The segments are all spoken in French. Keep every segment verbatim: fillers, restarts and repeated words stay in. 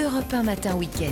Europe un matin week-end.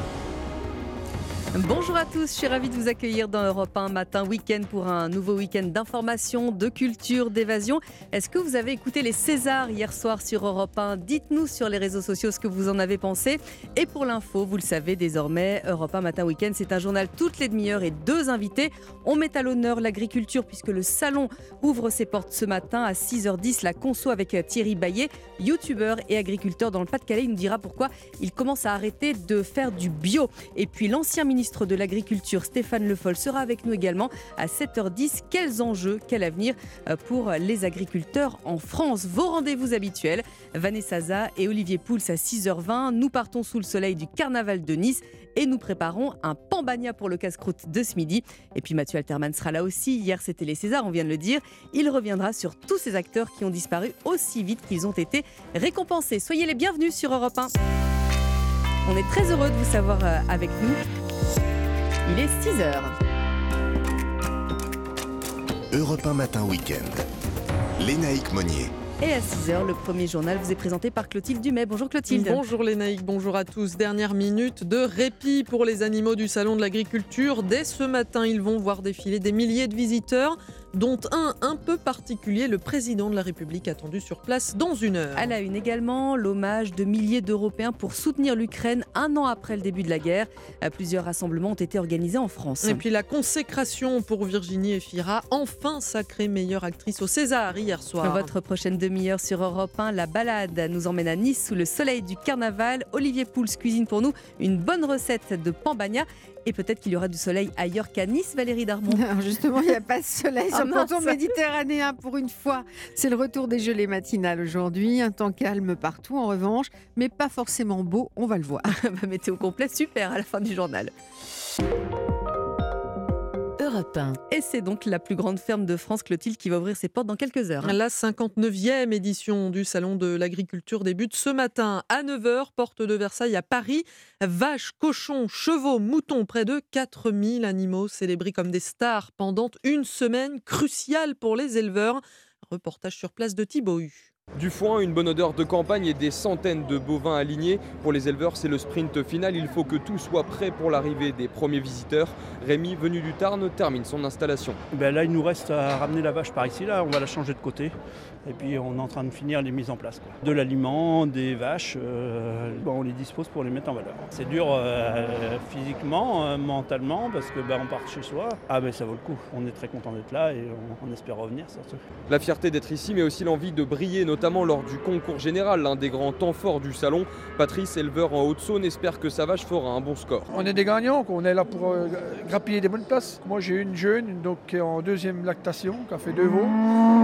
Bonjour à tous, je suis ravie de vous accueillir dans Europe un matin week-end pour un nouveau week-end d'information, de culture, d'évasion. Est-ce que vous avez écouté les Césars hier soir sur Europe un ? Dites-nous sur les réseaux sociaux ce que vous en avez pensé. Et pour l'info, vous le savez désormais, Europe un matin week-end, c'est un journal toutes les demi-heures et deux invités. On met à l'honneur l'agriculture puisque le salon ouvre ses portes ce matin à six heures dix. La conso avec Thierry Baillet, youtubeur et agriculteur dans le Pas-de-Calais. Il nous dira pourquoi il commence à arrêter de faire du bio. Et puis l'ancien ministre ministre de l'Agriculture, Stéphane Le Foll, sera avec nous également à sept heures dix. Quels enjeux, quel avenir pour les agriculteurs en France ? Vos rendez-vous habituels, Vanessa Za et Olivier Pouls à six heures vingt. Nous partons sous le soleil du carnaval de Nice et nous préparons un pambagna pour le casse-croûte de ce midi. Et puis Mathieu Alterman sera là aussi. Hier, c'était les Césars, on vient de le dire. Il reviendra sur tous ces acteurs qui ont disparu aussi vite qu'ils ont été récompensés. Soyez les bienvenus sur Europe un. On est très heureux de vous savoir avec nous. Il est six heures. Europe un matin week-end. Lénaïque Monnier. Et à six heures, le premier journal vous est présenté par Clotilde Dumais. Bonjour Clotilde. Bonjour Lénaïque, bonjour à tous. Dernière minute de répit pour les animaux du Salon de l'Agriculture. Dès ce matin, ils vont voir défiler des milliers de visiteurs, dont un un peu particulier, le président de la République attendu sur place dans une heure. À la une également, l'hommage de milliers d'Européens pour soutenir l'Ukraine un an après le début de la guerre. Plusieurs rassemblements ont été organisés en France. Et puis la consécration pour Virginie Efira, enfin sacrée meilleure actrice au César hier soir. Votre prochaine demi-heure sur Europe un, la balade nous emmène à Nice sous le soleil du carnaval. Olivier Pouls cuisine pour nous une bonne recette de pambagna. Et peut-être qu'il y aura du soleil ailleurs qu'à Nice, Valérie Darmon. Non, justement, il n'y a pas de soleil sur Ah, le canton méditerranéen pour une fois. C'est le retour des gelées matinales aujourd'hui. Un temps calme partout en revanche, mais pas forcément beau, on va le voir. Météo complet, super à la fin du journal. Europe un. Et c'est donc la plus grande ferme de France, Clotilde, qui va ouvrir ses portes dans quelques heures. La cinquante-neuvième édition du Salon de l'Agriculture débute ce matin à neuf heures, porte de Versailles à Paris. Vaches, cochons, chevaux, moutons, près de quatre mille animaux célébrés comme des stars pendant une semaine cruciale pour les éleveurs. Reportage sur place de Thibaut Hu. Du foin, une bonne odeur de campagne et des centaines de bovins alignés. Pour les éleveurs, c'est le sprint final. Il faut que tout soit prêt pour l'arrivée des premiers visiteurs. Rémi, venu du Tarn, termine son installation. Ben là, il nous reste à ramener la vache par ici. Là, on va la changer de côté. Et puis, on est en train de finir les mises en place, quoi. De l'aliment, des vaches, euh, bon, on les dispose pour les mettre en valeur. C'est dur euh, physiquement, euh, mentalement, parce que ben, on part chez soi. Ah ben ça vaut le coup. On est très content d'être là et on, on espère revenir surtout. La fierté d'être ici, mais aussi l'envie de briller, notamment lors du concours général, l'un des grands temps forts du salon. Patrice, éleveur en Haute-Saône, espère que sa vache fera un bon score. On est des gagnants, on est là pour euh, grappiller des bonnes places. Moi j'ai une jeune donc, qui est en deuxième lactation, qui a fait deux veaux.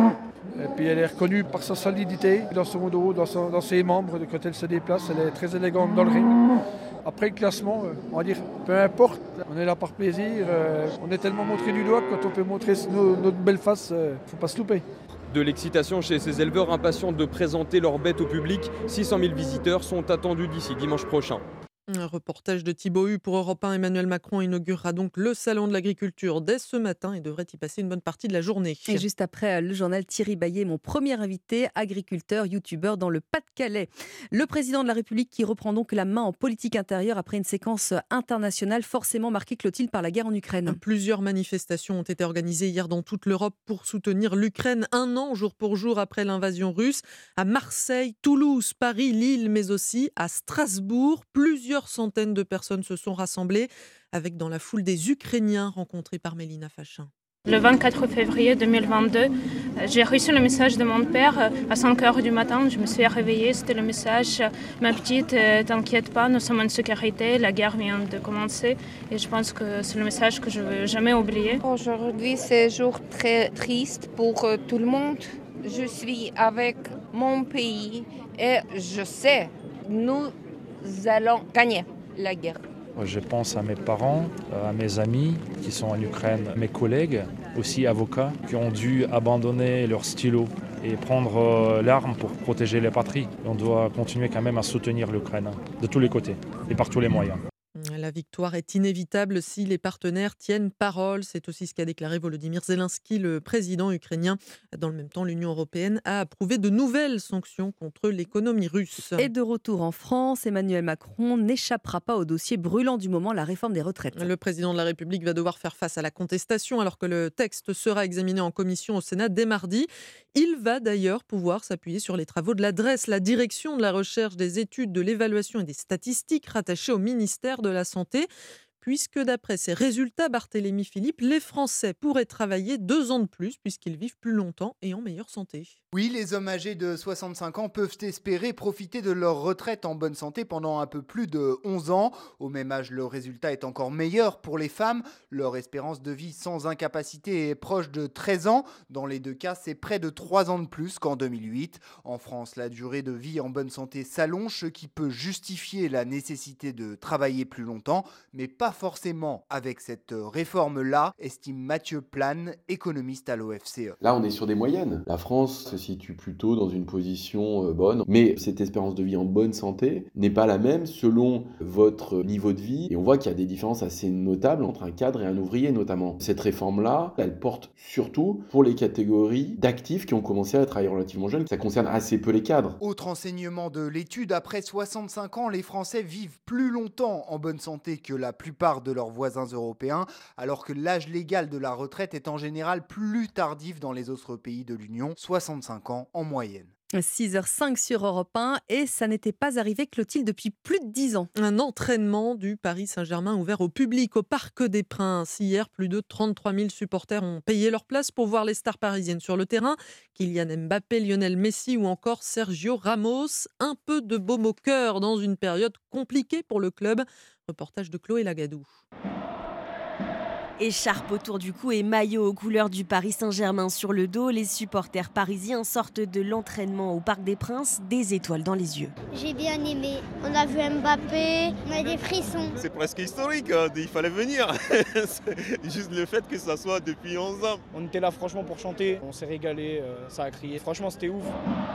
Et puis elle est reconnue par sa solidité dans son dos, dans, son, dans ses membres. Quand elle se déplace, elle est très élégante dans le ring. Après le classement, on va dire, peu importe, on est là par plaisir. Euh, on est tellement montré du doigt que quand on peut montrer nos, notre belle face, il ne faut pas se louper. De l'excitation chez ces éleveurs impatients de présenter leurs bêtes au public. six cent mille visiteurs sont attendus d'ici dimanche prochain. Un reportage de Thibaut Hu pour Europe un. Emmanuel Macron inaugurera donc le Salon de l'Agriculture dès ce matin et devrait y passer une bonne partie de la journée. Et juste après le journal, Thierry Baillet, mon premier invité, agriculteur, youtubeur dans le Pas-de-Calais. Le président de la République qui reprend donc la main en politique intérieure après une séquence internationale forcément marquée, Clotilde, par la guerre en Ukraine. Plusieurs manifestations ont été organisées hier dans toute l'Europe pour soutenir l'Ukraine un an jour pour jour après l'invasion russe. À Marseille, Toulouse, Paris, Lille, mais aussi à Strasbourg. Plusieurs centaines de personnes se sont rassemblées avec dans la foule des Ukrainiens rencontrés par Mélina Fachin. Le vingt-quatre février deux mille vingt-deux, j'ai reçu le message de mon père à cinq heures du matin. Je me suis réveillée, c'était le message « Ma petite, t'inquiète pas, nous sommes en sécurité, la guerre vient de commencer ». Et je pense que c'est le message que je ne vais jamais oublier. Aujourd'hui, c'est un jour très triste pour tout le monde. Je suis avec mon pays et je sais, nous allons gagner la guerre. Je pense à mes parents, à mes amis qui sont en Ukraine, mes collègues, aussi avocats, qui ont dû abandonner leur stylo et prendre l'arme pour protéger les patries. On doit continuer quand même à soutenir l'Ukraine, de tous les côtés et par tous les moyens. La victoire est inévitable si les partenaires tiennent parole. C'est aussi ce qu'a déclaré Volodymyr Zelensky, le président ukrainien. Dans le même temps, l'Union européenne a approuvé de nouvelles sanctions contre l'économie russe. Et de retour en France, Emmanuel Macron n'échappera pas au dossier brûlant du moment, la réforme des retraites. Le président de la République va devoir faire face à la contestation alors que le texte sera examiné en commission au Sénat dès mardi. Il va d'ailleurs pouvoir s'appuyer sur les travaux de l'adresse, la direction de la recherche, des études, de l'évaluation et des statistiques rattachée au ministère de la Santé. Puisque d'après ces résultats, Barthélémy Philippe, les Français pourraient travailler deux ans de plus puisqu'ils vivent plus longtemps et en meilleure santé. Oui, les hommes âgés de soixante-cinq ans peuvent espérer profiter de leur retraite en bonne santé pendant un peu plus de onze ans. Au même âge, le résultat est encore meilleur pour les femmes. Leur espérance de vie sans incapacité est proche de treize ans. Dans les deux cas, c'est près de trois ans de plus qu'en deux mille huit. En France, la durée de vie en bonne santé s'allonge, ce qui peut justifier la nécessité de travailler plus longtemps, mais pas forcément avec cette réforme-là, estime Mathieu Plane, économiste à l'O F C E. Là, on est sur des moyennes. La France se situe plutôt dans une position bonne, mais cette espérance de vie en bonne santé n'est pas la même selon votre niveau de vie, et on voit qu'il y a des différences assez notables entre un cadre et un ouvrier notamment. Cette réforme-là, elle porte surtout pour les catégories d'actifs qui ont commencé à travailler relativement jeunes. Ça concerne assez peu les cadres. Autre enseignement de l'étude, après soixante-cinq ans, les Français vivent plus longtemps en bonne santé que la plupart de leurs voisins européens, alors que l'âge légal de la retraite est en général plus tardif dans les autres pays de l'Union, soixante-cinq ans en moyenne. six heures cinq sur Europe un et ça n'était pas arrivé, Clotilde, depuis plus de dix ans. Un entraînement du Paris Saint-Germain ouvert au public au Parc des Princes. Hier, plus de trente-trois mille supporters ont payé leur place pour voir les stars parisiennes sur le terrain. Kylian Mbappé, Lionel Messi ou encore Sergio Ramos. Un peu de baume au cœur dans une période compliquée pour le club. Reportage de Chloé Lagadou. Écharpe autour du cou et maillot aux couleurs du Paris Saint-Germain sur le dos, les supporters parisiens sortent de l'entraînement au Parc des Princes, des étoiles dans les yeux. J'ai bien aimé. On a vu Mbappé, on a des frissons. C'est presque historique, hein. Il fallait venir. Juste le fait que ça soit depuis onze ans. On était là franchement pour chanter, on s'est régalé, ça a crié. Franchement, c'était ouf.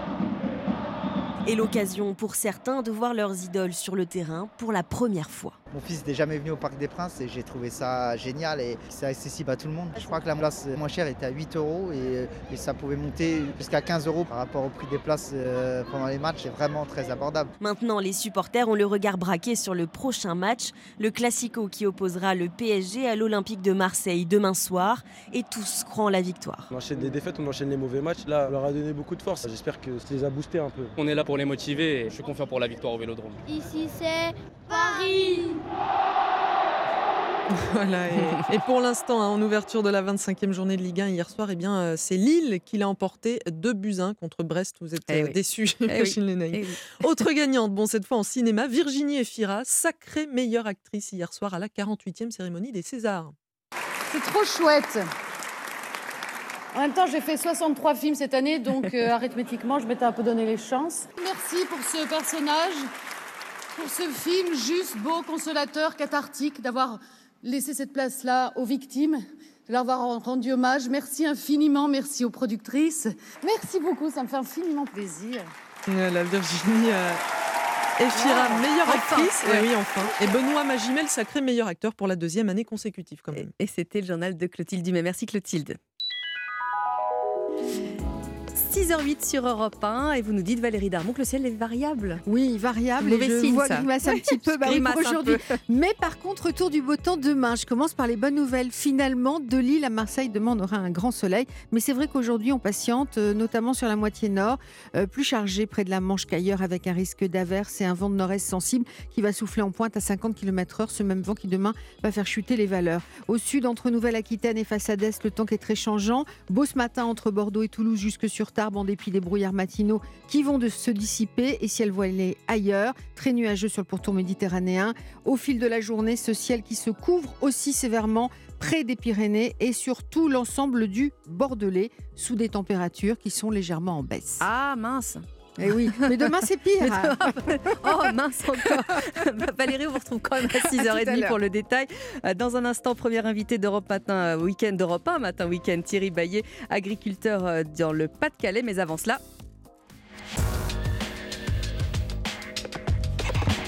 Et l'occasion pour certains de voir leurs idoles sur le terrain pour la première fois. Mon fils n'était jamais venu au Parc des Princes et j'ai trouvé ça génial et c'est accessible à tout le monde. Je crois que la place moins chère était à huit euros et, et ça pouvait monter jusqu'à quinze euros par rapport au prix des places euh, pendant les matchs. C'est vraiment très abordable. Maintenant, les supporters ont le regard braqué sur le prochain match, le Classico qui opposera le P S G à l'Olympique de Marseille demain soir et tous croient en la victoire. On enchaîne les défaites, on enchaîne les mauvais matchs. Là, on leur a donné beaucoup de force. J'espère que ça les a boostés un peu. On est là pour les motiver et je suis confiant pour la victoire au Vélodrome. Ici, c'est Paris. Voilà, et, et pour l'instant, hein, en ouverture de la vingt-cinquième journée de Ligue un hier soir, eh bien, euh, c'est Lille qui l'a emporté deux buts à un contre Brest. Vous êtes euh, eh oui. déçus, eh Achille oui. Lenaï. Eh oui. Autre gagnante, bon, cette fois en cinéma, Virginie Efira, sacrée meilleure actrice hier soir à la quarante-huitième cérémonie des Césars. C'est trop chouette. En même temps, j'ai fait soixante-trois films cette année, donc euh, arithmétiquement, je m'étais un peu donné les chances. Merci pour ce personnage, pour ce film juste, beau, consolateur, cathartique, d'avoir laissé cette place-là aux victimes, de leur avoir rendu hommage. Merci infiniment, merci aux productrices. Merci beaucoup, ça me fait infiniment plaisir. La Virginie euh, Efira, wow. meilleure Enfin, actrice. ouais. Et oui, enfin. Et Benoît Magimel, sacré meilleur acteur pour la deuxième année consécutive quand même. Et, et c'était le journal de Clotilde Dumais. Merci Clotilde. six heures huit sur Europe un et vous nous dites, Valérie Darmon, que le ciel est variable. Oui, variable. Mauvais et je signe, vois ça. grimace un petit peu bah, oui, Grimace pour un aujourd'hui. peu. Mais par contre, retour du beau temps demain. Je commence par les bonnes nouvelles. Finalement, de Lille à Marseille, demain, on aura un grand soleil. Mais c'est vrai qu'aujourd'hui, on patiente, euh, notamment sur la moitié nord, euh, plus chargé près de la Manche qu'ailleurs, avec un risque d'averse et un vent de nord-est sensible qui va souffler en pointe à cinquante kilomètres heure. Ce même vent qui, demain, va faire chuter les valeurs. Au sud, entre Nouvelle-Aquitaine et façade est, le temps qui est très changeant. Beau ce matin entre Bordeaux et Toulouse jusque sur Tarbes, en dépit des brouillards matinaux qui vont de se dissiper et ciel voilé ailleurs, très nuageux sur le pourtour méditerranéen. Au fil de la journée, ce ciel qui se couvre aussi sévèrement près des Pyrénées et surtout l'ensemble du Bordelais sous des températures qui sont légèrement en baisse. Ah mince. Eh oui, mais demain c'est pire. Mais demain... Oh mince encore. Valérie, on vous retrouve quand même à six heures trente pour le détail. Dans un instant, premier invité d'Europe Matin Week-end, d'Europe un Matin Week-end, Thierry Baillet, agriculteur dans le Pas-de-Calais. Mais avant cela,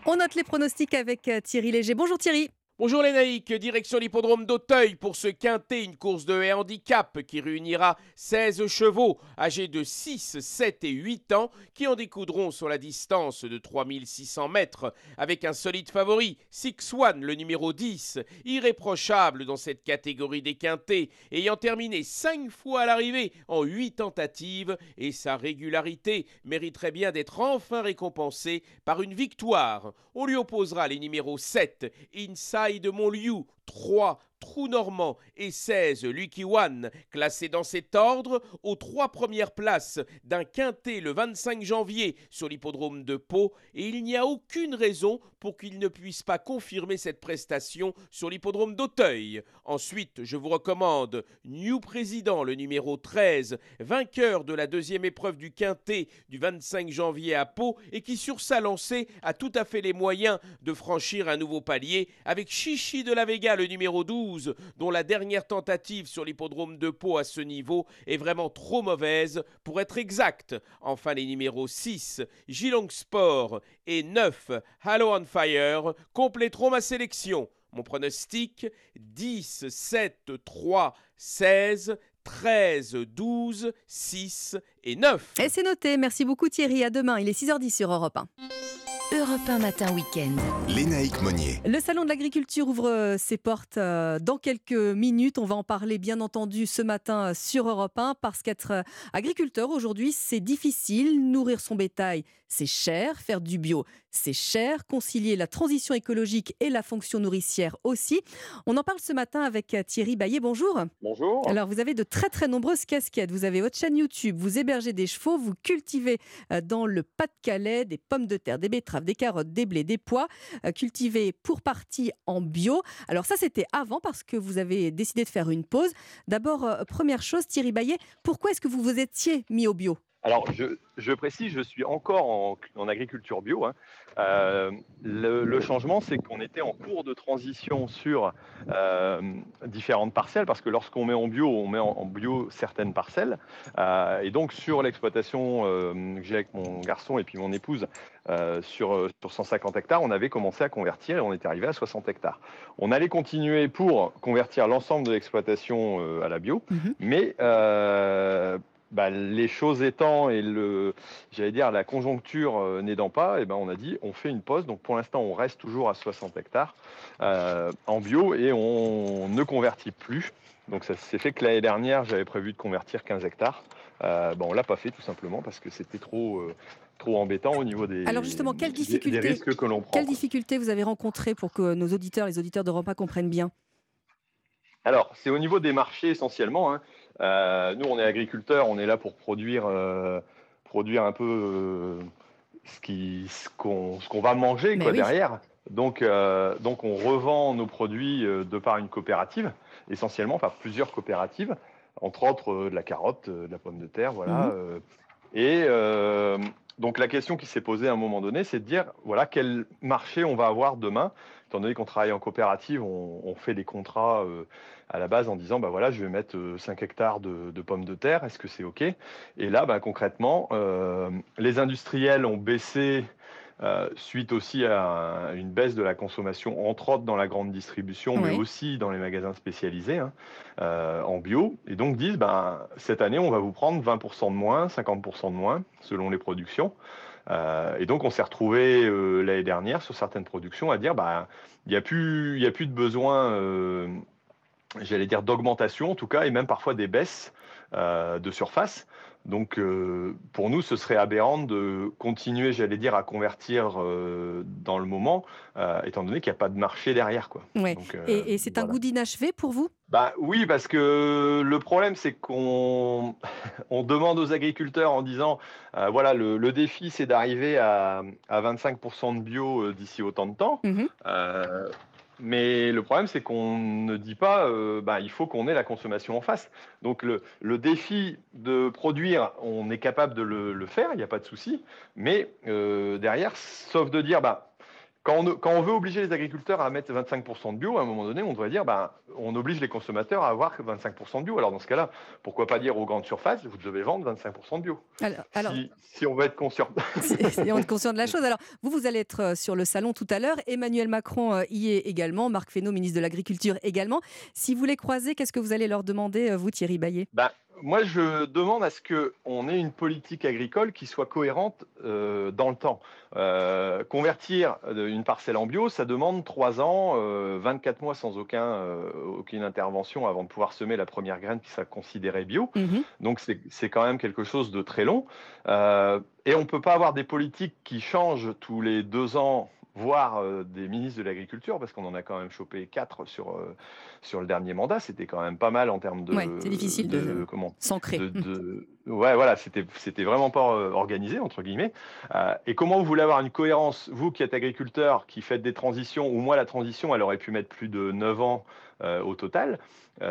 On note les pronostics avec euh, Thierry Léger. Bonjour Thierry. Bonjour les naïcs, direction l'hippodrome d'Auteuil pour ce quintet, une course de haie handicap qui réunira seize chevaux âgés de six, sept et huit ans qui en découdront sur la distance de trois mille six cents mètres avec un solide favori, Six One, le numéro dix, irréprochable dans cette catégorie des quintets, ayant terminé cinq fois à l'arrivée en huit tentatives et sa régularité mériterait bien d'être enfin récompensée par une victoire. On lui opposera les numéros sept, Inside de Montlieu, trois, Trou Normand et seize, Lucky One, classés dans cet ordre aux trois premières places d'un quintet le vingt-cinq janvier sur l'hippodrome de Pau, et il n'y a aucune raison pour qu'il ne puisse pas confirmer cette prestation sur l'hippodrome d'Auteuil. Ensuite, je vous recommande New Président, le numéro treize, vainqueur de la deuxième épreuve du quintet du vingt-cinq janvier à Pau et qui sur sa lancée a tout à fait les moyens de franchir un nouveau palier avec Chichi de la Vega, le numéro douze, dont la dernière tentative sur l'hippodrome de Pau à ce niveau est vraiment trop mauvaise pour être exacte. Enfin, les numéros six, Gilong Sport et neuf, Halo on Fire, compléteront ma sélection. Mon pronostic, dix, sept, trois, seize, treize, douze, six et neuf. Et c'est noté, merci beaucoup Thierry, à demain, il est six heures dix sur Europe un. Europe un matin week-end. Lénaïque Monnier. Le salon de l'agriculture ouvre euh, ses portes euh, dans quelques minutes. On va en parler bien entendu ce matin euh, sur Europe un parce qu'être euh, agriculteur aujourd'hui, c'est difficile. Nourrir son bétail, c'est cher. Faire du bio, c'est cher. Concilier la transition écologique et la fonction nourricière aussi. On en parle ce matin avec euh, Thierry Baillet. Bonjour. Bonjour. Alors, vous avez de très très nombreuses casquettes. Vous avez votre chaîne YouTube, vous hébergez des chevaux, vous cultivez euh, dans le Pas-de-Calais des pommes de terre, des betteraves, des carottes, des blés, des pois, euh, cultivés pour partie en bio. Alors ça, c'était avant parce que vous avez décidé de faire une pause. D'abord, euh, première chose, Thierry Baillet, pourquoi est-ce que vous vous étiez mis au bio ? Alors, je, je précise, je suis encore en, en agriculture bio. Hein. Euh, le, le changement, c'est qu'on était en cours de transition sur euh, différentes parcelles, parce que lorsqu'on met en bio, on met en, en bio certaines parcelles. Euh, et donc, sur l'exploitation euh, que j'ai avec mon garçon et puis mon épouse, euh, sur, sur cent cinquante hectares, on avait commencé à convertir et on était arrivé à soixante hectares. On allait continuer pour convertir l'ensemble de l'exploitation euh, à la bio, mmh. mais... Euh, Bah, les choses étant et le, j'allais dire la conjoncture euh, n'aidant pas, et ben on a dit on fait une pause. Donc pour l'instant on reste toujours à soixante hectares euh, en bio et on ne convertit plus. Donc ça s'est fait que l'année dernière j'avais prévu de convertir quinze hectares. Euh, ben, on l'a pas fait tout simplement parce que c'était trop euh, trop embêtant au niveau des, Alors justement, quelles des, difficultés, des risques que l'on prend. Quelles difficultés vous avez rencontrées pour que nos auditeurs, les auditeurs d'Europe un comprennent bien ? Alors, c'est au niveau des marchés essentiellement. Hein. Euh, nous, on est agriculteurs, on est là pour produire, euh, produire un peu euh, ce, qui, ce, qu'on, ce qu'on va manger quoi, oui. derrière. Donc, euh, donc, on revend nos produits euh, de par une coopérative, essentiellement par plusieurs coopératives, entre autres euh, de la carotte, euh, de la pomme de terre, voilà. Mmh. Euh, et euh, donc, la question qui s'est posée à un moment donné, c'est de dire, voilà, quel marché on va avoir demain. Étant donné qu'on travaille en coopérative, on, on fait des contrats euh, à la base en disant bah voilà, je vais mettre euh, cinq hectares de, de pommes de terre, est-ce que c'est OK ? Et là, bah, concrètement, euh, les industriels ont baissé euh, suite aussi à une baisse de la consommation, entre autres dans la grande distribution, oui. mais aussi dans les magasins spécialisés hein, euh, en bio. Et donc disent bah, cette année, on va vous prendre vingt pour cent de moins, cinquante pour cent de moins, selon les productions. Euh, et donc, on s'est retrouvé euh, l'année dernière sur certaines productions à dire bah, il n'y a plus, il y a plus de besoin, euh, j'allais dire, d'augmentation en tout cas, et même parfois des baisses euh, de surface. Donc, euh, pour nous, ce serait aberrant de continuer, j'allais dire, à convertir euh, dans le moment, euh, étant donné qu'il n'y a pas de marché derrière, quoi. Ouais. Donc, euh, et, et c'est voilà. un goût d'inachevé pour vous ? Bah oui, parce que le problème, c'est qu'on on demande aux agriculteurs en disant, euh, voilà, le, le défi, c'est d'arriver à, à vingt-cinq pour cent de bio d'ici autant de temps. Mmh. Euh, Mais le problème, c'est qu'on ne dit pas euh, bah, il faut qu'on ait la consommation en face. Donc le, le défi de produire, on est capable de le, le faire, il n'y a pas de souci. Mais euh, derrière, sauf de dire bah, Quand on, quand on veut obliger les agriculteurs à mettre vingt-cinq pour cent de bio, à un moment donné, on devrait dire ben, on oblige les consommateurs à avoir vingt-cinq pour cent de bio. Alors dans ce cas-là, pourquoi pas dire aux grandes surfaces, vous devez vendre vingt-cinq pour cent de bio. Alors, alors... Si, si on veut être conscient. Si, si on est conscient de la chose. Alors, vous, vous allez être sur le salon tout à l'heure. Emmanuel Macron y est également. Marc Fesneau, ministre de l'Agriculture, également. Si vous les croisez, qu'est-ce que vous allez leur demander, vous, Thierry Baillet? ben, Moi, je demande à ce qu'on ait une politique agricole qui soit cohérente euh, dans le temps. Euh, convertir une parcelle en bio, ça demande trois ans, euh, vingt-quatre mois sans aucun, euh, aucune intervention avant de pouvoir semer la première graine qui sera considérée bio. Mmh. Donc, c'est, c'est quand même quelque chose de très long. Euh, et on ne peut pas avoir des politiques qui changent tous les deux ans, voire euh, des ministres de l'Agriculture, parce qu'on en a quand même chopé quatre sur, euh, sur le dernier mandat. C'était quand même pas mal en termes de... Ouais, c'est difficile de, de comment s'ancrer. De, de, ouais, voilà, c'était, c'était vraiment pas euh, organisé, entre guillemets. Euh, et comment vous voulez avoir une cohérence, vous qui êtes agriculteur, qui faites des transitions, ou moi, la transition, elle aurait pu mettre plus de neuf ans euh, au total,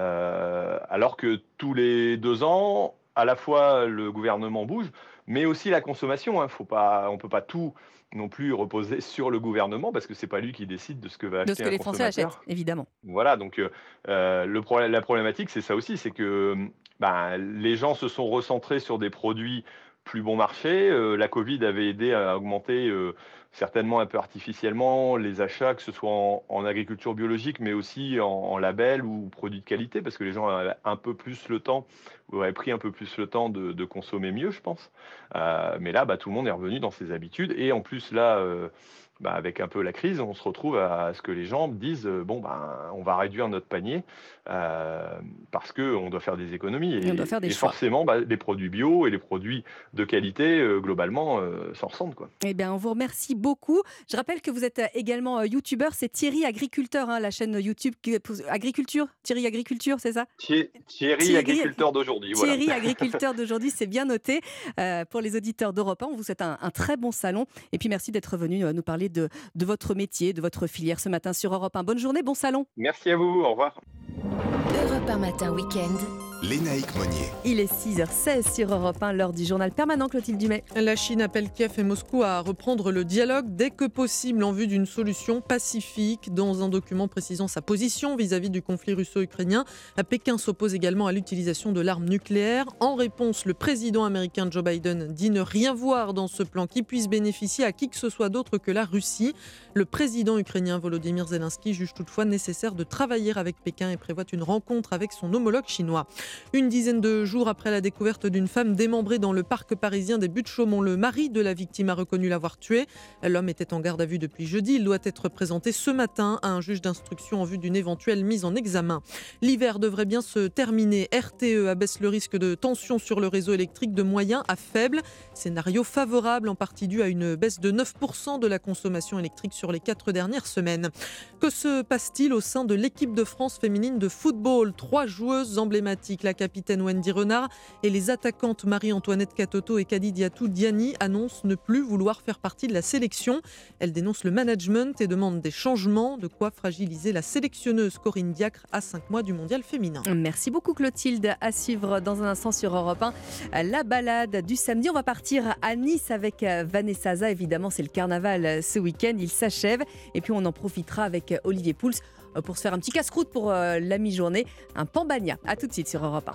euh, alors que tous les deux ans, à la fois le gouvernement bouge, mais aussi la consommation. Hein, faut pas, on ne peut pas tout non plus reposer sur le gouvernement parce que c'est pas lui qui décide de ce que va acheter un consommateur. De ce que les Français achètent, évidemment. Voilà, donc euh, le problème, la problématique, c'est ça aussi, c'est que ben, les gens se sont recentrés sur des produits plus bon marché. Euh, la Covid avait aidé à augmenter euh, certainement un peu artificiellement les achats, que ce soit en, en agriculture biologique, mais aussi en, en label ou produits de qualité, parce que les gens avaient un peu plus le temps, ou auraient pris un peu plus le temps de, de consommer mieux, je pense. Euh, mais là, bah, tout le monde est revenu dans ses habitudes. Et en plus, là, euh, bah, avec un peu la crise, on se retrouve à ce que les gens disent euh, bon, ben, on va réduire notre panier euh, parce qu'on doit faire des économies. Et, et on doit faire des et choix. forcément, bah, les produits bio et les produits de qualité, euh, globalement, euh, s'en ressentent, quoi. Eh bien, on vous remercie beaucoup. Je rappelle que vous êtes également youtubeur. C'est Thierry Agriculteur, hein, la chaîne YouTube qui... Agriculture Thierry Agriculture, c'est ça? Thierry, Thierry Agriculteur d'aujourd'hui. Thierry voilà. Agriculteur d'aujourd'hui, c'est bien noté. Euh, pour les auditeurs d'Europe un, on vous souhaite un, un très bon salon. Et puis, merci d'être venu nous parler de, de votre métier, de votre filière ce matin sur Europe un. Bonne journée, bon salon. Merci à vous, au revoir. Europe un matin week-end. Lénaïque Monnier. Il est six heures seize sur Europe un, l'heure du journal permanent. Clotilde Dumais. La Chine appelle Kiev et Moscou à reprendre le dialogue dès que possible en vue d'une solution pacifique. Dans un document précisant sa position vis-à-vis du conflit russo-ukrainien, Pékin s'oppose également à l'utilisation de l'arme nucléaire. En réponse, le président américain Joe Biden dit ne rien voir dans ce plan qui puisse bénéficier à qui que ce soit d'autre que la Russie. Le président ukrainien Volodymyr Zelensky juge toutefois nécessaire de travailler avec Pékin et prévoit une rencontre avec son homologue chinois. Une dizaine de jours après la découverte d'une femme démembrée dans le parc parisien des Buttes-Chaumont, le mari de la victime a reconnu l'avoir tuée. L'homme était en garde à vue depuis jeudi. Il doit être présenté ce matin à un juge d'instruction en vue d'une éventuelle mise en examen. L'hiver devrait bien se terminer. R T E abaisse le risque de tension sur le réseau électrique de moyen à faible. Scénario favorable en partie dû à une baisse de neuf pour cent de la consommation électrique sur les quatre dernières semaines. Que se passe-t-il au sein de l'équipe de France féminine de football? Trois joueuses emblématiques, la capitaine Wendy Renard et les attaquantes Marie-Antoinette Katoto et Kadidiatou Diani, annoncent ne plus vouloir faire partie de la sélection. Elles dénoncent le management et demandent des changements, de quoi fragiliser la sélectionneuse Corinne Diacre à cinq mois du mondial féminin. Merci beaucoup Clotilde. À suivre dans un instant sur Europe un, la balade du samedi. On va partir à Nice avec Vanessa Za. Évidemment, c'est le carnaval ce week-end, il s'achève. Et puis on en profitera avec Olivier Pouls pour se faire un petit casse-croûte pour la mi-journée, un pambagna. A tout de suite sur Europe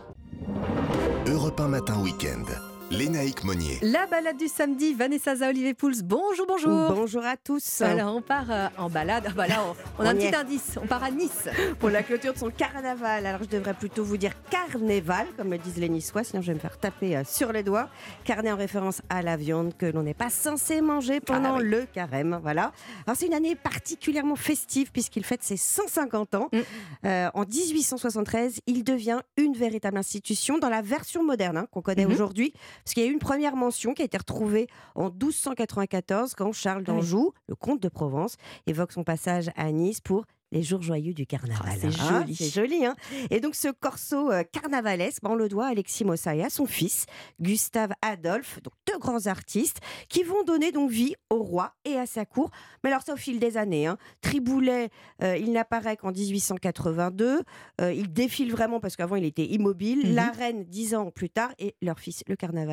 un. Europe un matin week-end. Lénaïque Monnier. La balade du samedi, Vanessa Za, Olivier Pouls. Bonjour, bonjour. Bonjour à tous. Alors, on part euh, en balade. Ah bah là, on, on a On un y petit est. indice. On part à Nice. Pour la clôture de son carnaval. Alors, je devrais plutôt vous dire carnéval, comme le disent les Niçois, sinon je vais me faire taper euh, sur les doigts. Carnet en référence à la viande que l'on n'est pas censé manger pendant Ah oui. le carême. Voilà. Alors, c'est une année particulièrement festive puisqu'il fête ses cent cinquante ans. Mm. Euh, en dix-huit cent soixante-treize, il devient une véritable institution dans la version moderne hein, qu'on connaît Mhm. aujourd'hui. Parce qu'il y a eu une première mention qui a été retrouvée en douze cent quatre-vingt-quatorze quand Charles d'Anjou, le comte de Provence, évoque son passage à Nice pour les jours joyeux du carnaval. Ah, c'est Hein, joli. c'est joli, hein. Et donc ce corso euh, carnavalesque, ben, on le doit à Alexis Mossa, son fils, Gustave Adolphe, donc deux grands artistes qui vont donner donc vie au roi et à sa cour. Mais alors ça au fil des années. Hein. Triboulet, euh, il n'apparaît qu'en dix-huit cent quatre-vingt-deux. Euh, il défile vraiment parce qu'avant il était immobile. Mhm. La reine, dix ans plus tard, et leur fils, le carnavalon,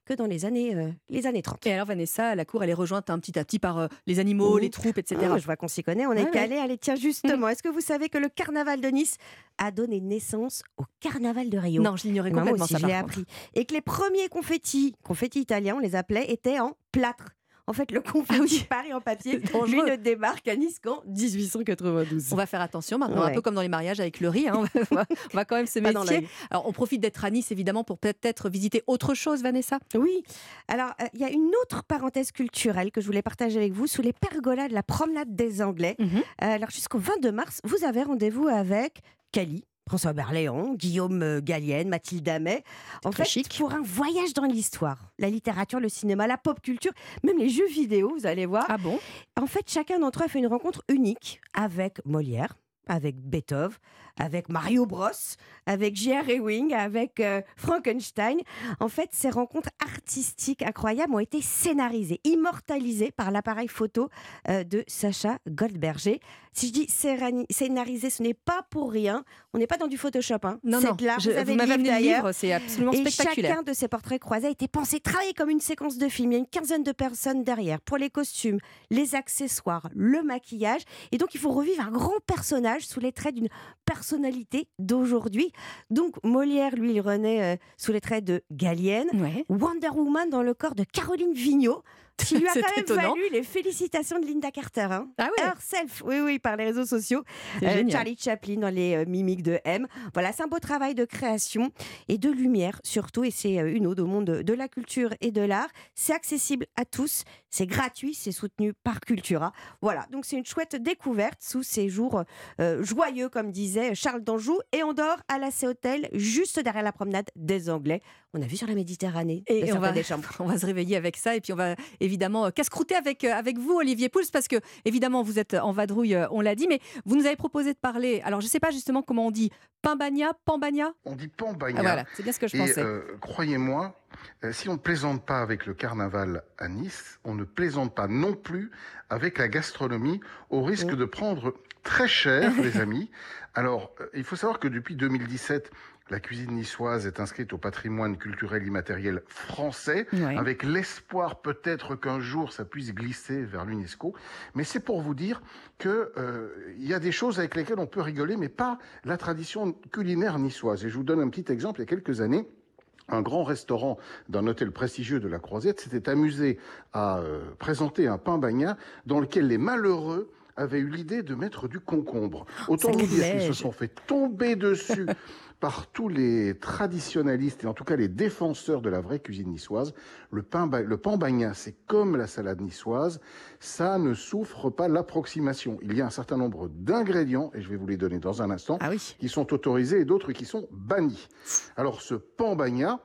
que dans les années, euh, les années trente. Et alors Vanessa, la cour, elle est rejointe un petit à petit par euh, les animaux, Mmh. les troupes, et cetera. Ah, je vois qu'on s'y connaît, on Ouais, est ouais. calé. Allez, tiens, justement, est-ce que vous savez que le carnaval de Nice a donné naissance au carnaval de Rio? Non, je l'ignorais Eh ben, moi complètement, aussi, ça, je l'ai par contre. appris. Et que les premiers confettis, confettis italiens, on les appelait, étaient en plâtre. En fait, le confetti de Paris en papier, C'est dangereux. lui ne débarque à Nice qu'en dix-huit cent quatre-vingt-douze. On va faire attention maintenant, un Ouais. peu comme dans les mariages avec le riz. hein. On, va, on va quand même se Pas dans méfier. l'œil. Alors, on profite d'être à Nice, évidemment, pour peut-être visiter autre chose, Vanessa. Oui. Alors, euh, il y a une autre parenthèse culturelle que je voulais partager avec vous sous les pergolas de la promenade des Anglais. Mhm. Euh, alors, jusqu'au vingt-deux mars, vous avez rendez-vous avec Cali, François Berléand, Guillaume euh, Gallienne, Mathilde Amet. En fait, pour un voyage dans l'histoire, la littérature, le cinéma, la pop culture, même les jeux vidéo, vous allez voir. Ah bon? En fait, chacun d'entre eux a fait une rencontre unique avec Molière, avec Beethoven, avec Mario Bros, avec J R Ewing, avec euh, Frankenstein. En fait, ces rencontres artistiques incroyables ont été scénarisées, immortalisées par l'appareil photo euh, de Sacha Goldberger. Si je dis scénari- scénarisé, ce n'est pas pour rien. On n'est pas dans du Photoshop. Hein. Non, c'est non, de l'art. je- vous avez vous le m'avez livre amené le d'ailleurs. livre, c'est absolument Et spectaculaire. chacun de ces portraits croisés a été pensé, travaillé comme une séquence de film. Il y a une quinzaine de personnes derrière pour les costumes, les accessoires, le maquillage. Et donc, il faut revivre un grand personnage sous les traits d'une personnalité d'aujourd'hui. Donc, Molière, lui, il renaît euh, sous les traits de Gallienne. Ouais. Wonder Woman dans le corps de Caroline Vigneault, qui lui a C'est quand même étonnant. valu les félicitations de Linda Carter. Hein. Ah ouais. Herself, oui, oui, par les réseaux sociaux. C'est génial. Charlie Chaplin dans les euh, mimiques de M. Voilà, c'est un beau travail de création et de lumière surtout. Et c'est euh, une ode au monde de, de la culture et de l'art. C'est accessible à tous, c'est gratuit, c'est soutenu par Cultura. Voilà, donc c'est une chouette découverte sous ces jours euh, joyeux, comme disait Charles d'Anjou. Et on dort à la C Hotel, juste derrière la promenade des Anglais. On a vu sur la Méditerranée. Et, le et on, Serpent va, des Chambres. on va se réveiller avec ça et puis on va évidemment euh, casse-croûter avec, euh, avec vous, Olivier Pouls, parce que évidemment vous êtes en vadrouille, euh, on l'a dit, mais vous nous avez proposé de parler, alors je ne sais pas justement comment on dit, Pimbagna, Pambagna. On dit Pambagna. Ah, voilà, c'est bien ce que je Et, pensais. euh, croyez-moi, euh, si on ne plaisante pas avec le carnaval à Nice, on ne plaisante pas non plus avec la gastronomie, au risque de prendre très cher, les amis. Alors, euh, il faut savoir que depuis deux mille dix-sept, la cuisine niçoise est inscrite au patrimoine culturel immatériel français, Ouais. avec l'espoir peut-être qu'un jour ça puisse glisser vers l'UNESCO. Mais c'est pour vous dire que euh, il y a des choses avec lesquelles on peut rigoler, mais pas la tradition culinaire niçoise. Et je vous donne un petit exemple. Il y a quelques années, un grand restaurant d'un hôtel prestigieux de la Croisette s'était amusé à euh, présenter un Pimbagna dans lequel les malheureux avaient eu l'idée de mettre du concombre. Autant vous dire qu'ils se Sacrilège. sont fait tomber dessus par tous les traditionalistes et en tout cas les défenseurs de la vraie cuisine niçoise. Le pain, le Pimbagna, c'est comme la salade niçoise, ça ne souffre pas l'approximation. Il y a un certain nombre d'ingrédients, et je vais vous les donner dans un instant, qui sont autorisés et d'autres qui sont bannis. Alors ce Pimbagna,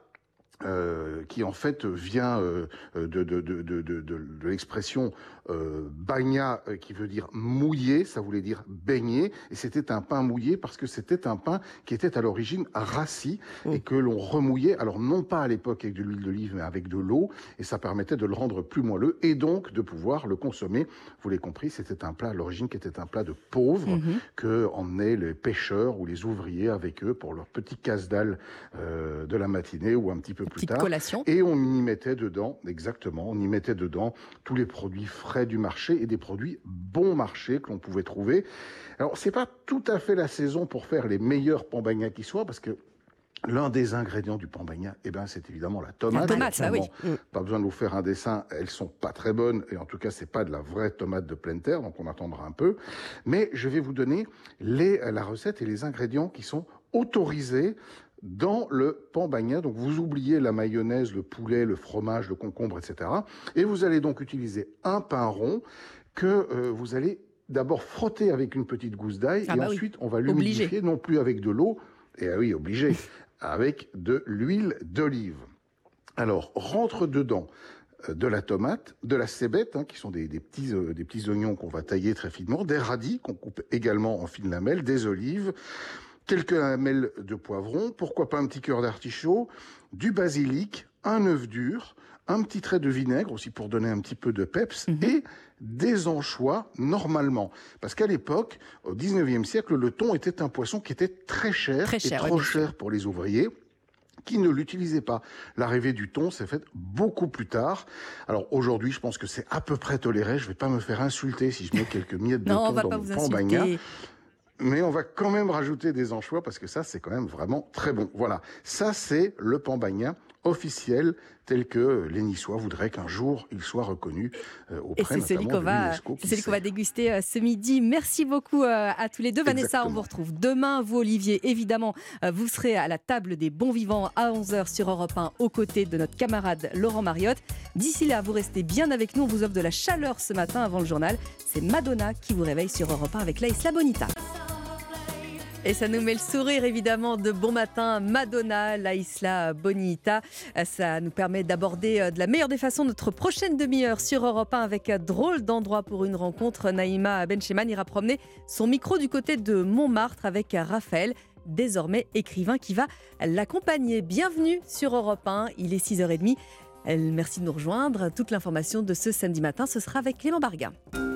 Euh, qui en fait vient euh, de, de, de, de, de, de, de l'expression euh, bagna, euh, qui veut dire mouillé, ça voulait dire baigner, et c'était un pain mouillé parce que c'était un pain qui était à l'origine rassis et que l'on remouillait, alors non pas à l'époque avec de l'huile d'olive, mais avec de l'eau, et ça permettait de le rendre plus moelleux et donc de pouvoir le consommer. Vous l'avez compris, c'était un plat à l'origine qui était un plat de pauvres Mhm. que emmenaient les pêcheurs ou les ouvriers avec eux pour leur petit casse-dalle euh, de la matinée ou un petit peu plus tard. collation. Et on y mettait dedans, exactement, on y mettait dedans tous les produits frais du marché et des produits bon marché que l'on pouvait trouver. Alors, c'est pas tout à fait la saison pour faire les meilleurs Pimbagnas qui soient, parce que l'un des ingrédients du Pimbagna, eh ben, c'est évidemment la tomate. La tomate, bah oui. Bon, pas besoin de vous faire un dessin, elles sont pas très bonnes, et en tout cas, c'est pas de la vraie tomate de pleine terre, donc on attendra un peu. Mais je vais vous donner les, la recette et les ingrédients qui sont autorisés dans le Pimbagna. Donc vous oubliez la mayonnaise, le poulet, le fromage, le concombre, et cetera. Et vous allez donc utiliser un pain rond que euh, vous allez d'abord frotter avec une petite gousse d'ail, Ah et bah oui. ensuite on va Obligé. l'humidifier, non plus avec de l'eau, et ah oui, obligé, avec de l'huile d'olive. Alors, rentre dedans euh, de la tomate, de la cébette, hein, qui sont des, des, petits, euh, des petits oignons qu'on va tailler très finement, des radis qu'on coupe également en fines lamelles, des olives, quelques lamelles de poivron, pourquoi pas un petit cœur d'artichaut, du basilic, un œuf dur, un petit trait de vinaigre aussi pour donner un petit peu de peps, et des anchois normalement. Parce qu'à l'époque, au dix-neuvième siècle, le thon était un poisson qui était très cher, Très cher, et ouais, trop bien sûr. cher pour les ouvriers. qui ne l'utilisaient pas. L'arrivée du thon s'est faite beaucoup plus tard. Alors aujourd'hui, je pense que c'est à peu près toléré. Je ne vais pas me faire insulter si je mets quelques miettes de Non, on thon va dans pas mon vous pan bagna. insulter. Mais on va quand même rajouter des anchois parce que ça, c'est quand même vraiment très bon. Voilà, ça c'est le pan bagna officiel tel que les Niçois voudraient qu'un jour il soit reconnu euh, Et auprès c'est celui notamment qu'on de va, l'UNESCO. c'est celui qu'on va déguster euh, ce midi. Merci beaucoup euh, à tous les deux. Vanessa, Exactement. on vous retrouve demain. Vous, Olivier, évidemment, euh, vous serez à la table des bons vivants à onze heures sur Europe un aux côtés de notre camarade Laurent Mariotte. D'ici là, vous restez bien avec nous. On vous offre de la chaleur ce matin avant le journal. C'est Madonna qui vous réveille sur Europe un avec La Isla Bonita. Et ça nous met le sourire évidemment de bon matin, Madonna, La Isla Bonita. Ça nous permet d'aborder de la meilleure des façons notre prochaine demi-heure sur Europe un avec drôle d'endroit pour une rencontre. Naïma Bencheman ira promener son micro du côté de Montmartre avec Raphaël, désormais écrivain qui va l'accompagner. Bienvenue sur Europe un, il est six heures trente. Merci de nous rejoindre. Toute l'information de ce samedi matin, ce sera avec Clément Barga.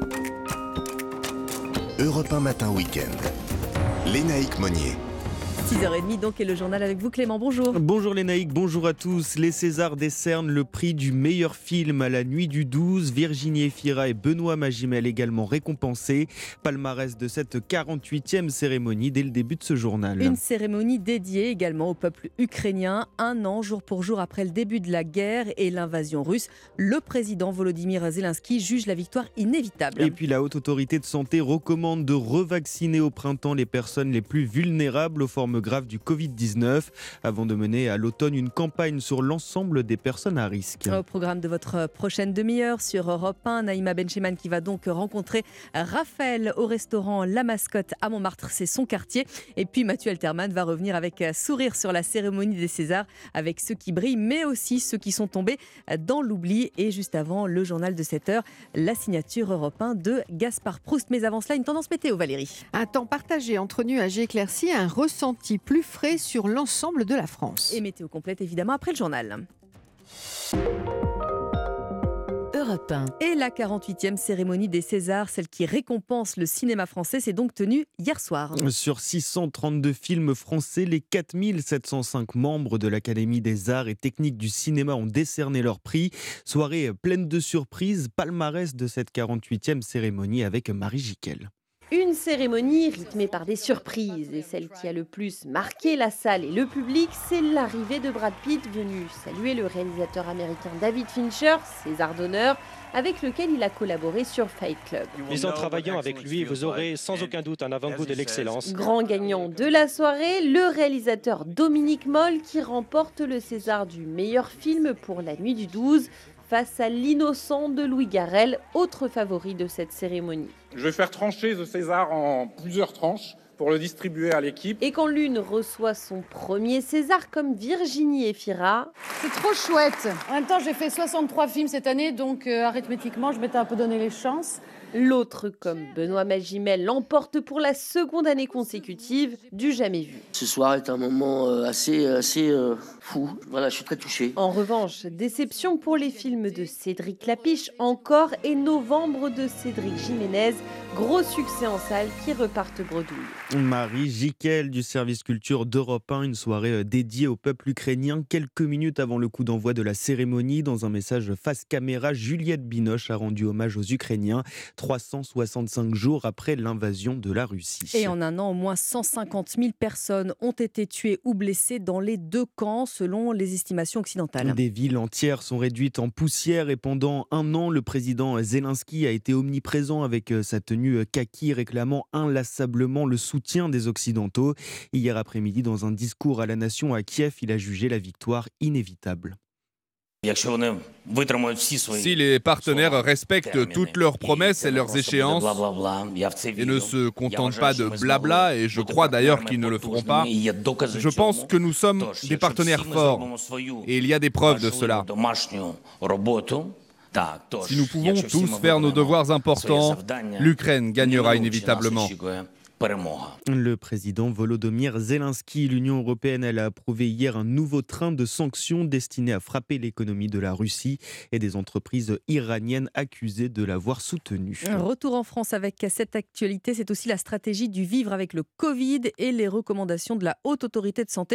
Europe un Matin Week-end. Lénaïque Monnier. six heures trente donc et le journal avec vous Clément, bonjour. Bonjour Lénaïque, bonjour à tous. Les Césars décernent le prix du meilleur film à la nuit du douze. Virginie Efira et Benoît Magimel également récompensés. Palmarès de cette quarante-huitième cérémonie dès le début de ce journal. Une cérémonie dédiée également au peuple ukrainien. Un an, jour pour jour après le début de la guerre et l'invasion russe, le président Volodymyr Zelensky juge la victoire inévitable. Et puis la Haute Autorité de Santé recommande de revacciner au printemps les personnes les plus vulnérables aux formes grave du covid dix-neuf avant de mener à l'automne une campagne sur l'ensemble des personnes à risque. Au programme de votre prochaine demi-heure sur Europe un, Naïma Bencheman qui va donc rencontrer Raphaël au restaurant La Mascotte à Montmartre, c'est son quartier. Et puis Mathieu Alterman va revenir avec sourire sur la cérémonie des Césars avec ceux qui brillent mais aussi ceux qui sont tombés dans l'oubli. Et juste avant le journal de sept heures, la signature Europe un de Gaspard Proust. Mais avant cela, une tendance météo, Valérie. Un temps partagé entre nuages et éclaircies, un ressenti plus frais sur l'ensemble de la France. Et météo complète évidemment après le journal. Europe un. Et la quarante-huitième cérémonie des Césars, celle qui récompense le cinéma français, s'est donc tenue hier soir. Sur six cent trente-deux films français, les quatre mille sept cent cinq membres de l'Académie des arts et techniques du cinéma ont décerné leur prix. Soirée pleine de surprises, palmarès de cette quarante-huitième cérémonie avec Marie Jiquel. Une cérémonie rythmée par des surprises et celle qui a le plus marqué la salle et le public, c'est l'arrivée de Brad Pitt venu saluer le réalisateur américain David Fincher, César d'honneur, avec lequel il a collaboré sur Fight Club. Mais en travaillant avec lui, vous aurez sans aucun doute un avant-goût de l'excellence. Grand gagnant de la soirée, le réalisateur Dominique Moll qui remporte le César du meilleur film pour La Nuit du douze face à L'Innocent de Louis Garrel, autre favori de cette cérémonie. Je vais faire trancher ce César en plusieurs tranches pour le distribuer à l'équipe. Et quand l'une reçoit son premier César comme Virginie Efira... C'est trop chouette. En même temps, j'ai fait soixante-trois films cette année, donc euh, arithmétiquement, je m'étais un peu donné les chances. L'autre, comme Benoît Magimel, l'emporte pour la seconde année consécutive du jamais vu. Ce soir est un moment euh, assez, assez euh, fou. Voilà, je suis très touché. En revanche, déception pour les films de Cédric Lapiche, Encore et Novembre de Cédric Jiménez. Gros succès en salle qui repartent bredouille. Marie Jiquel du service culture d'Europe un, une soirée dédiée au peuple ukrainien. Quelques minutes avant le coup d'envoi de la cérémonie, dans un message face caméra, Juliette Binoche a rendu hommage aux Ukrainiens. trois cent soixante-cinq jours après l'invasion de la Russie. Et en un an, au moins cent cinquante mille personnes ont été tuées ou blessées dans les deux camps, selon les estimations occidentales. Des villes entières sont réduites en poussière et pendant un an, le président Zelensky a été omniprésent avec sa tenue kaki, réclamant inlassablement le soutien des Occidentaux. Hier après-midi, dans un discours à la nation à Kiev, il a jugé la victoire inévitable. Si les partenaires respectent toutes leurs promesses et leurs échéances et ne se contentent pas de blabla, et je crois d'ailleurs qu'ils ne le feront pas, je pense que nous sommes des partenaires forts et il y a des preuves de cela. Si nous pouvons tous faire nos devoirs importants, l'Ukraine gagnera inévitablement. Le président Volodymyr Zelensky, l'Union européenne, elle a approuvé hier un nouveau train de sanctions destiné à frapper l'économie de la Russie et des entreprises iraniennes accusées de l'avoir soutenue. Retour en France avec cette actualité, c'est aussi la stratégie du vivre avec le Covid et les recommandations de la Haute Autorité de Santé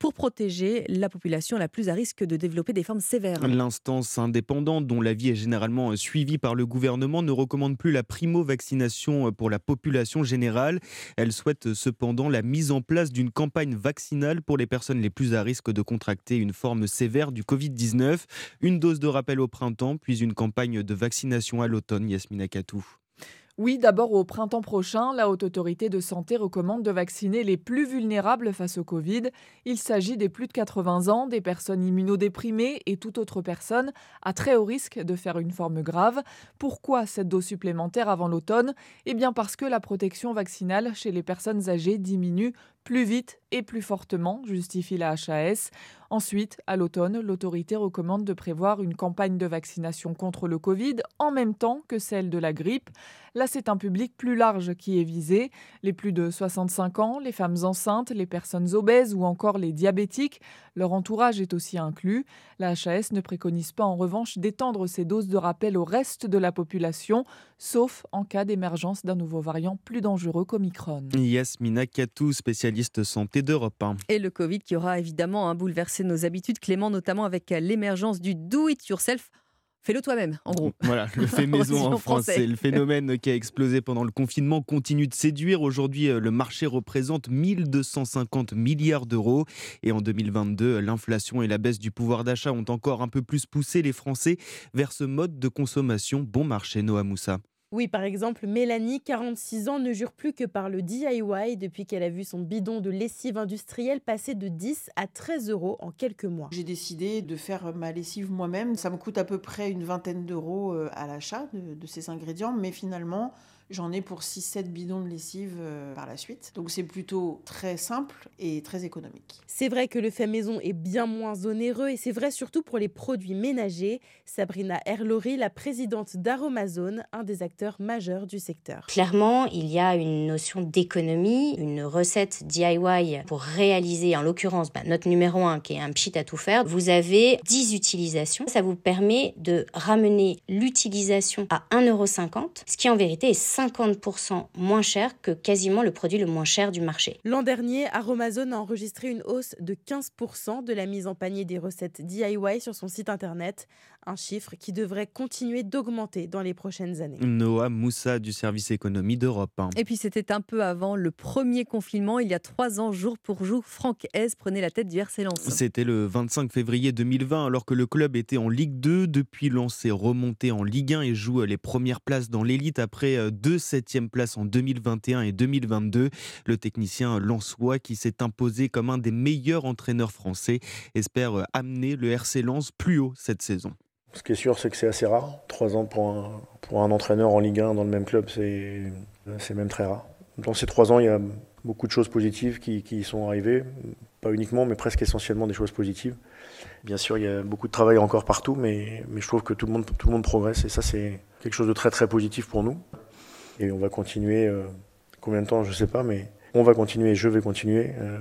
pour protéger la population la plus à risque de développer des formes sévères. L'instance indépendante, dont l'avis est généralement suivi par le gouvernement, ne recommande plus la primo-vaccination pour la population générale. Elle souhaite cependant la mise en place d'une campagne vaccinale pour les personnes les plus à risque de contracter une forme sévère du covid dix-neuf. Une dose de rappel au printemps, puis une campagne de vaccination à l'automne. Yasmina Katou. Oui, d'abord au printemps prochain, la Haute Autorité de Santé recommande de vacciner les plus vulnérables face au Covid. Il s'agit des plus de quatre-vingts ans, des personnes immunodéprimées et toute autre personne à très haut risque de faire une forme grave. Pourquoi cette dose supplémentaire avant l'automne ? Eh bien parce que la protection vaccinale chez les personnes âgées diminue plus vite et plus fortement, justifie la H A S. Ensuite, à l'automne, l'autorité recommande de prévoir une campagne de vaccination contre le Covid en même temps que celle de la grippe. Là, c'est un public plus large qui est visé. Les plus de soixante-cinq ans, les femmes enceintes, les personnes obèses ou encore les diabétiques. Leur entourage est aussi inclus. La H A S ne préconise pas en revanche d'étendre ces doses de rappel au reste de la population, sauf en cas d'émergence d'un nouveau variant plus dangereux qu'Omicron. Yasmina Katou, spécialiste santé d'Europe un. Et le Covid qui aura évidemment hein, bouleversé nos habitudes, Clément, notamment avec l'émergence du do-it-yourself. Fais-le toi-même, en gros. Voilà, le fait maison en France, c'est le phénomène qui a explosé pendant le confinement, continue de séduire. Aujourd'hui, le marché représente mille deux cent cinquante milliards d'euros. Et en deux mille vingt-deux, l'inflation et la baisse du pouvoir d'achat ont encore un peu plus poussé les Français vers ce mode de consommation bon marché. Noah Moussa. Oui, par exemple, Mélanie, quarante-six ans, ne jure plus que par le D I Y depuis qu'elle a vu son bidon de lessive industrielle passer de dix à treize euros en quelques mois. J'ai décidé de faire ma lessive moi-même. Ça me coûte à peu près une vingtaine d'euros à l'achat de, de ces ingrédients, mais finalement, j'en ai pour six sept bidons de lessive euh, par la suite. Donc c'est plutôt très simple et très économique. C'est vrai que le fait maison est bien moins onéreux et c'est vrai surtout pour les produits ménagers. Sabrina Erlori, la présidente d'Aromazone, un des acteurs majeurs du secteur. Clairement, il y a une notion d'économie, une recette D I Y pour réaliser, en l'occurrence, bah, notre numéro un qui est un pchit à tout faire. Vous avez dix utilisations. Ça vous permet de ramener l'utilisation à un euro cinquante, ce qui en vérité est cinquante pour cent moins cher que quasiment le produit le moins cher du marché. L'an dernier, Aromazone a enregistré une hausse de quinze pour cent de la mise en panier des recettes D I Y sur son site internet, un chiffre qui devrait continuer d'augmenter dans les prochaines années. Noah Moussa du service économie d'Europe un. Et puis c'était un peu avant le premier confinement, il y a trois ans, jour pour jour, Franck Hez prenait la tête du R C Lens. C'était le vingt-cinq février deux mille vingt, alors que le club était en Ligue deux. Depuis, Lens est remonté en Ligue un et joue les premières places dans l'élite après deux septième place en deux mille vingt et un et deux mille vingt-deux. Le technicien lensois, qui s'est imposé comme un des meilleurs entraîneurs français, espère amener le R C Lens plus haut cette saison. Ce qui est sûr, c'est que c'est assez rare. Trois ans pour un, pour un entraîneur en Ligue un dans le même club, c'est, c'est même très rare. Dans ces trois ans, il y a beaucoup de choses positives qui, qui sont arrivées. Pas uniquement, mais presque essentiellement des choses positives. Bien sûr, il y a beaucoup de travail encore partout, mais, mais je trouve que tout le monde, tout le monde progresse. Et ça, c'est quelque chose de très très positif pour nous. Et on va continuer, euh, combien de temps, je ne sais pas, mais on va continuer, je vais continuer euh,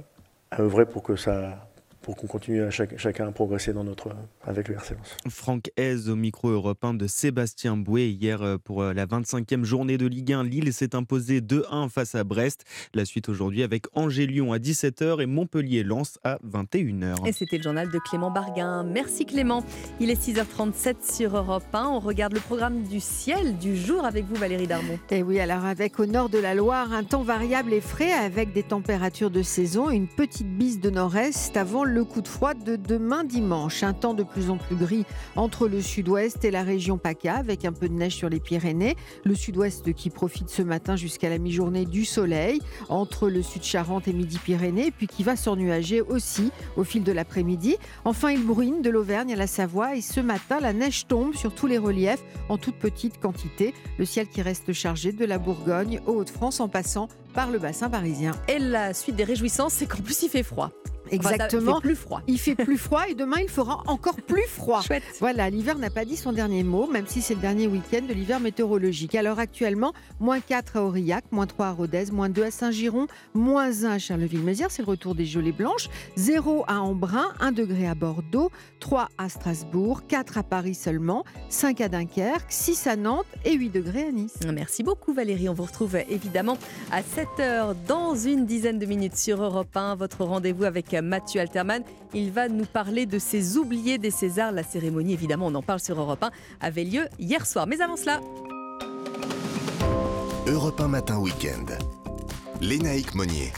à œuvrer pour que ça... pour qu'on continue à chaque, chacun à progresser dans notre, avec le R C Lens. Franck Hez au micro européen de Sébastien Boué. Hier, pour la vingt-cinquième journée de Ligue un, Lille s'est imposé deux un face à Brest. La suite aujourd'hui avec Angers-Lyon à dix-sept heures et Montpellier-Lens à vingt et une heures. Et c'était le journal de Clément Barguin. Merci Clément. Il est six heures trente-sept sur Europe un. On regarde le programme du ciel du jour avec vous, Valérie Darmon. Et oui, alors avec au nord de la Loire, un temps variable et frais avec des températures de saison, une petite bise de nord-est avant le coup de froid de demain dimanche. Un temps de plus en plus gris entre le sud-ouest et la région PACA avec un peu de neige sur les Pyrénées. Le sud-ouest qui profite ce matin jusqu'à la mi-journée du soleil entre le sud-Charente et Midi-Pyrénées, puis qui va s'ennuager aussi au fil de l'après-midi. Enfin, il bruine de l'Auvergne à la Savoie et ce matin, la neige tombe sur tous les reliefs en toute petite quantité. Le ciel qui reste chargé de la Bourgogne aux Hauts-de-France en passant par le bassin parisien. Et la suite des réjouissances, c'est qu'en plus il fait froid. Exactement. Enfin, il fait plus froid. Il fait plus froid et demain il fera encore plus froid. Chouette. Voilà, l'hiver n'a pas dit son dernier mot, même si c'est le dernier week-end de l'hiver météorologique. Alors actuellement, moins quatre à Aurillac, moins trois à Rodez, moins deux à Saint-Giron, moins un à Charleville-Mézières, c'est le retour des gelées blanches, zéro à Embrun, un degré à Bordeaux, trois à Strasbourg, quatre à Paris seulement, cinq à Dunkerque, six à Nantes et huit degrés à Nice. Merci beaucoup Valérie, on vous retrouve évidemment à sept heures dans une dizaine de minutes sur Europe un, votre rendez-vous avec Mathieu Alterman. Il va nous parler de ces oubliés des Césars. La cérémonie, évidemment, on en parle sur Europe un, avait lieu hier soir. Mais avant cela... Europe un Matin Week-end. Lénaïque Monnier.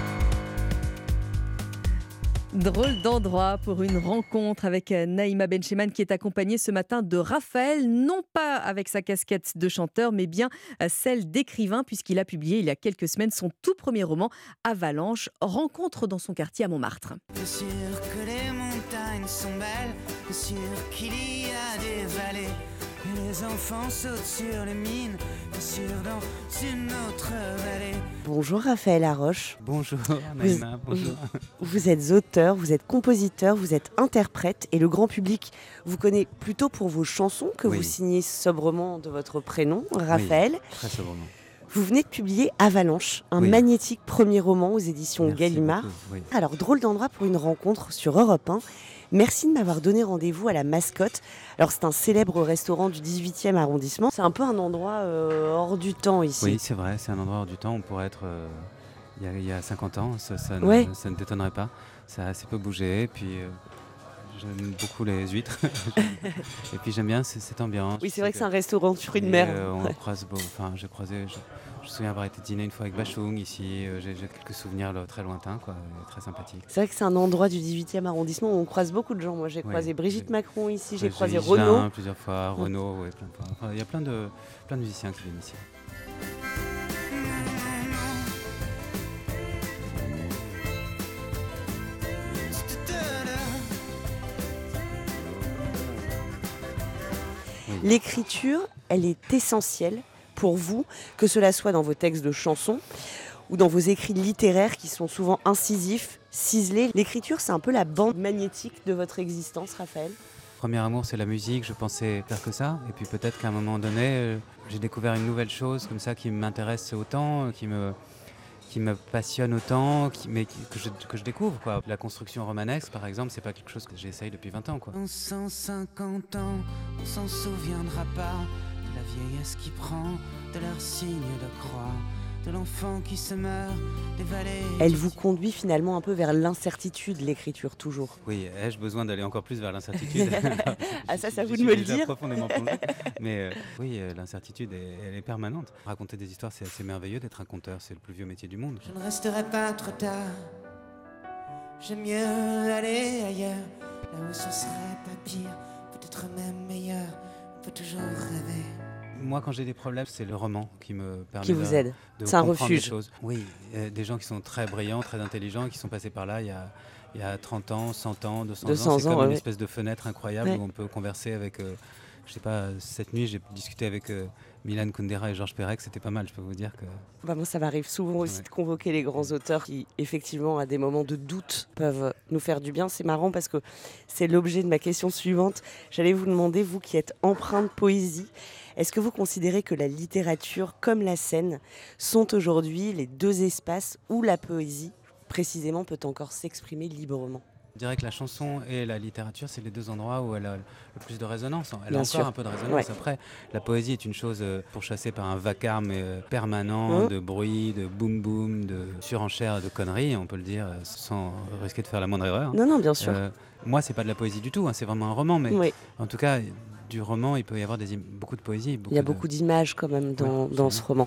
Drôle d'endroit pour une rencontre avec Naïma Bencheman qui est accompagnée ce matin de Raphaël, non pas avec sa casquette de chanteur, mais bien celle d'écrivain, puisqu'il a publié il y a quelques semaines son tout premier roman, Avalanche, rencontre dans son quartier à Montmartre. Bien sûr que les montagnes sont belles, bien sûr qu'il y a des vallées. Et les enfants sautent sur les mines, bien sûr dans une autre vallée. Bonjour Raphaël Laroche. Bonjour Naïma, bonjour. Vous êtes auteur, vous êtes compositeur, vous êtes interprète et le grand public vous connaît plutôt pour vos chansons que oui. vous signez sobrement de votre prénom, Raphaël. Oui, très sobrement. Vous venez de publier Avalanche, un oui. magnétique premier roman aux éditions Merci Gallimard. beaucoup, oui. Alors, drôle d'endroit pour une rencontre sur Europe un. Merci de m'avoir donné rendez-vous à la Mascotte. Alors, c'est un célèbre restaurant du dix-huitième arrondissement. C'est un peu un endroit euh, hors du temps ici. Oui, c'est vrai, c'est un endroit hors du temps. On pourrait être euh, il, y a, il y a cinquante ans, ça, ça, ouais. ne, ça ne t'étonnerait pas. Ça a assez peu bougé. Et puis, euh, j'aime beaucoup les huîtres. Et puis, j'aime bien cette ambiance. Oui, c'est vrai que, que c'est un restaurant de fruits de mer. Euh, on ouais. croise beau. Enfin, j'ai croisé. Je, Je me souviens avoir été dîner une fois avec Bachung ici, euh, j'ai, j'ai quelques souvenirs là, très lointains, quoi, très sympathiques. C'est vrai que c'est un endroit du dix-huitième arrondissement où on croise beaucoup de gens. Moi j'ai oui, croisé Brigitte oui. Macron ici, j'ai ouais, croisé j'ai Renaud. Jean, plusieurs fois, Renaud, ouais, plein de fois. Enfin, il y a plein de, plein de musiciens qui viennent ici. Oui. L'écriture, elle est essentielle pour vous, que cela soit dans vos textes de chansons ou dans vos écrits littéraires qui sont souvent incisifs, ciselés. L'écriture, c'est un peu la bande magnétique de votre existence, Raphaël. Premier amour, c'est la musique, je pensais faire que ça. Et puis peut-être qu'à un moment donné, euh, j'ai découvert une nouvelle chose comme ça qui m'intéresse autant, euh, qui me, qui me passionne autant, qui, mais qui, que, je, que je découvre, quoi. La construction romanesque, par exemple, c'est pas quelque chose que j'essaye depuis vingt ans, quoi. Dans cent cinquante ans, on s'en souviendra pas de la vieillesse qui prend, de leur signe de croix, de l'enfant qui se meurt, des vallées... Elle vous conduit finalement un peu vers l'incertitude, l'écriture, toujours. Oui, ai-je besoin d'aller encore plus vers l'incertitude? Ah ça, ça vous de me me le dire. profondément plongé. Mais euh, oui, euh, l'incertitude, est, elle est permanente. Raconter des histoires, c'est assez merveilleux d'être un conteur, c'est le plus vieux métier du monde. Je ne resterai pas trop tard, j'aime mieux aller ailleurs, là où ce serait pas pire, peut-être même meilleur, on peut toujours rêver. Moi, quand j'ai des problèmes, c'est le roman qui me permet qui vous de, aide. de c'est un comprendre refuge. Des choses. Oui, euh, des gens qui sont très brillants, très intelligents, qui sont passés par là il y a, il y a trente ans, cent ans, deux cents, deux cents ans. C'est ans, comme ouais, une ouais. espèce de fenêtre incroyable ouais. où on peut converser avec... Euh, je sais pas, cette nuit, j'ai discuté avec euh, Milan Kundera et Georges Perec, c'était pas mal, je peux vous dire que... Bah moi, ça m'arrive souvent aussi ouais. de convoquer les grands auteurs qui, effectivement, à des moments de doute, peuvent nous faire du bien. C'est marrant parce que c'est l'objet de ma question suivante. J'allais vous demander, vous qui êtes empreint de poésie, est-ce que vous considérez que la littérature comme la scène sont aujourd'hui les deux espaces où la poésie, précisément, peut encore s'exprimer librement ? Je dirais que la chanson et la littérature, c'est les deux endroits où elle a le plus de résonance. Elle Bien a encore sûr. un peu de résonance. Ouais. Après, la poésie est une chose euh, pourchassée par un vacarme euh, permanent, mmh. de bruit, de boum boum, de surenchère, de conneries, on peut le dire, sans risquer de faire la moindre erreur. Non, non, bien sûr. Euh, moi, c'est pas de la poésie du tout, hein, c'est vraiment un roman, mais oui. en tout cas, du roman, il peut y avoir des im- beaucoup de poésie. Il y a de... beaucoup d'images quand même dans, oui, dans ce roman.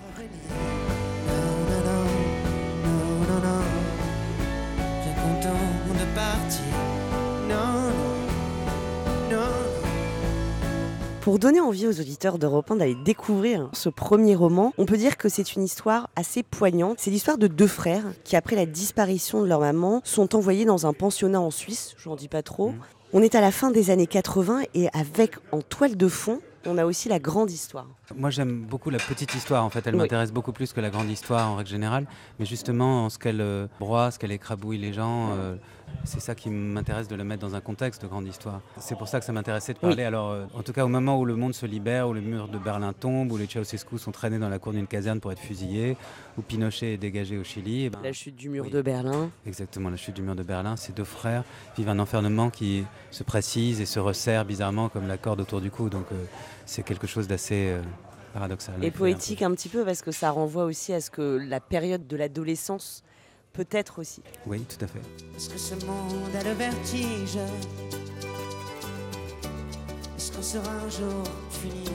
Pour donner envie aux auditeurs d'Europe un d'aller découvrir ce premier roman, on peut dire que c'est une histoire assez poignante. C'est l'histoire de deux frères qui, après la disparition de leur maman, sont envoyés dans un pensionnat en Suisse, je n'en dis pas trop. Mmh. On est à la fin des années quatre-vingts et avec en toile de fond, on a aussi la grande histoire. Moi, j'aime beaucoup la petite histoire, en fait. Elle oui. m'intéresse beaucoup plus que la grande histoire, en règle générale. Mais justement, en ce qu'elle euh, broie, ce qu'elle écrabouille les gens, euh, c'est ça qui m'intéresse de la mettre dans un contexte de grande histoire. C'est pour ça que ça m'intéressait de parler. Oui. Alors, euh, en tout cas, au moment où le monde se libère, où le mur de Berlin tombe, où les Ceausescu sont traînés dans la cour d'une caserne pour être fusillés, où Pinochet est dégagé au Chili. Et ben, la chute du mur oui. de Berlin. Exactement, la chute du mur de Berlin. Ces deux frères vivent un enfermement qui se précise et se resserre bizarrement comme la corde autour du cou. Donc, euh, c'est quelque chose d'assez... Euh, paradoxal. Et poétique un, un petit peu parce que ça renvoie aussi à ce que la période de l'adolescence peut-être aussi. Oui, tout à fait. Est-ce que ce monde a le vertige? Est-ce qu'on sera un jour fini?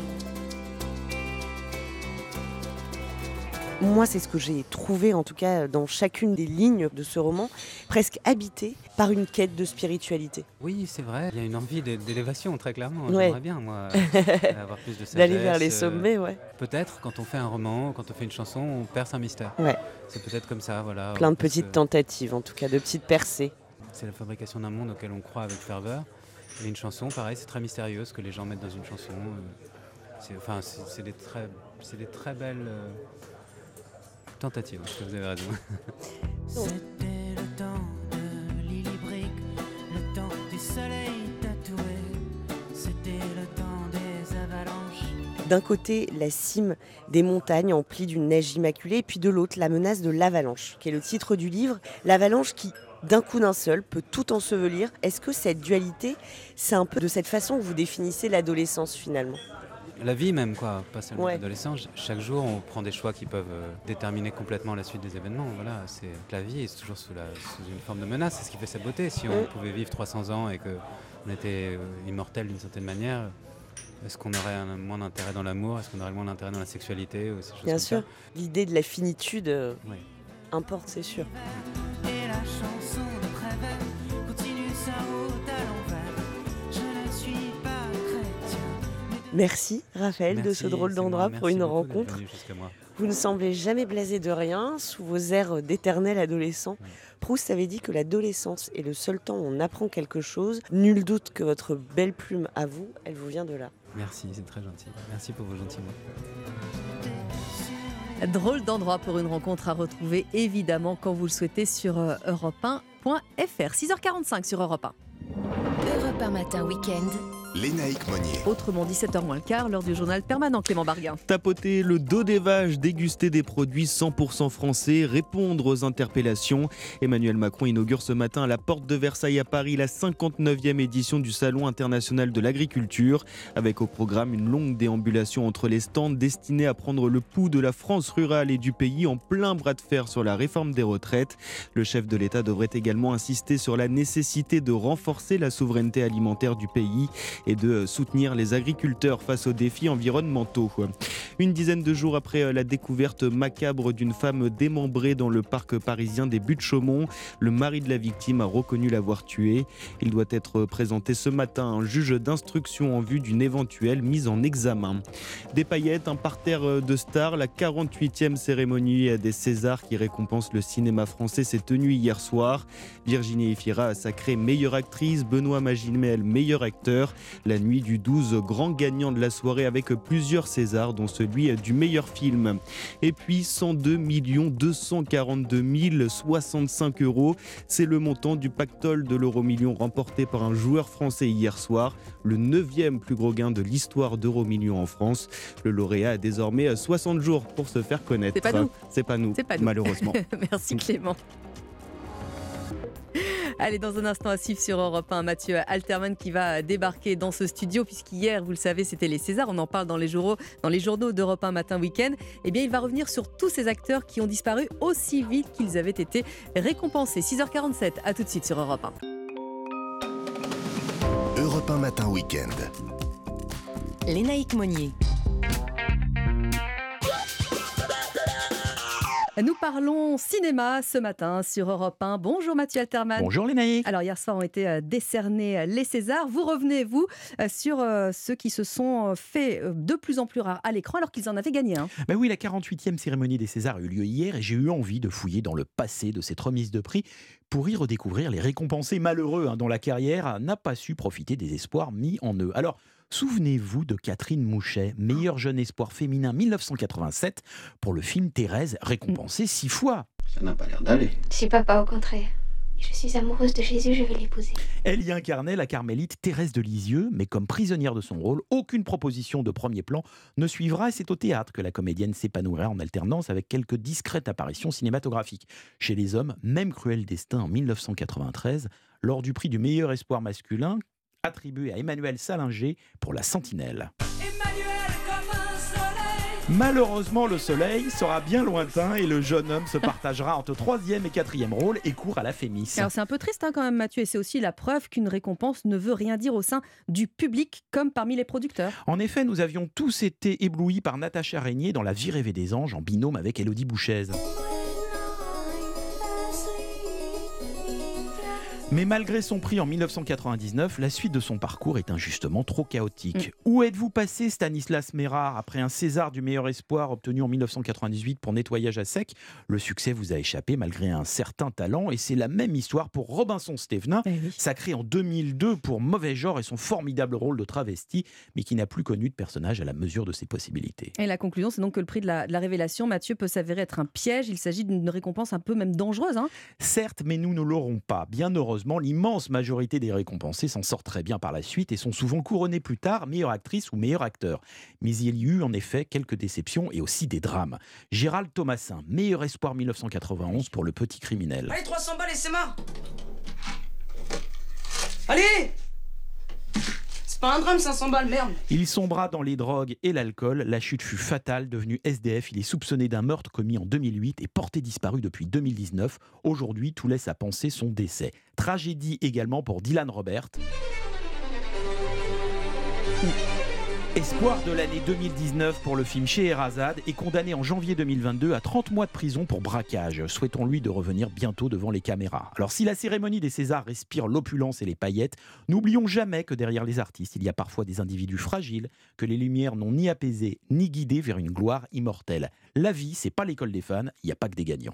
Moi, c'est ce que j'ai trouvé, en tout cas, dans chacune des lignes de ce roman, presque habité par une quête de spiritualité. Oui, c'est vrai. Il y a une envie d'é- d'élévation, très clairement. Ouais. J'aimerais bien, moi, avoir plus de sagesse. D'aller vers les euh, sommets, ouais. Peut-être, quand on fait un roman, quand on fait une chanson, on perce un mystère. Ouais. C'est peut-être comme ça, voilà. Plein de Parce petites que tentatives, en tout cas, de petites percées. C'est la fabrication d'un monde auquel on croit avec ferveur. Et une chanson, pareil, c'est très mystérieux ce que les gens mettent dans une chanson. euh, C'est, enfin, c'est, c'est des très, c'est des très belles euh, tentatives. Je pense que vous avez raison. C'était le temps de Lily Brick, le temps du soleil tatoué. C'était le temps des avalanches. D'un côté, la cime des montagnes emplie d'une neige immaculée, et puis de l'autre, la menace de l'avalanche, qui est le titre du livre. L'avalanche qui, d'un coup d'un seul, peut tout ensevelir. Est-ce que cette dualité, c'est un peu de cette façon que vous définissez l'adolescence finalement ? La vie même, quoi, pas seulement Ouais. l'adolescence. Chaque jour, on prend des choix qui peuvent euh, déterminer complètement la suite des événements. Voilà, c'est la vie est toujours sous, la, sous une forme de menace. C'est ce qui fait sa beauté. Si on Mm. pouvait vivre trois cents ans et qu'on était euh, immortel d'une certaine manière, est-ce qu'on aurait un, moins d'intérêt dans l'amour? Est-ce qu'on aurait moins d'intérêt dans la sexualité ou ces choses Bien comme sûr, ça l'idée de la finitude euh, Oui. importe, c'est sûr. Et la chanson de Prévert continue sa route à l'envers. Je ne suis pas chrétien. Merci Raphaël de Merci, ce drôle c'est d'endroit moi. pour Merci une beaucoup d'être rencontre. venu jusqu'à moi. Vous ne semblez jamais blasé de rien, sous vos airs d'éternel adolescent. Proust avait dit que l'adolescence est le seul temps où on apprend quelque chose. Nul doute que votre belle plume à vous, elle vous vient de là. Merci, c'est très gentil. Merci pour vos gentils mots. Drôle d'endroit pour une rencontre à retrouver évidemment quand vous le souhaitez sur euh, europe un point f r. six heures quarante-cinq sur Europe un. Europe un matin week-end. Lénaïque Monnier. Autrement dix-sept heures moins le quart, l'heure du journal permanent Clément Barguin. Tapoter le dos des vaches, déguster des produits cent pour cent français, répondre aux interpellations. Emmanuel Macron inaugure ce matin à la porte de Versailles à Paris la cinquante-neuvième édition du Salon international de l'agriculture, avec au programme une longue déambulation entre les stands destinés à prendre le pouls de la France rurale et du pays en plein bras de fer sur la réforme des retraites. Le chef de l'État devrait également insister sur la nécessité de renforcer la souveraineté alimentaire du pays et de soutenir les agriculteurs face aux défis environnementaux. Une dizaine de jours après la découverte macabre d'une femme démembrée dans le parc parisien des Buttes-Chaumont, le mari de la victime a reconnu l'avoir tuée. Il doit être présenté ce matin à un juge d'instruction en vue d'une éventuelle mise en examen. Des paillettes, un parterre de stars, la quarante-huitième cérémonie des Césars qui récompense le cinéma français s'est tenue hier soir. Virginie Efira a sacré meilleure actrice, Benoît Magimel meilleur acteur. La nuit du douze, grand gagnant de la soirée avec plusieurs Césars, dont celui du meilleur film. Et puis cent deux millions deux cent quarante-deux mille soixante-cinq euros, c'est le montant du pactole de l'euro-million remporté par un joueur français hier soir, le neuvième plus gros gain de l'histoire d'euro-million en France. Le lauréat a désormais soixante jours pour se faire connaître. C'est pas nous. C'est pas nous, C'est pas nous. malheureusement. Merci Clément. Allez, dans un instant à suivre sur Europe un, Mathieu Alterman qui va débarquer dans ce studio, puisqu'hier, vous le savez, c'était les Césars. On en parle dans les journaux, dans les journaux d'Europe un matin week-end. Eh bien, il va revenir sur tous ces acteurs qui ont disparu aussi vite qu'ils avaient été récompensés. six heures quarante-sept, à tout de suite sur Europe un. Europe un matin week-end. Lénaïque Monnier. Nous parlons cinéma ce matin sur Europe un. Bonjour Mathieu Alterman. Bonjour Lénaïque. Alors hier soir ont été euh, décernés euh, les Césars. Vous revenez, vous, euh, sur euh, ceux qui se sont euh, fait euh, de plus en plus rares à l'écran alors qu'ils en avaient gagné un. Ben oui, la quarante-huitième cérémonie des Césars a eu lieu hier et j'ai eu envie de fouiller dans le passé de cette remise de prix pour y redécouvrir les récompensés malheureux hein, dont la carrière n'a pas su profiter des espoirs mis en eux. Alors, souvenez-vous de Catherine Mouchet, meilleur jeune espoir féminin mille neuf cent quatre-vingt-sept pour le film Thérèse, récompensé six fois. Ça n'a pas l'air d'aller. Si papa, au contraire. Je suis amoureuse de Jésus, je vais l'épouser. Elle y incarnait la carmélite Thérèse de Lisieux, mais comme prisonnière de son rôle, aucune proposition de premier plan ne suivra et c'est au théâtre que la comédienne s'épanouira en alternance avec quelques discrètes apparitions cinématographiques. Chez les hommes, même Cruel Destin en mille neuf cent quatre-vingt-treize, lors du prix du meilleur espoir masculin, attribué à Emmanuel Salinger pour La Sentinelle. Malheureusement, le soleil sera bien lointain et le jeune homme se partagera entre troisième et quatrième rôle et court à la Fémis. Alors c'est un peu triste hein, quand même Mathieu, et c'est aussi la preuve qu'une récompense ne veut rien dire au sein du public comme parmi les producteurs. En effet, nous avions tous été éblouis par Natacha Régnier dans La Vie rêvée des anges en binôme avec Élodie Bouchez. Mais malgré son prix en mille neuf cent quatre-vingt-dix-neuf, la suite de son parcours est injustement trop chaotique. Mmh. Où êtes-vous passé, Stanislas Mérard, après un César du meilleur espoir obtenu en mille neuf cent quatre-vingt-dix-huit pour Nettoyage à sec? Le succès vous a échappé malgré un certain talent, et c'est la même histoire pour Robinson Stevenin, eh oui. sacré en deux mille deux pour Mauvais genre et son formidable rôle de travesti, mais qui n'a plus connu de personnage à la mesure de ses possibilités. Et la conclusion, c'est donc que le prix de la, de la révélation, Mathieu, peut s'avérer être un piège. Il s'agit d'une récompense un peu même dangereuse. Hein. Certes, mais nous ne l'aurons pas. Bien heureusement, l'immense majorité des récompensés s'en sortent très bien par la suite et sont souvent couronnés plus tard meilleure actrice ou meilleur acteur. Mais il y a eu en effet quelques déceptions et aussi des drames. Gérald Thomasin, meilleur espoir mille neuf cent quatre-vingt-onze pour Le Petit Criminel. Allez, trois cents balles et c'est marre. Allez! C'est pas un drame, cinq cents balles, merde. Il sombra dans les drogues et l'alcool. La chute fut fatale. Devenu S D F, il est soupçonné d'un meurtre commis en deux mille huit et porté disparu depuis deux mille dix-neuf. Aujourd'hui, tout laisse à penser son décès. Tragédie également pour Dylan Robert. Espoir de l'année deux mille dix-neuf pour le film Scheherazade est condamné en janvier deux mille vingt-deux à trente mois de prison pour braquage. Souhaitons-lui de revenir bientôt devant les caméras. Alors si la cérémonie des Césars respire l'opulence et les paillettes, n'oublions jamais que derrière les artistes, il y a parfois des individus fragiles que les lumières n'ont ni apaisés ni guidés vers une gloire immortelle. La vie, c'est pas l'école des fans, il n'y a pas que des gagnants.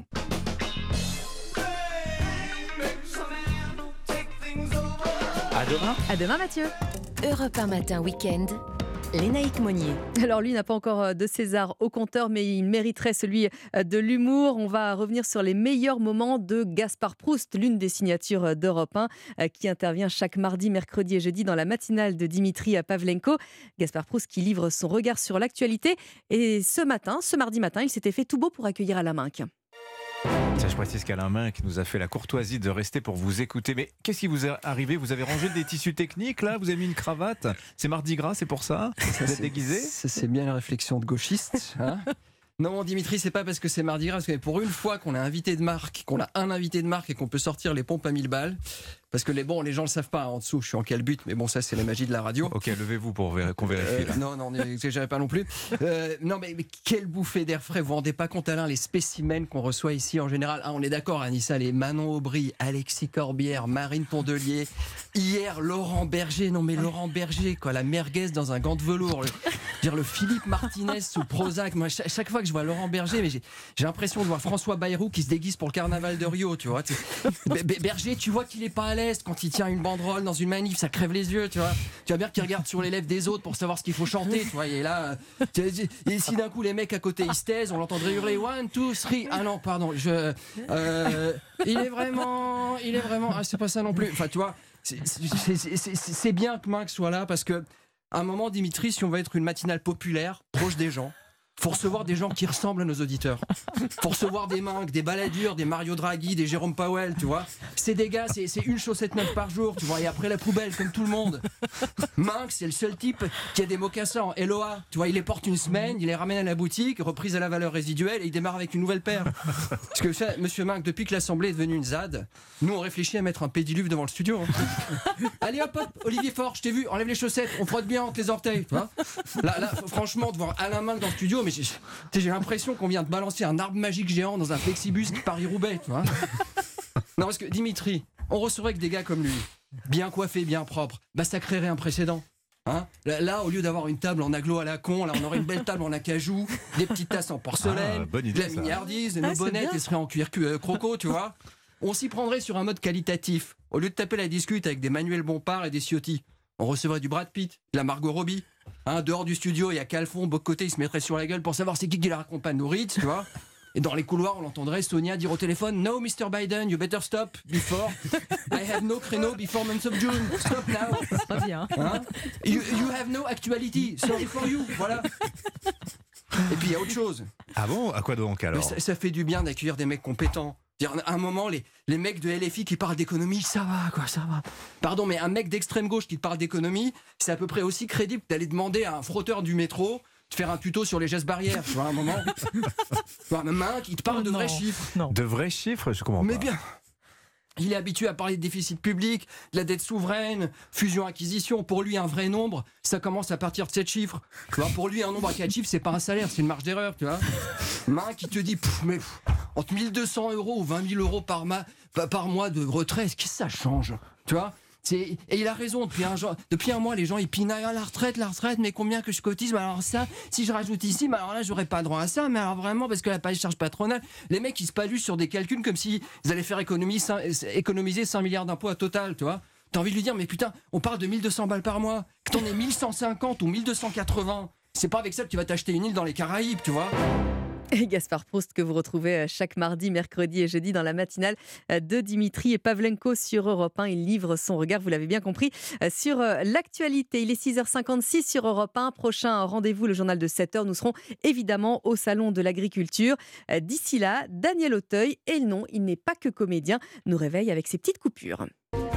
À demain. À demain Mathieu. Europe un matin week-end. Lénaïque Monnier. Alors lui n'a pas encore de César au compteur, mais il mériterait celui de l'humour. On va revenir sur les meilleurs moments de Gaspard Proust, l'une des signatures d'Europe un, qui intervient chaque mardi, mercredi et jeudi dans la matinale de Dimitri Pavlenko. Gaspard Proust qui livre son regard sur l'actualité. Et ce matin, ce mardi matin, il s'était fait tout beau pour accueillir Alain Minc. Ça, je précise qu'Alain Minc nous a fait la courtoisie de rester pour vous écouter. Mais qu'est-ce qui vous est arrivé? Vous avez rangé des tissus techniques, là? Vous avez mis une cravate? C'est Mardi Gras, c'est pour ça? Vous êtes déguisé? C'est bien la réflexion de gauchiste. Hein. Non, Dimitri, c'est pas parce que c'est Mardi Gras, parce que pour une fois qu'on a un invité de marque, qu'on a un invité de marque et qu'on peut sortir les pompes à mille balles. Parce que les, bon, les gens le savent pas, hein, en dessous, je suis en quel but, mais bon, ça, c'est la magie de la radio. Ok, levez-vous pour vér- qu'on vérifie. Euh, non, non, n'exagérez pas non plus. Euh, non, mais, mais quelle bouffée d'air frais. Vous vous rendez pas compte, Alain, les spécimens qu'on reçoit ici en général. Ah, on est d'accord, Anissa, les Manon Aubry, Alexis Corbière, Marine Pondelier. Hier, Laurent Berger. Non, mais Laurent Berger, quoi, la merguez dans un gant de velours. Le, dire, le Philippe Martinez sous Prozac. Moi, chaque, chaque fois que je vois Laurent Berger, mais j'ai, j'ai l'impression de voir François Bayrou qui se déguise pour le carnaval de Rio, tu vois. Berger, tu vois qu'il est pas à l'aise quand il tient une banderole dans une manif, ça crève les yeux, tu vois. Tu vois bien qu'il regarde sur les lèvres des autres pour savoir ce qu'il faut chanter, tu vois. Et là, et si d'un coup les mecs à côté ils se taisent, on l'entendrait hurler one, two, three. Ah non, pardon, je, euh, il est vraiment, il est vraiment, ah, c'est pas ça non plus. Enfin, tu vois, c'est, c'est, c'est, c'est, c'est bien que Minc soit là parce que, à un moment, Dimitri, si on veut être une matinale populaire, proche des gens. Faut recevoir des gens qui ressemblent à nos auditeurs. Faut recevoir des Minc, des Balladur, des Mario Draghi, des Jérôme Powell, tu vois. C'est des gars, c'est, c'est une chaussette neuve par jour, tu vois, et après la poubelle, comme tout le monde. Minc, c'est le seul type qui a des mocassins en L O A. Tu vois, il les porte une semaine, il les ramène à la boutique, reprise à la valeur résiduelle, et il démarre avec une nouvelle paire. Parce que ça, monsieur Minc, depuis que l'Assemblée est devenue une Z A D, nous on réfléchit à mettre un pédiluve devant le studio. Hein. Allez hop hop, Olivier Faure, je t'ai vu, enlève les chaussettes, on frotte bien entre les orteils, tu vois. Là, là, franchement, de voir Alain Minc dans le studio, mais j'ai, j'ai l'impression qu'on vient de balancer un arbre magique géant dans un flexibus qui Paris-Roubaix, tu vois. Non, parce que Dimitri, on recevrait que des gars comme lui, bien coiffés, bien propres, bah ça créerait un précédent. Hein, là, là, au lieu d'avoir une table en aglo à la con, là, on aurait une belle table en acajou, des petites tasses en porcelaine, ah, idée, de la mignardise, nos ah, bonnettes, elles seraient en cuir euh, croco, tu vois. On s'y prendrait sur un mode qualitatif. Au lieu de taper la discute avec des Manuel Bompard et des Ciotti, on recevrait du Brad Pitt, de la Margot Robbie. Hein, dehors du studio, il y a Calfon, Bocoté, il se mettrait sur la gueule pour savoir c'est qui qui la raccompagne au Ritz, tu vois. Et dans les couloirs, on l'entendrait Sonia dire au téléphone: No, mister Biden, you better stop before. I have no créneau before month of June. Stop now. C'est pas bien. Hein, you, you have no actuality. Sorry for you. Voilà. Et puis il y a autre chose. Ah bon? À quoi donc alors? ça, ça fait du bien d'accueillir des mecs compétents. À un moment, les, les mecs de L F I qui parlent d'économie, ça va, quoi, ça va. Pardon, mais un mec d'extrême gauche qui te parle d'économie, c'est à peu près aussi crédible que d'aller demander à un frotteur du métro te faire un tuto sur les gestes barrières, tu vois, à un moment. Tu vois, même un qui te parle Oh de non, vrais chiffres. De vrais chiffres, je comprends Mais pas. bien. Il est habitué à parler de déficit public, de la dette souveraine, fusion-acquisition. Pour lui, un vrai nombre, ça commence à partir de sept chiffres. Tu vois, pour lui, un nombre à quatre chiffres, c'est pas un salaire, c'est une marge d'erreur, tu vois. Main qui te dit, pff, mais pff, entre mille deux cents euros ou vingt mille euros par, ma, par mois de retraite, qu'est-ce que ça change, tu vois. C'est, et il a raison, depuis un, genre, depuis un mois, les gens ils pinaillent à la retraite, la retraite, mais combien que je cotise, mais alors ça, si je rajoute ici, mais alors là, j'aurais pas droit à ça, mais alors vraiment, parce que la charge patronale, les mecs ils se paluchent sur des calculs comme s'ils allaient faire économiser cinq, économiser cinq milliards d'impôts à total, tu vois. T'as envie de lui dire, mais putain, on parle de mille deux cents balles par mois, que t'en aies mille cent cinquante ou mille deux cent quatre-vingts, c'est pas avec ça que tu vas t'acheter une île dans les Caraïbes, tu vois. Et Gaspard Proust que vous retrouvez chaque mardi, mercredi et jeudi dans la matinale de Dimitri et Pavlenko sur Europe un. Il livre son regard, vous l'avez bien compris, sur l'actualité. Il est six heures cinquante-six sur Europe un. Prochain rendez-vous, le journal de sept heures. Nous serons évidemment au Salon de l'Agriculture. D'ici là, Daniel Auteuil, et non, il n'est pas que comédien, nous réveille avec ses petites coupures.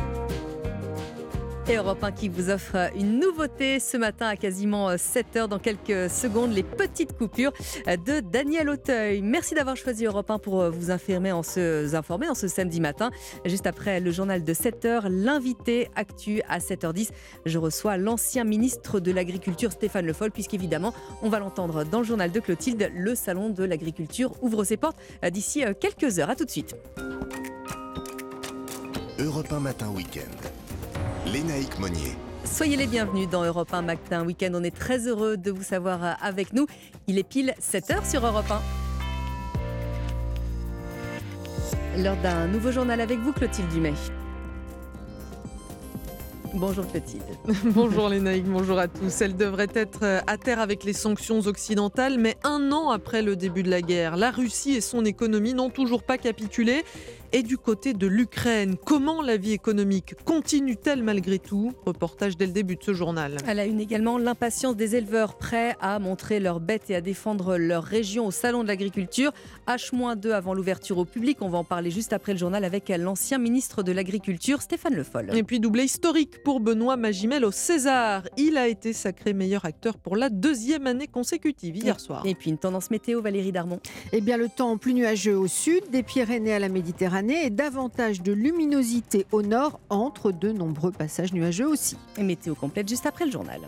Et Europe un qui vous offre une nouveauté ce matin à quasiment sept heures. Dans quelques secondes, les petites coupures de Daniel Auteuil. Merci d'avoir choisi Europe un pour vous informer en ce, informer en ce samedi matin. Juste après le journal de sept heures, l'invité actu à sept heures dix. Je reçois l'ancien ministre de l'Agriculture Stéphane Le Foll, puisqu'évidemment, on va l'entendre dans le journal de Clotilde. Le salon de l'agriculture ouvre ses portes d'ici quelques heures. À tout de suite. Europe un Matin Week-end. Lénaïque Monnier. Soyez les bienvenus dans Europe un Matin Week-end. On est très heureux de vous savoir avec nous. Il est pile sept heures sur Europe un. L'heure d'un nouveau journal avec vous, Clotilde Dumais. Bonjour Clotilde. Bonjour Lénaïque, bonjour à tous. Elle devrait être à terre avec les sanctions occidentales, mais un an après le début de la guerre, la Russie et son économie n'ont toujours pas capitulé. Et du côté de l'Ukraine, comment la vie économique continue-t-elle malgré tout ? Reportage dès le début de ce journal. À la une également, l'impatience des éleveurs prêts à montrer leurs bêtes et à défendre leur région au Salon de l'Agriculture. H deux avant l'ouverture au public. On va en parler juste après le journal avec l'ancien ministre de l'Agriculture, Stéphane Le Foll. Et puis doublé historique pour Benoît Magimel au César. Il a été sacré meilleur acteur pour la deuxième année consécutive hier soir. Et puis une tendance météo, Valérie Darmon. Eh bien, le temps plus nuageux au sud, des Pyrénées à la Méditerranée et davantage de luminosité au nord entre de nombreux passages nuageux aussi. Et météo complète juste après le journal.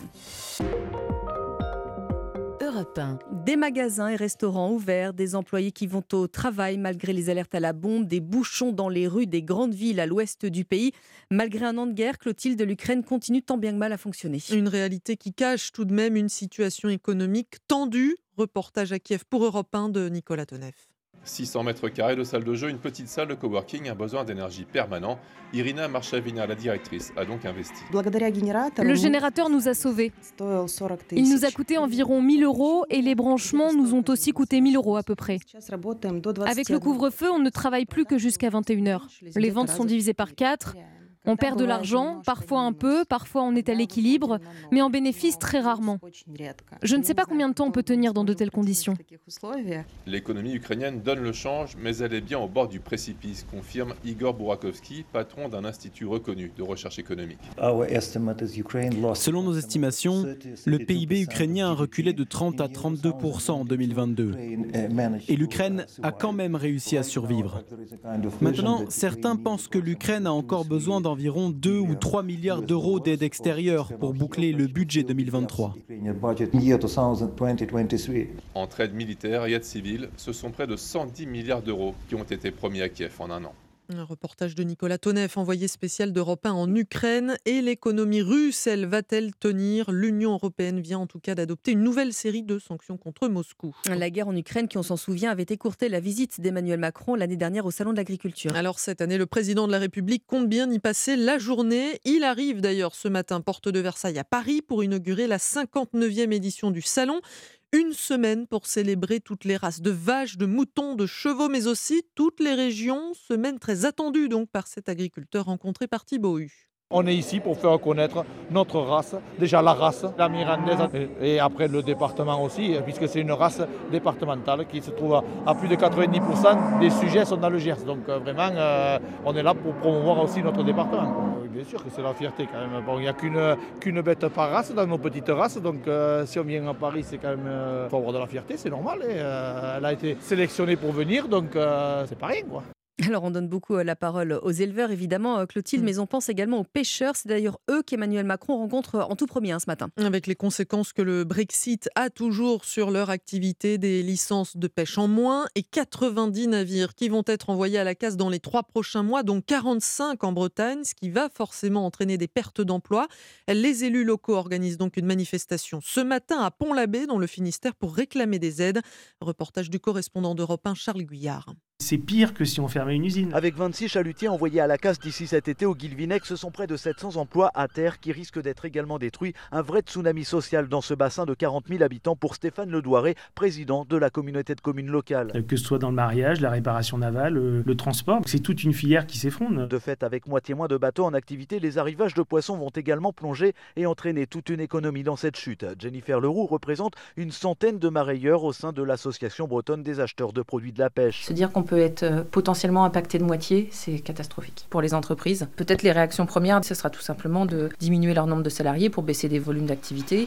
Europe un. Des magasins et restaurants ouverts, des employés qui vont au travail malgré les alertes à la bombe, des bouchons dans les rues des grandes villes à l'ouest du pays. Malgré un an de guerre, Clotilde, l'Ukraine continue tant bien que mal à fonctionner. Une réalité qui cache tout de même une situation économique tendue. Reportage à Kiev pour Europe un de Nicolas Tonev. six cents mètres carrés de salle de jeu, une petite salle de coworking, un besoin d'énergie permanent. Irina Marchavina, la directrice, a donc investi. Le générateur nous a sauvés. Il nous a coûté environ mille euros et les branchements nous ont aussi coûté mille euros à peu près. Avec le couvre-feu, on ne travaille plus que jusqu'à vingt et une heures. Les ventes sont divisées par quatre. On perd de l'argent, parfois un peu, parfois on est à l'équilibre, mais en bénéfice très rarement. Je ne sais pas combien de temps on peut tenir dans de telles conditions. L'économie ukrainienne donne le change, mais elle est bien au bord du précipice, confirme Igor Bourakovsky, patron d'un institut reconnu de recherche économique. Selon nos estimations, le P I B ukrainien a reculé de trente à trente-deux pour cent en deux mille vingt-deux. Et l'Ukraine a quand même réussi à survivre. Maintenant, certains pensent que l'Ukraine a encore besoin d'un d'environ deux ou trois milliards d'euros d'aide extérieure pour boucler le budget deux mille vingt-trois. Entre aide militaire et aide civile, ce sont près de cent dix milliards d'euros qui ont été promis à Kiev en un an. Un reportage de Nicolas Tonev, envoyé spécial d'Europe un en Ukraine. Et l'économie russe, elle va-t-elle tenir ? L'Union européenne vient en tout cas d'adopter une nouvelle série de sanctions contre Moscou. La guerre en Ukraine, qui on s'en souvient, avait écourté la visite d'Emmanuel Macron l'année dernière au Salon de l'Agriculture. Alors cette année, le président de la République compte bien y passer la journée. Il arrive d'ailleurs ce matin, porte de Versailles à Paris, pour inaugurer la cinquante-neuvième édition du Salon. Une semaine pour célébrer toutes les races de vaches, de moutons, de chevaux, mais aussi toutes les régions. Semaine très attendue donc par cet agriculteur rencontré par Thibaut Hu. On est ici pour faire connaître notre race, déjà la race, la mirandaise, et après le département aussi, puisque c'est une race départementale qui se trouve à plus de quatre-vingt-dix pour cent des sujets sont dans le Gers. Donc vraiment, euh, on est là pour promouvoir aussi notre département. Bien sûr que c'est la fierté quand même. Bon, il n'y a qu'une qu'une bête par race dans nos petites races, donc euh, si on vient à Paris, c'est quand même euh, faut avoir de la fierté, c'est normal. Et, euh, elle a été sélectionnée pour venir, donc euh, c'est pas rien, quoi. Alors, on donne beaucoup la parole aux éleveurs, évidemment, Clotilde, mmh. mais on pense également aux pêcheurs. C'est d'ailleurs eux qu'Emmanuel Macron rencontre en tout premier hein, ce matin. Avec les conséquences que le Brexit a toujours sur leur activité, des licences de pêche en moins et quatre-vingt-dix navires qui vont être envoyés à la casse dans les trois prochains mois, dont quarante-cinq en Bretagne, ce qui va forcément entraîner des pertes d'emplois. Les élus locaux organisent donc une manifestation ce matin à Pont-l'Abbé, dans le Finistère, pour réclamer des aides. Reportage du correspondant d'Europe un, Charles Guyard. C'est pire que si on fermait une usine. Avec vingt-six chalutiers envoyés à la casse d'ici cet été au Guilvinec, ce sont près de sept cents emplois à terre qui risquent d'être également détruits. Un vrai tsunami social dans ce bassin de quarante mille habitants pour Stéphane Ledouaré, président de la communauté de communes locales. Que ce soit dans le mariage, la réparation navale, le, le transport, c'est toute une filière qui s'effondre. De fait, avec moitié moins de bateaux en activité, les arrivages de poissons vont également plonger et entraîner toute une économie dans cette chute. Jennifer Leroux représente une centaine de marailleurs au sein de l'association bretonne des acheteurs de produits de la pêche. Se dire qu'on peut être potentiellement potentiellement impacté de moitié, c'est catastrophique pour les entreprises. Peut-être les réactions premières, ce sera tout simplement de diminuer leur nombre de salariés pour baisser des volumes d'activité.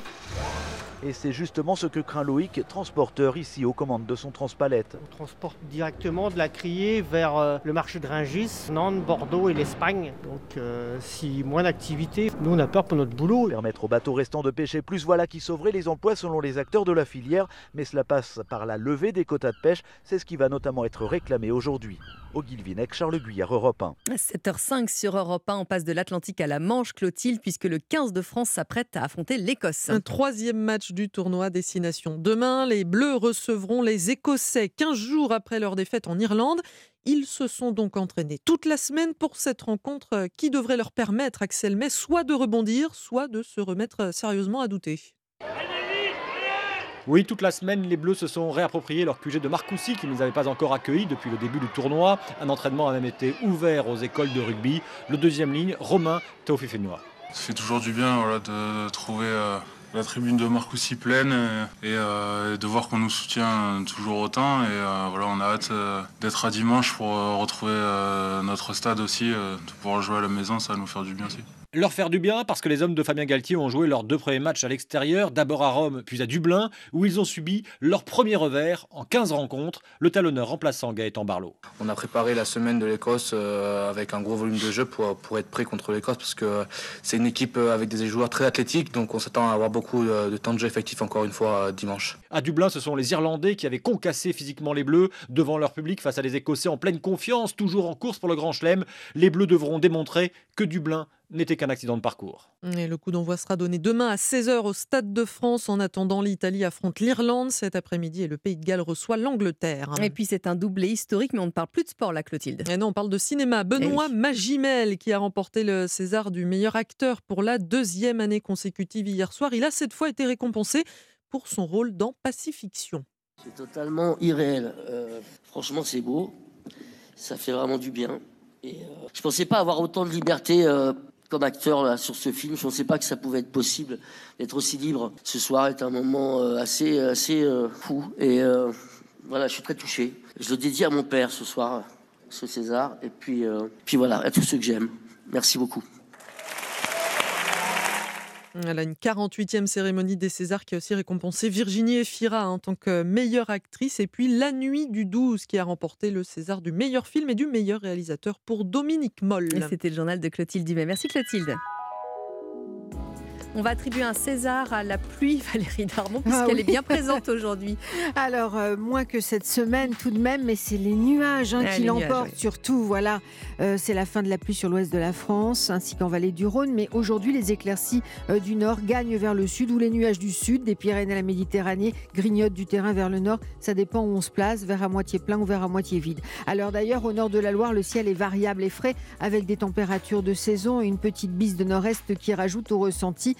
Et c'est justement ce que craint Loïc, transporteur ici aux commandes de son Transpalette. On transporte directement de la criée vers euh, le marché de Rungis, Nantes, Bordeaux et l'Espagne. Donc euh, si moins d'activité, nous on a peur pour notre boulot. Permettre aux bateaux restants de pêcher plus, voilà qui sauverait les emplois selon les acteurs de la filière. Mais cela passe par la levée des quotas de pêche. C'est ce qui va notamment être réclamé aujourd'hui. Au Guilvinec, Charles Guyard, Europe un. À sept heures cinq sur Europe un, on passe de l'Atlantique à la Manche, Clotilde, puisque le quinze de France s'apprête à affronter l'Écosse. Un troisième match du tournoi Destination. Demain, les Bleus recevront les Écossais quinze jours après leur défaite en Irlande. Ils se sont donc entraînés toute la semaine pour cette rencontre qui devrait leur permettre, Axel May, soit de rebondir, soit de se remettre sérieusement à douter. Oui, toute la semaine, les Bleus se sont réappropriés leur Q G de Marcoussis qui ne les avait pas encore accueillis depuis le début du tournoi. Un entraînement a même été ouvert aux écoles de rugby. Le deuxième ligne, Romain Théophifénois. Ça fait toujours du bien voilà, de trouver euh, la tribune de Marcoussis pleine et, et, euh, et de voir qu'on nous soutient toujours autant. Et euh, voilà, on a hâte euh, d'être à dimanche pour euh, retrouver euh, notre stade aussi, euh, de pouvoir jouer à la maison, ça va nous faire du bien aussi. Leur faire du bien parce que les hommes de Fabien Galtier ont joué leurs deux premiers matchs à l'extérieur, d'abord à Rome puis à Dublin, où ils ont subi leur premier revers en quinze rencontres, le talonneur remplaçant Gaëtan Barlow. On a préparé la semaine de l'Écosse euh, avec un gros volume de jeu pour, pour être prêt contre l'Écosse parce que c'est une équipe avec des joueurs très athlétiques, donc on s'attend à avoir beaucoup de temps de jeu effectif encore une fois dimanche. À Dublin, ce sont les Irlandais qui avaient concassé physiquement les Bleus devant leur public face à des Écossais en pleine confiance, toujours en course pour le Grand Chelem. Les Bleus devront démontrer que Dublin n'était qu'un accident de parcours. Et le coup d'envoi sera donné demain à seize heures au Stade de France. En attendant, l'Italie affronte l'Irlande cet après-midi et le Pays de Galles reçoit l'Angleterre. Et puis c'est un doublé historique, mais on ne parle plus de sport là, Clotilde. Et non, on parle de cinéma. Benoît oui. Magimel, qui a remporté le César du meilleur acteur pour la deuxième année consécutive hier soir. Il a cette fois été récompensé pour son rôle dans Pacifiction. C'est totalement irréel. Euh, franchement, c'est beau. Ça fait vraiment du bien. Et euh, je ne pensais pas avoir autant de liberté euh, comme acteur là, sur ce film. Je ne pensais pas que ça pouvait être possible d'être aussi libre. Ce soir est un moment euh, assez, assez euh, fou. Et euh, voilà, je suis très touché. Je le dédie à mon père ce soir, ce César. Et puis, euh, puis voilà, à tous ceux que j'aime. Merci beaucoup. Elle a une quarante-huitième cérémonie des Césars qui a aussi récompensé Virginie Efira en tant que meilleure actrice. Et puis La Nuit du douze qui a remporté le César du meilleur film et du meilleur réalisateur pour Dominique Moll. Et c'était le journal de Clotilde Dumais. Merci Clotilde. On va attribuer un César à la pluie, Valérie Darmon, puisqu'elle ah oui. est bien présente aujourd'hui. Alors, euh, moins que cette semaine tout de même, mais c'est les nuages hein, ah, qui l'emportent oui. surtout. Voilà, euh, c'est la fin de la pluie sur l'ouest de la France, ainsi qu'en vallée du Rhône. Mais aujourd'hui, les éclaircies euh, du nord gagnent vers le sud, ou les nuages du sud, des Pyrénées à la Méditerranée, grignotent du terrain vers le nord. Ça dépend où on se place, vers à moitié plein ou vers à moitié vide. Alors d'ailleurs, au nord de la Loire, le ciel est variable et frais, avec des températures de saison et une petite bise de nord-est qui rajoute au ressenti.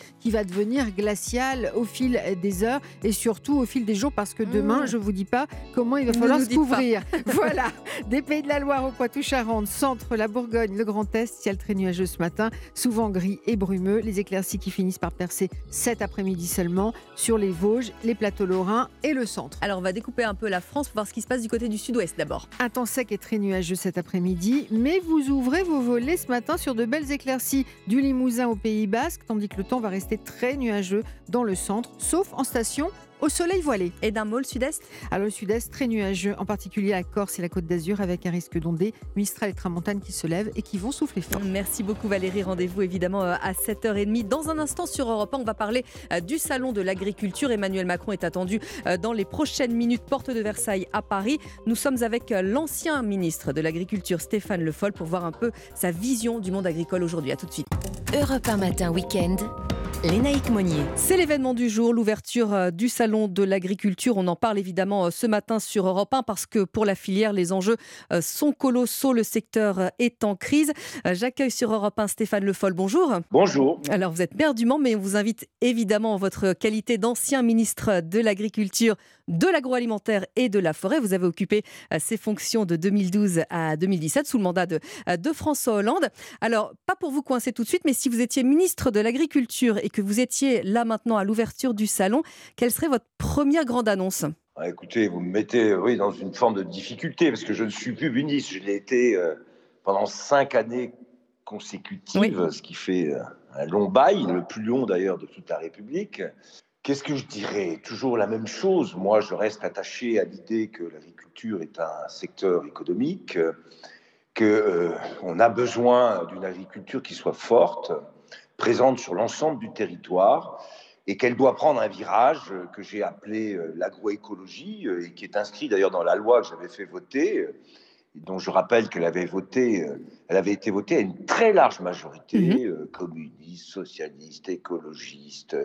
qui va devenir glacial au fil des heures et surtout au fil des jours parce que demain, mmh. je ne vous dis pas comment il va falloir se couvrir. Voilà, des Pays de la Loire au Poitou-Charentes, centre, la Bourgogne, le Grand Est, ciel très nuageux ce matin, souvent gris et brumeux, les éclaircies qui finissent par percer cet après-midi seulement sur les Vosges, les plateaux lorrains et le centre. Alors on va découper un peu la France pour voir ce qui se passe du côté du sud-ouest d'abord. Un temps sec et très nuageux cet après-midi, mais vous ouvrez vos volets ce matin sur de belles éclaircies du Limousin au Pays Basque, tandis que le temps va rester très nuageux dans le centre, sauf en station au soleil voilé. Et d'un mot, le sud-est ? Alors le sud-est, très nuageux, en particulier la Corse et la Côte d'Azur, avec un risque d'ondées, Mistral et Tramontane qui se lèvent et qui vont souffler fort. Merci beaucoup Valérie, rendez-vous évidemment à sept heures trente. Dans un instant sur Europe un, on va parler du salon de l'agriculture. Emmanuel Macron est attendu dans les prochaines minutes, porte de Versailles à Paris. Nous sommes avec l'ancien ministre de l'Agriculture, Stéphane Le Foll, pour voir un peu sa vision du monde agricole aujourd'hui. À tout de suite. Europe un matin week-end. Lénaïque Monnier. C'est l'événement du jour, l'ouverture du salon de l'agriculture. On en parle évidemment ce matin sur Europe un parce que pour la filière, les enjeux sont colossaux. Le secteur est en crise. J'accueille sur Europe un Stéphane Le Foll. Bonjour. Bonjour. Alors vous êtes maire du Mans, mais on vous invite évidemment en votre qualité d'ancien ministre de l'Agriculture, de l'agroalimentaire et de la forêt. Vous avez occupé ces fonctions de deux mille douze à deux mille dix-sept sous le mandat de, de François Hollande. Alors, pas pour vous coincer tout de suite, mais si vous étiez ministre de l'Agriculture et que vous étiez là maintenant à l'ouverture du salon, quelle serait votre première grande annonce ? Ah, écoutez, vous me mettez oui, dans une forme de difficulté parce que je ne suis plus ministre. Je l'ai été euh, pendant cinq années consécutives, oui. Ce qui fait euh, un long bail, le plus long d'ailleurs de toute la République. Qu'est-ce que je dirais ? Toujours la même chose. Moi, je reste attaché à l'idée que l'agriculture est un secteur économique, qu'on euh, a besoin d'une agriculture qui soit forte, présente sur l'ensemble du territoire, et qu'elle doit prendre un virage que j'ai appelé euh, l'agroécologie, euh, et qui est inscrit d'ailleurs dans la loi que j'avais fait voter, euh, dont je rappelle qu'elle avait voté, euh, elle avait été votée à une très large majorité, mmh. euh, communistes, socialistes, écologistes,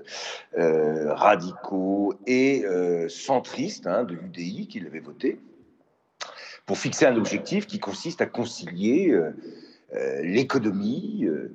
euh, radicaux et euh, centristes, hein, de l'U D I qui l'avait votée, pour fixer un objectif qui consiste à concilier euh, euh, l'économie, euh,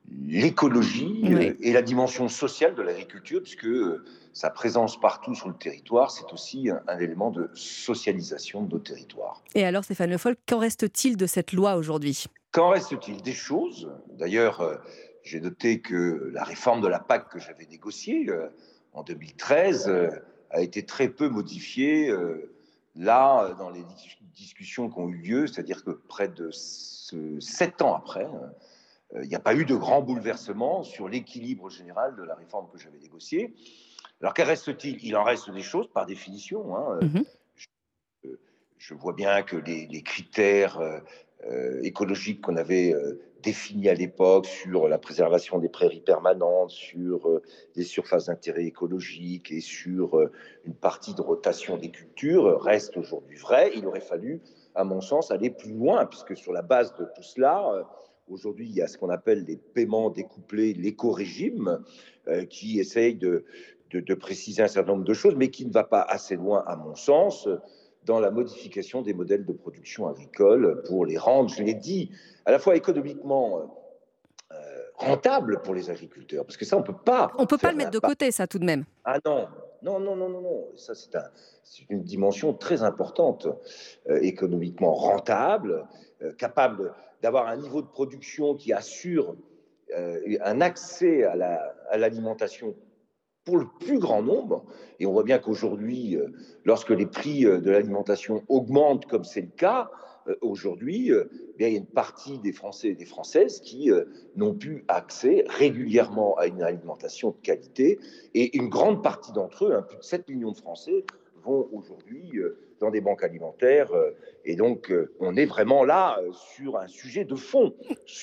l'écologie oui. euh, et la dimension sociale de l'agriculture, puisque euh, sa présence partout sur le territoire, c'est aussi un, un élément de socialisation de nos territoires. Et alors, Stéphane Le Foll, qu'en reste-t-il de cette loi aujourd'hui ? Qu'en reste-t-il ? Des choses. D'ailleurs, euh, j'ai noté que la réforme de la P A C que j'avais négociée euh, en deux mille treize euh, a été très peu modifiée euh, là, dans les dis- discussions qui ont eu lieu, c'est-à-dire que près de ce, sept ans après, il euh, n'y a pas eu de grand bouleversement sur l'équilibre général de la réforme que j'avais négociée. Alors, qu'en reste-t-il ? Il en reste des choses, par définition. Hein. Mmh. Je, euh, je vois bien que les, les critères euh, euh, écologiques qu'on avait euh, définis à l'époque sur la préservation des prairies permanentes, sur euh, les surfaces d'intérêt écologique et sur euh, une partie de rotation des cultures restent aujourd'hui vrais. Il aurait fallu, à mon sens, aller plus loin, puisque sur la base de tout cela... Euh, Aujourd'hui, il y a ce qu'on appelle les paiements découplés, l'éco-régime, euh, qui essaye de, de, de préciser un certain nombre de choses, mais qui ne va pas assez loin, à mon sens, dans la modification des modèles de production agricole pour les rendre, je l'ai dit, à la fois économiquement euh, rentables pour les agriculteurs. Parce que ça, on ne peut pas... On ne peut pas le mettre de côté, ça, tout de même. Ah non, non, non, non, non, non. Ça, c'est, un, c'est une dimension très importante, euh, économiquement rentable, euh, capable d'avoir un niveau de production qui assure euh, un accès à, la, à l'alimentation pour le plus grand nombre. Et on voit bien qu'aujourd'hui, euh, lorsque les prix euh, de l'alimentation augmentent, comme c'est le cas, euh, aujourd'hui, euh, bien, il y a une partie des Français et des Françaises qui euh, n'ont plus accès régulièrement à une alimentation de qualité. Et une grande partie d'entre eux, hein, plus de sept millions de Français, vont aujourd'hui euh, dans des banques alimentaires. Euh, et donc, euh, on est vraiment là euh, sur un sujet de fond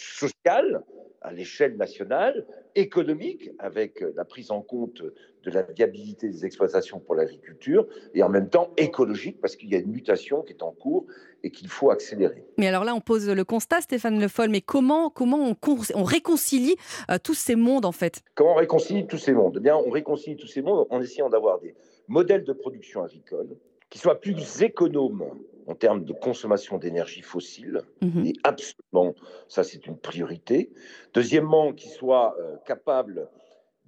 social à l'échelle nationale, économique, avec la prise en compte de la viabilité des exploitations pour l'agriculture, et en même temps écologique, parce qu'il y a une mutation qui est en cours et qu'il faut accélérer. Mais alors là, on pose le constat, Stéphane Le Foll, mais comment, comment on, on réconcilie euh, tous ces mondes, en fait ? Comment on réconcilie tous ces mondes ? Eh bien, on réconcilie tous ces mondes en essayant d'avoir des modèles de production agricole qui soient plus économes en termes de consommation d'énergie fossile, mmh. et absolument, ça c'est une priorité. Deuxièmement, qui soient euh, capables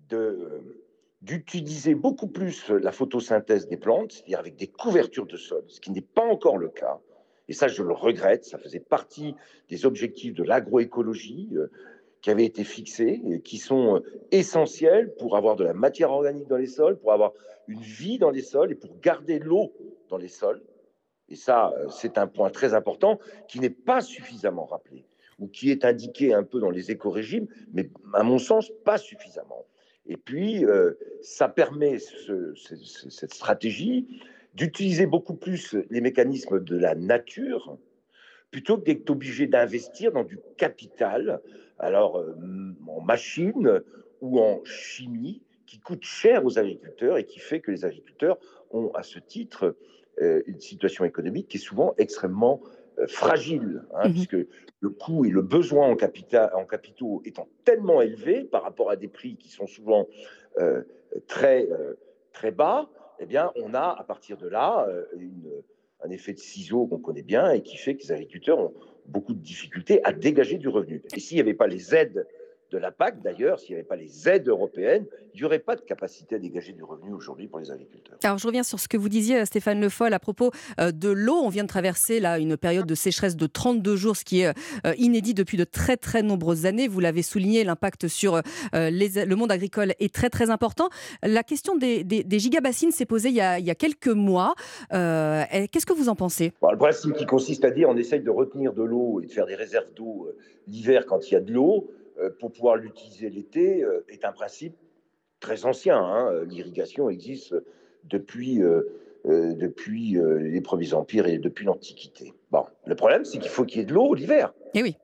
de, d'utiliser beaucoup plus la photosynthèse des plantes, c'est-à-dire avec des couvertures de sol, ce qui n'est pas encore le cas. Et ça, je le regrette, ça faisait partie des objectifs de l'agroécologie euh, qui avaient été fixés, et qui sont euh, essentiels pour avoir de la matière organique dans les sols, pour avoir une vie dans les sols et pour garder l'eau dans les sols. Et ça, euh, c'est un point très important qui n'est pas suffisamment rappelé, ou qui est indiqué un peu dans les éco-régimes, mais à mon sens, pas suffisamment. Et puis, euh, ça permet, ce, ce, cette stratégie, d'utiliser beaucoup plus les mécanismes de la nature, plutôt que d'être obligé d'investir dans du capital, alors euh, en machines ou en chimie, qui coûte cher aux agriculteurs et qui fait que les agriculteurs ont, à ce titre, euh, une situation économique qui est souvent extrêmement euh, fragile, hein, mmh. puisque le coût et le besoin en, capital, en capitaux étant tellement élevés par rapport à des prix qui sont souvent euh, très, euh, très bas, eh bien, on a à partir de là euh, une, un effet de ciseau qu'on connaît bien et qui fait que les agriculteurs ont beaucoup de difficultés à dégager du revenu. Et s'il n'y avait pas les aides de la P A C, d'ailleurs, s'il n'y avait pas les aides européennes, il n'y aurait pas de capacité à dégager du revenu aujourd'hui pour les agriculteurs. Alors, je reviens sur ce que vous disiez, Stéphane Le Foll, à propos de l'eau. On vient de traverser là une période de sécheresse de trente-deux jours, ce qui est inédit depuis de très, très nombreuses années. Vous l'avez souligné, l'impact sur les, le monde agricole est très, très important. La question des, des, des gigabassines s'est posée il y a, il y a quelques mois. Euh, qu'est-ce que vous en pensez ? Bon, le principe qui consiste à dire on essaye de retenir de l'eau et de faire des réserves d'eau l'hiver quand il y a de l'eau, pour pouvoir l'utiliser l'été, euh, est un principe très ancien. Hein. L'irrigation existe depuis, euh, euh, depuis euh, les premiers empires et depuis l'Antiquité. Bon, le problème, c'est qu'il faut qu'il y ait de l'eau l'hiver. Eh oui.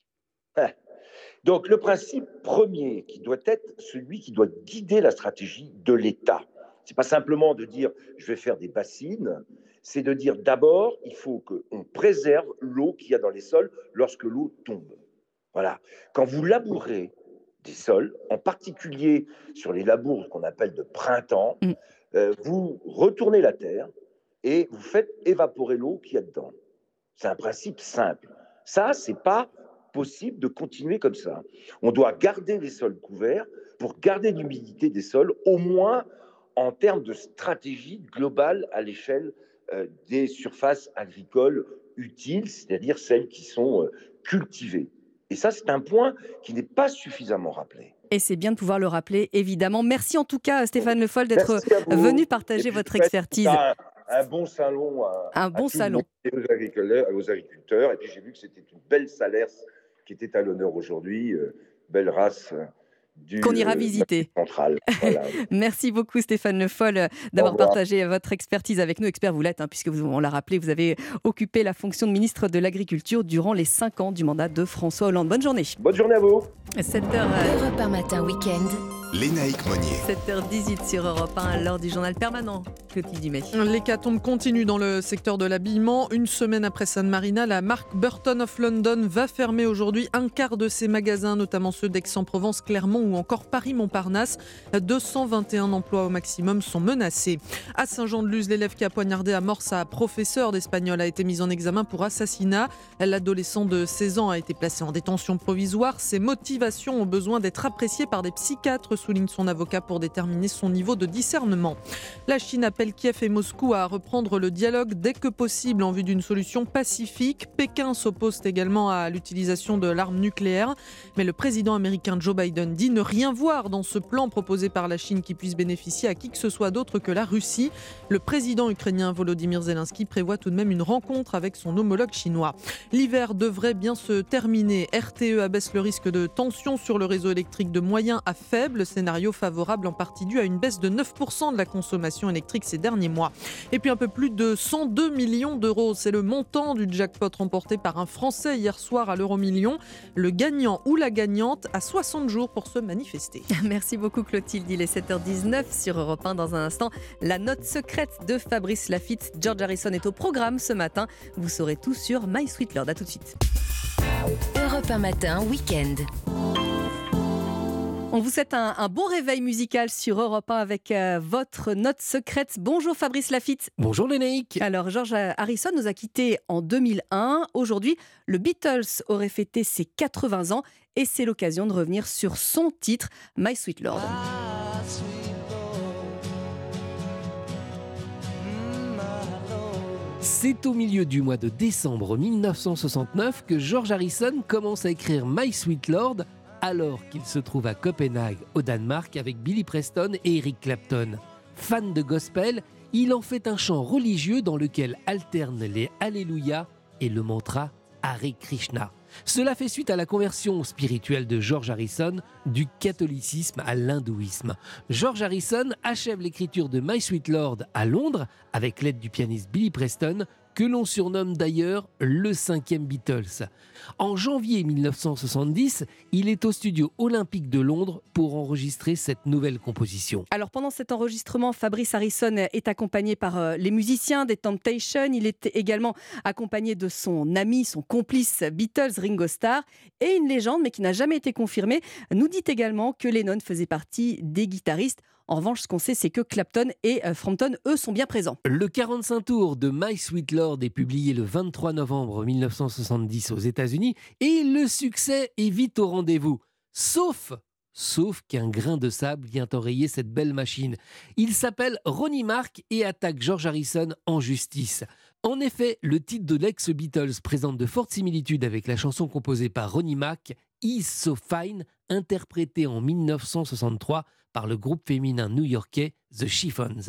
Ah. Donc, le principe premier qui doit être celui qui doit guider la stratégie de l'État, c'est pas simplement de dire « je vais faire des bassines », c'est de dire d'abord, il faut qu'on préserve l'eau qu'il y a dans les sols lorsque l'eau tombe. Voilà. Quand vous labourez des sols, en particulier sur les labours qu'on appelle de printemps, mmh. euh, vous retournez la terre et vous faites évaporer l'eau qu'il y a dedans. C'est un principe simple. Ça, c'est pas possible de continuer comme ça. On doit garder les sols couverts pour garder l'humidité des sols, au moins en termes de stratégie globale à l'échelle euh, des surfaces agricoles utiles, c'est-à-dire celles qui sont euh, cultivées. Et ça, c'est un point qui n'est pas suffisamment rappelé. Et c'est bien de pouvoir le rappeler, évidemment. Merci en tout cas, Stéphane Le Foll, d'être venu partager votre expertise. Un, un bon salon à, un bon à salon. Et aux agriculteurs, aux agriculteurs. Et puis j'ai vu que c'était une belle Salers qui était à l'honneur aujourd'hui. Euh, belle race. Du, qu'on ira visiter. Central. Voilà. Merci beaucoup Stéphane Le Foll d'avoir partagé votre expertise avec nous. Expert vous l'êtes, hein, puisque vous, on l'a rappelé, vous avez occupé la fonction de ministre de l'Agriculture durant les cinq ans du mandat de François Hollande. Bonne journée. Bonne journée à vous. sept heures Europe un matin week-end. Lénaïque Monnier. sept heures dix-huit sur Europe un, l'heure du journal permanent. Clotilde Dumais. L'hécatombe continue dans le secteur de l'habillement. Une semaine après San Marina, la marque Burton of London va fermer aujourd'hui un quart de ses magasins, notamment ceux d'Aix-en-Provence, Clermont ou encore Paris-Montparnasse. deux cent vingt et un emplois au maximum sont menacés. À Saint-Jean-de-Luz, l'élève qui a poignardé à mort sa professeure d'espagnol a été mis en examen pour assassinat. L'adolescent de seize ans a été placé en détention provisoire. Ses motivations ont besoin d'être appréciées par des psychiatres, souligne son avocat, pour déterminer son niveau de discernement. La Chine appelle Kiev et Moscou à reprendre le dialogue dès que possible en vue d'une solution pacifique. Pékin s'oppose également à l'utilisation de l'arme nucléaire. Mais le président américain Joe Biden dit ne rien voir dans ce plan proposé par la Chine qui puisse bénéficier à qui que ce soit d'autre que la Russie. Le président ukrainien Volodymyr Zelensky prévoit tout de même une rencontre avec son homologue chinois. L'hiver devrait bien se terminer. R T E abaisse le risque de tension sur le réseau électrique de moyen à faible. Scénario favorable en partie dû à une baisse de neuf pour cent de la consommation électrique ces derniers mois. Et puis un peu plus de cent deux millions d'euros. C'est le montant du jackpot remporté par un Français hier soir à l'euro-million. Le gagnant ou la gagnante a soixante jours pour se manifester. Merci beaucoup Clotilde. Il est sept heures dix-neuf sur Europe un. Dans un instant, la note secrète de Fabrice Lafitte. George Harrison est au programme ce matin. Vous saurez tout sur My Sweet Lord. À tout de suite. Europe un matin, week-end. On vous souhaite un, un bon réveil musical sur Europe un avec euh, votre note secrète. Bonjour Fabrice Lafitte. Bonjour Lénaïque. Alors George Harrison nous a quittés en deux mille un. Aujourd'hui, le Beatles aurait fêté ses quatre-vingts ans et c'est l'occasion de revenir sur son titre, My Sweet Lord. Ah. C'est au milieu du mois de décembre mille neuf cent soixante-neuf que George Harrison commence à écrire My Sweet Lord alors qu'il se trouve à Copenhague, au Danemark, avec Billy Preston et Eric Clapton. Fan de gospel, il en fait un chant religieux dans lequel alternent les Alléluia et le mantra Hare Krishna. Cela fait suite à la conversion spirituelle de George Harrison du catholicisme à l'hindouisme. George Harrison achève l'écriture de My Sweet Lord à Londres avec l'aide du pianiste Billy Preston, que l'on surnomme d'ailleurs le cinquième Beatles. En janvier mille neuf cent soixante-dix, il est au studio olympique de Londres pour enregistrer cette nouvelle composition. Alors pendant cet enregistrement, Fabrice Harrison est accompagné par euh, les musiciens des Temptations. Il est également accompagné de son ami, son complice Beatles, Ringo Starr. Et une légende, mais qui n'a jamais été confirmée, nous dit également que Lennon faisait partie des guitaristes. En revanche, ce qu'on sait, c'est que Clapton et euh, Frampton, eux, sont bien présents. Le quarante-cinq tours de My Sweet Lord est publié le vingt-trois novembre mille neuf cent soixante-dix aux États-Unis et le succès est vite au rendez-vous. Sauf, sauf qu'un grain de sable vient enrayer cette belle machine. Il s'appelle Ronnie Mark et attaque George Harrison en justice. En effet, le titre de l'ex-Beatles présente de fortes similitudes avec la chanson composée par Ronnie Mark, He's So Fine, interprétée en mille neuf cent soixante-trois par le groupe féminin new-yorkais The Chiffons.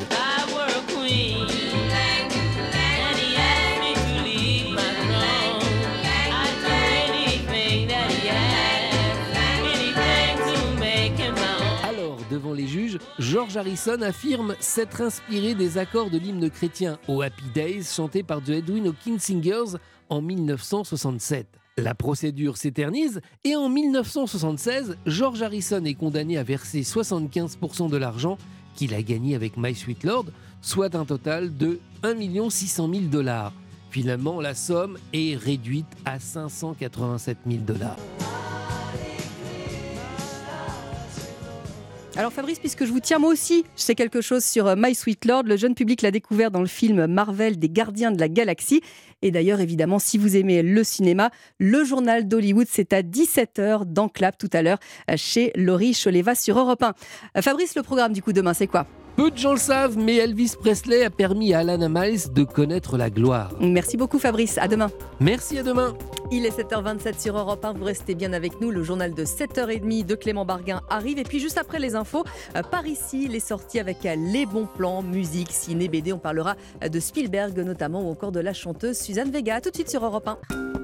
Alors, devant les juges, George Harrison affirme s'être inspiré des accords de l'hymne chrétien au Happy Days chanté par The Edwin Hawkins Singers en mille neuf cent soixante-sept. La procédure s'éternise et en mille neuf cent soixante-seize, George Harrison est condamné à verser soixante-quinze pour cent de l'argent qu'il a gagné avec My Sweet Lord, soit un total de un million six cent mille dollars. Finalement, la somme est réduite à cinq cent quatre-vingt-sept mille dollars. Alors Fabrice, puisque je vous tiens, moi aussi, je sais quelque chose sur My Sweet Lord. Le jeune public l'a découvert dans le film Marvel des Gardiens de la Galaxie. Et d'ailleurs, évidemment, si vous aimez le cinéma, le journal d'Hollywood, c'est à dix-sept heures dans Clap tout à l'heure chez Laurie Choleva sur Europe un. Fabrice, le programme du coup demain, c'est quoi ? Peu de gens le savent, mais Elvis Presley a permis à Alana Miles de connaître la gloire. Merci beaucoup Fabrice, à demain. Merci, à demain. Il est sept heures vingt-sept sur Europe un, vous restez bien avec nous. Le journal de sept heures trente de Clément Barguin arrive. Et puis juste après les infos, par ici, les sorties avec les bons plans, musique, ciné, B D. On parlera de Spielberg notamment ou encore de la chanteuse Suzanne Vega. Tout de suite sur Europe un.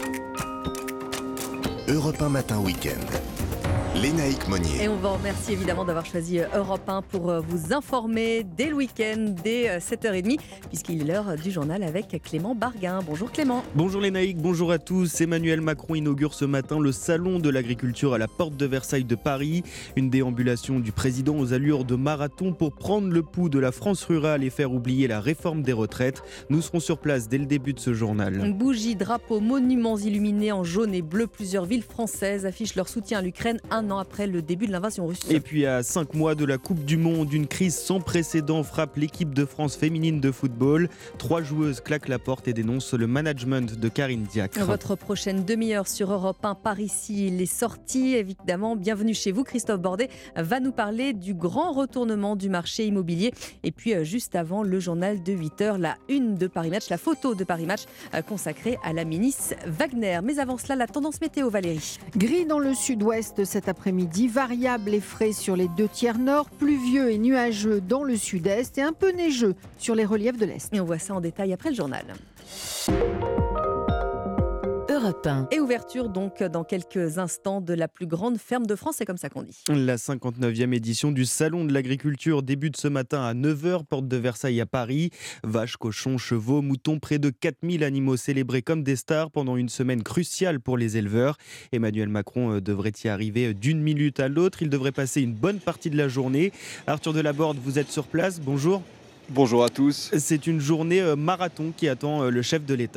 Europe un Matin Week-end. Lénaïque Monnier. Et on va remercier évidemment d'avoir choisi Europe un pour vous informer dès le week-end, dès sept heures trente, puisqu'il est l'heure du journal avec Clément Barguin. Bonjour Clément. Bonjour Lénaïque, bonjour à tous. Emmanuel Macron inaugure ce matin le salon de l'agriculture à la porte de Versailles de Paris. Une déambulation du président aux allures de marathon pour prendre le pouls de la France rurale et faire oublier la réforme des retraites. Nous serons sur place dès le début de ce journal. Bougies, drapeaux, monuments illuminés en jaune et bleu. Plusieurs villes françaises affichent leur soutien à l'Ukraine un an après le début de l'invasion russe. Et puis à cinq mois de la Coupe du Monde, une crise sans précédent frappe l'équipe de France féminine de football. Trois joueuses claquent la porte et dénoncent le management de Karine Diacre. Votre prochaine demi-heure sur Europe un par ici, les sorties évidemment. Bienvenue chez vous. Christophe Bordet va nous parler du grand retournement du marché immobilier. Et puis juste avant, le journal de huit heures, la une de Paris Match, la photo de Paris Match consacrée à la ministre Wagner. Mais avant cela, la tendance météo, Valérie. Gris dans le sud-ouest cet après-midi, variable et frais sur les deux tiers nord, pluvieux et nuageux dans le sud-est et un peu neigeux sur les reliefs de l'est. Et on voit ça en détail après le journal. Europe un. Et ouverture donc dans quelques instants de la plus grande ferme de France, c'est comme ça qu'on dit. La cinquante-neuvième édition du Salon de l'agriculture débute ce matin à neuf heures, porte de Versailles à Paris. Vaches, cochons, chevaux, moutons, près de quatre mille animaux célébrés comme des stars pendant une semaine cruciale pour les éleveurs. Emmanuel Macron devrait y arriver d'une minute à l'autre. Il devrait passer une bonne partie de la journée. Arthur Delaborde, vous êtes sur place, bonjour. Bonjour à tous. C'est une journée marathon qui attend le chef de l'État.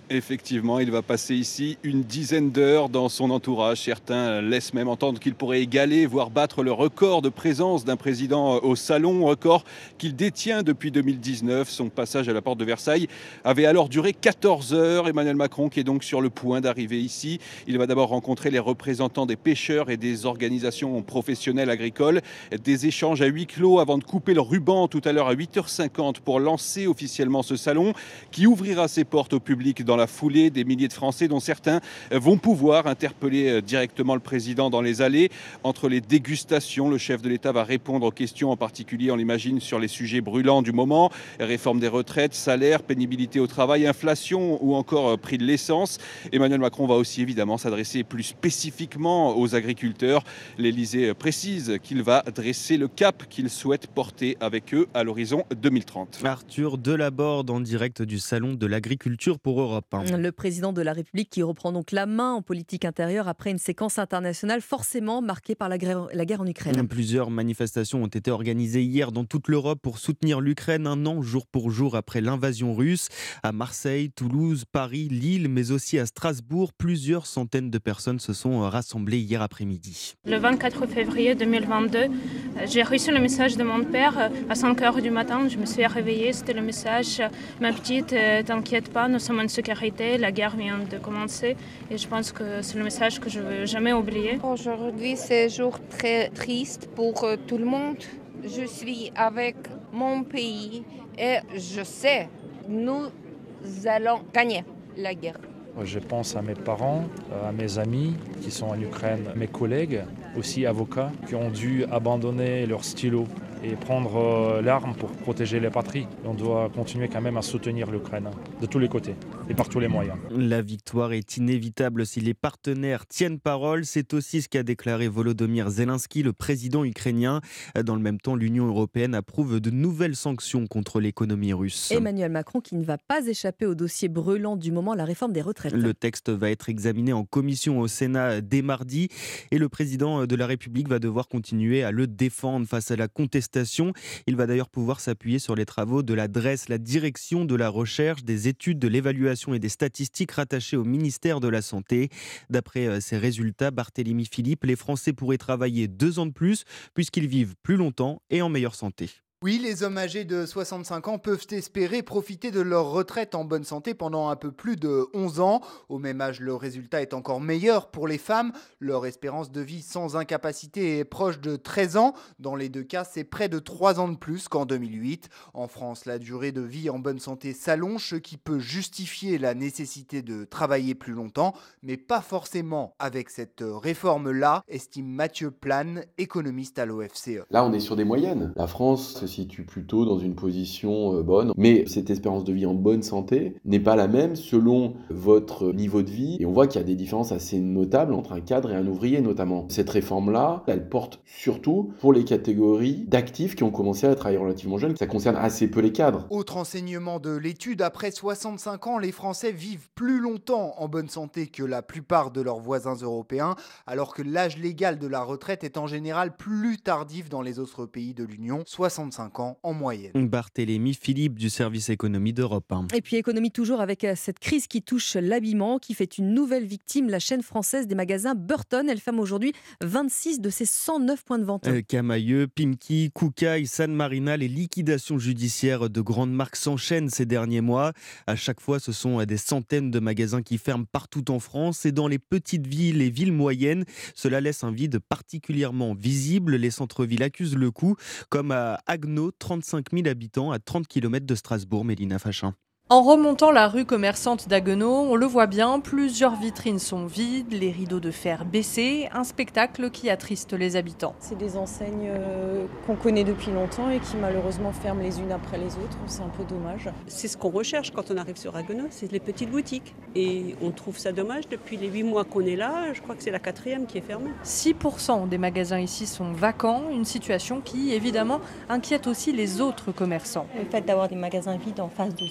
Effectivement, il va passer ici une dizaine d'heures dans son entourage. Certains laissent même entendre qu'il pourrait égaler, voire battre le record de présence d'un président au salon, record qu'il détient depuis deux mille dix-neuf. Son passage à la porte de Versailles avait alors duré quatorze heures. Emmanuel Macron qui est donc sur le point d'arriver ici. Il va d'abord rencontrer les représentants des pêcheurs et des organisations professionnelles agricoles. Des échanges à huis clos avant de couper le ruban tout à l'heure à huit heures cinquante pour lancer officiellement ce salon qui ouvrira ses portes au public dans la foulée. Des milliers de Français dont certains vont pouvoir interpeller directement le président dans les allées. Entre les dégustations, le chef de l'État va répondre aux questions, en particulier, on l'imagine, sur les sujets brûlants du moment. Réforme des retraites, salaire, pénibilité au travail, inflation ou encore prix de l'essence. Emmanuel Macron va aussi évidemment s'adresser plus spécifiquement aux agriculteurs. L'Élysée précise qu'il va dresser le cap qu'il souhaite porter avec eux à l'horizon deux mille trente. Arthur Delaborde en direct du Salon de l'agriculture pour Europe un. Le président de la République qui reprend donc la main en politique intérieure après une séquence internationale forcément marquée par la guerre, la guerre en Ukraine. Plusieurs manifestations ont été organisées hier dans toute l'Europe pour soutenir l'Ukraine un an jour pour jour après l'invasion russe. À Marseille, Toulouse, Paris, Lille, mais aussi à Strasbourg, plusieurs centaines de personnes se sont rassemblées hier après-midi. Le vingt-quatre février deux mille vingt-deux, j'ai reçu le message de mon père à cinq heures du matin. Je me suis réveillée, c'était le message « Ma petite, t'inquiète pas, nous sommes en sécurité, la guerre vient de commencer ». Et je pense que c'est le message que je ne vais jamais oublier. Aujourd'hui, c'est un jour très triste pour tout le monde. Je suis avec mon pays et je sais, nous allons gagner la guerre. Je pense à mes parents, à mes amis qui sont en Ukraine, mes collègues, aussi avocats, qui ont dû abandonner leur stylo et prendre l'arme pour protéger les patries. Et on doit continuer quand même à soutenir l'Ukraine, de tous les côtés et par tous les moyens. La victoire est inévitable si les partenaires tiennent parole. C'est aussi ce qu'a déclaré Volodymyr Zelensky, le président ukrainien. Dans le même temps, l'Union européenne approuve de nouvelles sanctions contre l'économie russe. Emmanuel Macron qui ne va pas échapper au dossier brûlant du moment, la réforme des retraites. Le texte va être examiné en commission au Sénat dès mardi et le président de la République va devoir continuer à le défendre face à la contestation. Il va d'ailleurs pouvoir s'appuyer sur les travaux de la D R E S, la direction de la recherche, des études, de l'évaluation et des statistiques rattachées au ministère de la Santé. D'après ces résultats, Barthélémy Philippe, les Français pourraient travailler deux ans de plus puisqu'ils vivent plus longtemps et en meilleure santé. Oui, les hommes âgés de soixante-cinq ans peuvent espérer profiter de leur retraite en bonne santé pendant un peu plus de onze ans. Au même âge, le résultat est encore meilleur pour les femmes. Leur espérance de vie sans incapacité est proche de treize ans. Dans les deux cas, c'est près de trois ans de plus qu'en deux mille huit. En France, la durée de vie en bonne santé s'allonge, ce qui peut justifier la nécessité de travailler plus longtemps, mais pas forcément avec cette réforme-là, estime Mathieu Plane, économiste à l'O F C E. Là, on est sur des moyennes. La France se situe plutôt dans une position bonne. Mais cette espérance de vie en bonne santé n'est pas la même selon votre niveau de vie. Et on voit qu'il y a des différences assez notables entre un cadre et un ouvrier notamment. Cette réforme-là, elle porte surtout pour les catégories d'actifs qui ont commencé à travailler relativement jeunes. Ça concerne assez peu les cadres. Autre enseignement de l'étude, après soixante-cinq ans, les Français vivent plus longtemps en bonne santé que la plupart de leurs voisins européens, alors que l'âge légal de la retraite est en général plus tardif dans les autres pays de l'Union, soixante-cinq ans en moyenne. Barthélémy Philippe du service économie d'Europe un. Et puis économie toujours avec cette crise qui touche l'habillement, qui fait une nouvelle victime, la chaîne française des magasins Burton. Elle ferme aujourd'hui vingt-six de ses cent neuf points de vente. Euh, Camailleux, Pimki, Koukaï, San Marina, les liquidations judiciaires de grandes marques s'enchaînent ces derniers mois. À chaque fois, ce sont des centaines de magasins qui ferment partout en France et dans les petites villes et villes moyennes. Cela laisse un vide particulièrement visible. Les centres-villes accusent le coup, comme à Agno, trente-cinq mille habitants à trente kilomètres de Strasbourg. Mélina Fachin. En remontant la rue commerçante d'Haguenau, on le voit bien, plusieurs vitrines sont vides, les rideaux de fer baissés, un spectacle qui attriste les habitants. C'est des enseignes euh, qu'on connaît depuis longtemps et qui malheureusement ferment les unes après les autres, c'est un peu dommage. C'est ce qu'on recherche quand on arrive sur Haguenau, c'est les petites boutiques. Et on trouve ça dommage, depuis les huit mois qu'on est là, je crois que c'est la quatrième qui est fermée. six pour cent des magasins ici sont vacants, une situation qui évidemment inquiète aussi les autres commerçants. Le fait d'avoir des magasins vides en face de soi,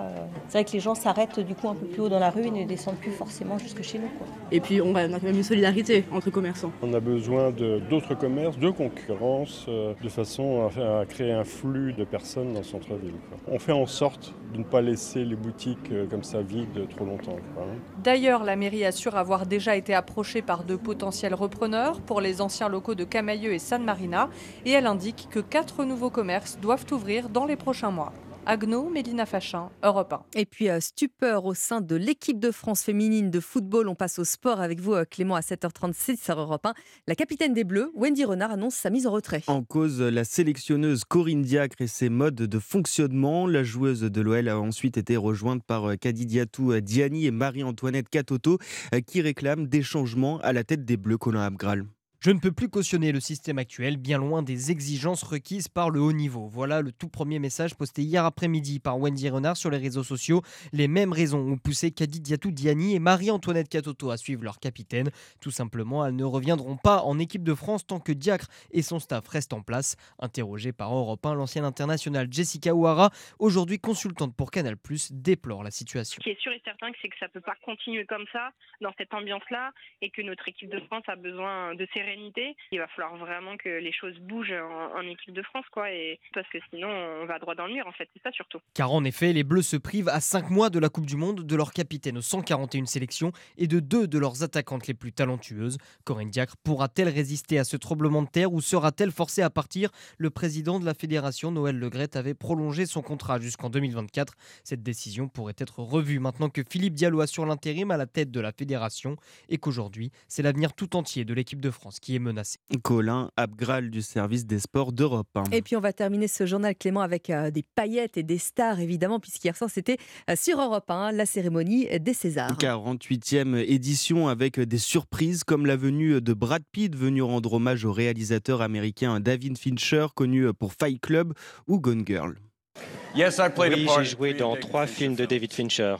là, euh, c'est vrai que les gens s'arrêtent du coup un peu plus haut dans la rue et ne descendent plus forcément jusque chez nous, quoi. Et puis on a quand même une solidarité entre commerçants. On a besoin de, d'autres commerces, de concurrence, euh, de façon à, à créer un flux de personnes dans le centre-ville, quoi. On fait en sorte de ne pas laisser les boutiques euh, comme ça vides trop longtemps, quoi, hein. D'ailleurs, la mairie assure avoir déjà été approchée par de potentiels repreneurs pour les anciens locaux de Camailleux et San Marina et elle indique que quatre nouveaux commerces doivent ouvrir dans les prochains mois. Agno, Mélina Fachin, Europe un. Et puis, euh, stupeur au sein de l'équipe de France féminine de football. On passe au sport avec vous, euh, Clément, à sept heures trente-six sur Europe un. La capitaine des Bleus, Wendy Renard, annonce sa mise en retrait. En cause, la sélectionneuse Corinne Diacre et ses modes de fonctionnement. La joueuse de l'O L a ensuite été rejointe par Kadidiatou Diani et Marie-Antoinette Katoto qui réclament des changements à la tête des Bleus. Colin Abgral. Je ne peux plus cautionner le système actuel, bien loin des exigences requises par le haut niveau. Voilà le tout premier message posté hier après-midi par Wendy Renard sur les réseaux sociaux. Les mêmes raisons ont poussé Kadidiatou Diani et Marie-Antoinette Katoto à suivre leur capitaine. Tout simplement, elles ne reviendront pas en équipe de France tant que Diacre et son staff restent en place. Interrogée par Europe un, l'ancienne internationale Jessica Ouara, aujourd'hui consultante pour Canal plus, déplore la situation. Ce qui est sûr et certain, c'est que ça ne peut pas continuer comme ça, dans cette ambiance-là, et que notre équipe de France a besoin de sérénité. Il va falloir vraiment que les choses bougent en, en équipe de France, quoi, et parce que sinon on va droit dans le mur, en fait, c'est ça surtout. Car en effet, les Bleus se privent à cinq mois de la Coupe du Monde de leur capitaine aux cent quarante et une sélections et de deux de leurs attaquantes les plus talentueuses. Corinne Diacre pourra-t-elle résister à ce tremblement de terre ou sera-t-elle forcée à partir ? Le président de la fédération, Noël Le Graët, avait prolongé son contrat jusqu'en deux mille vingt-quatre. Cette décision pourrait être revue maintenant que Philippe Diallo assure l'intérim à la tête de la fédération et qu'aujourd'hui, c'est l'avenir tout entier de l'équipe de France qui est menacé. Colin Abgral du service des sports d'Europe un. Et puis on va terminer ce journal, Clément, avec euh, des paillettes et des stars, évidemment, puisqu'hier soir c'était euh, sur Europe un, la cérémonie des Césars. quarante-huitième édition avec des surprises comme la venue de Brad Pitt, venu rendre hommage au réalisateur américain David Fincher, connu pour Fight Club ou Gone Girl. Oui, j'ai joué dans trois films de David Fincher.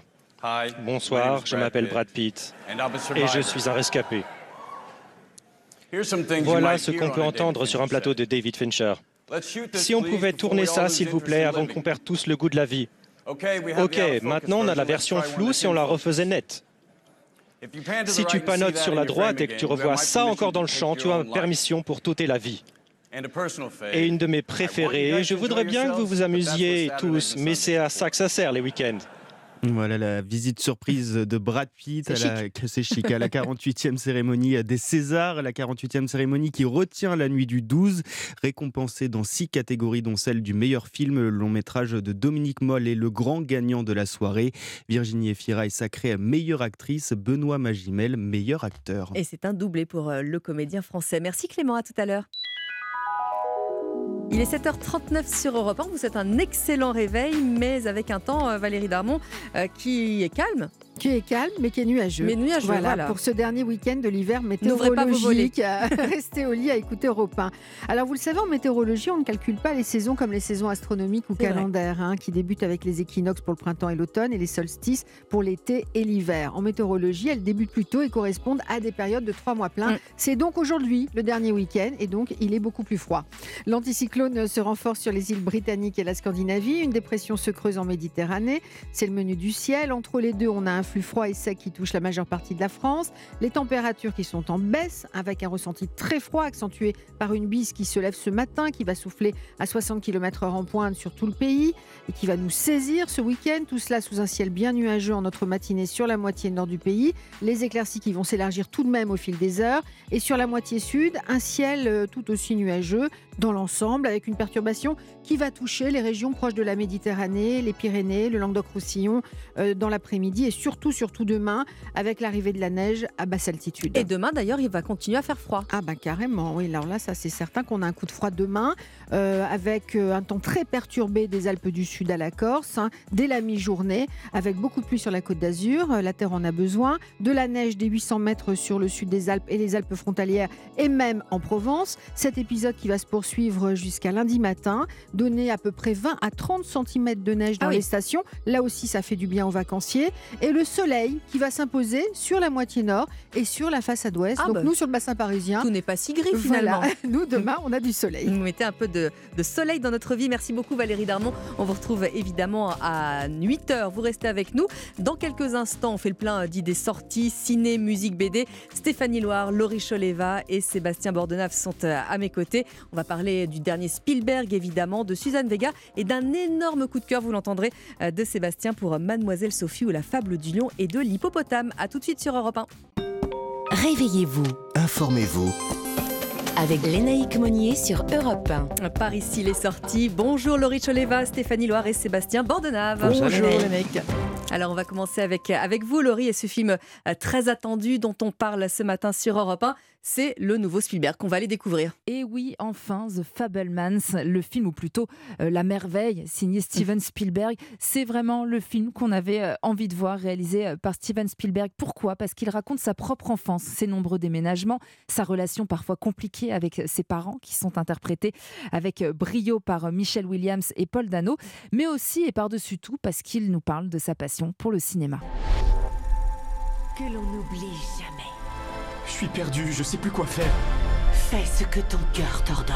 Bonsoir, je m'appelle Brad Pitt et je suis un rescapé. Voilà ce qu'on peut entendre sur un plateau de David Fincher. Si on pouvait tourner ça, s'il vous plaît, avant qu'on perde tous le goût de la vie. Ok, maintenant on a la version floue si on la refaisait nette. Si tu panotes sur la droite et que tu revois ça encore dans le champ, tu as permission pour t'ôter la vie. Et une de mes préférées, je voudrais bien que vous vous amusiez tous, mais c'est à ça que ça sert les week-ends. Voilà la visite surprise de Brad Pitt, C'est à la, c'est chic, à la quarante-huitième cérémonie des Césars, la quarante-huitième cérémonie qui retient la nuit du douze, récompensée dans six catégories dont celle du meilleur film, le long métrage de Dominique Moll est le grand gagnant de la soirée. Virginie Efira est sacrée meilleure actrice, Benoît Magimel meilleur acteur. Et c'est un doublé pour le comédien français. Merci Clément, à tout à l'heure. Il est sept heures trente-neuf sur Europe un. Vous souhaite un excellent réveil, mais avec un temps, Valérie Darmon, euh, qui est calme. Qui est calme, mais qui est nuageux. Mais nuageux, voilà. voilà. Pour ce dernier week-end de l'hiver N'ouvrez pas vos volets. météorologique, restez au lit à écouter Europe un. Alors, vous le savez, en météorologie, on ne calcule pas les saisons comme les saisons astronomiques ou C'est calendaires, hein, qui débutent avec les équinoxes pour le printemps et l'automne et les solstices pour l'été et l'hiver. En météorologie, elles débutent plus tôt et correspondent à des périodes de trois mois pleins. Mm. C'est donc aujourd'hui le dernier week-end et donc il est beaucoup plus froid. L'anticyclone se renforce sur les îles britanniques et la Scandinavie. Une dépression se creuse en Méditerranée. C'est le menu du ciel. Entre les deux, on a un flux froid et sec qui touche la majeure partie de la France. Les températures qui sont en baisse avec un ressenti très froid accentué par une bise qui se lève ce matin, qui va souffler à soixante kilomètres heure en pointe sur tout le pays et qui va nous saisir ce week-end. Tout cela sous un ciel bien nuageux en notre matinée sur la moitié nord du pays. Les éclaircies qui vont s'élargir tout de même au fil des heures. Et sur la moitié sud, un ciel tout aussi nuageux dans l'ensemble avec une perturbation qui va toucher les régions proches de la Méditerranée, les Pyrénées, le Languedoc-Roussillon euh, dans l'après-midi et surtout, surtout demain avec l'arrivée de la neige à basse altitude. Et demain d'ailleurs, il va continuer à faire froid. Ah ben carrément, oui. Alors là, ça c'est certain qu'on a un coup de froid demain euh, avec euh, un temps très perturbé des Alpes du Sud à la Corse, hein, dès la mi-journée, avec beaucoup de pluie sur la Côte d'Azur. Euh, la Terre en a besoin. De la neige des huit cents mètres sur le sud des Alpes et les Alpes frontalières et même en Provence. Cet épisode qui va se poursuivre poursuivre jusqu'à lundi matin, donner à peu près vingt à trente centimètres de neige dans Ah oui. les stations. Là aussi, ça fait du bien aux vacanciers. Et le soleil qui va s'imposer sur la moitié nord et sur la façade ouest. Ah Donc bah, nous, sur le bassin parisien, Tout n'est pas si gris finalement. voilà, nous, demain, on a du soleil. Vous mettez un peu de, de soleil dans notre vie. Merci beaucoup Valérie Darmon. On vous retrouve évidemment à huit heures. Vous restez avec nous. Dans quelques instants, on fait le plein d'idées sorties, ciné, musique, B D. Stéphanie Loire, Laurie Choleva et Sébastien Bordenave sont à mes côtés. On va parler du dernier Spielberg évidemment, de Suzanne Vega et d'un énorme coup de cœur, vous l'entendrez, de Sébastien pour Mademoiselle Sophie ou la fable du lion et de l'hippopotame. A tout de suite sur Europe un. Réveillez-vous Informez-vous. avec Lénaïque Monnier sur Europe un. Par ici les sorties. Bonjour Laurie Choleva, Stéphanie Loire et Sébastien Bordenave. Bonjour, les mecs. Alors on va commencer avec, avec vous Laurie et ce film euh, très attendu dont on parle ce matin sur Europe un. C'est le nouveau Spielberg qu'on va aller découvrir. Et oui, enfin, The Fabelmans, le film, ou plutôt euh, La Merveille, signé Steven Spielberg. C'est vraiment le film qu'on avait euh, envie de voir, réalisé euh, par Steven Spielberg. Pourquoi ? Parce qu'il raconte sa propre enfance, ses nombreux déménagements, sa relation parfois compliquée avec ses parents, qui sont interprétés avec euh, brio par euh, Michelle Williams et Paul Dano, mais aussi et par-dessus tout parce qu'il nous parle de sa passion pour le cinéma. Que l'on n'oublie jamais. Je suis perdu, je sais plus quoi faire. Fais ce que ton cœur t'ordonne.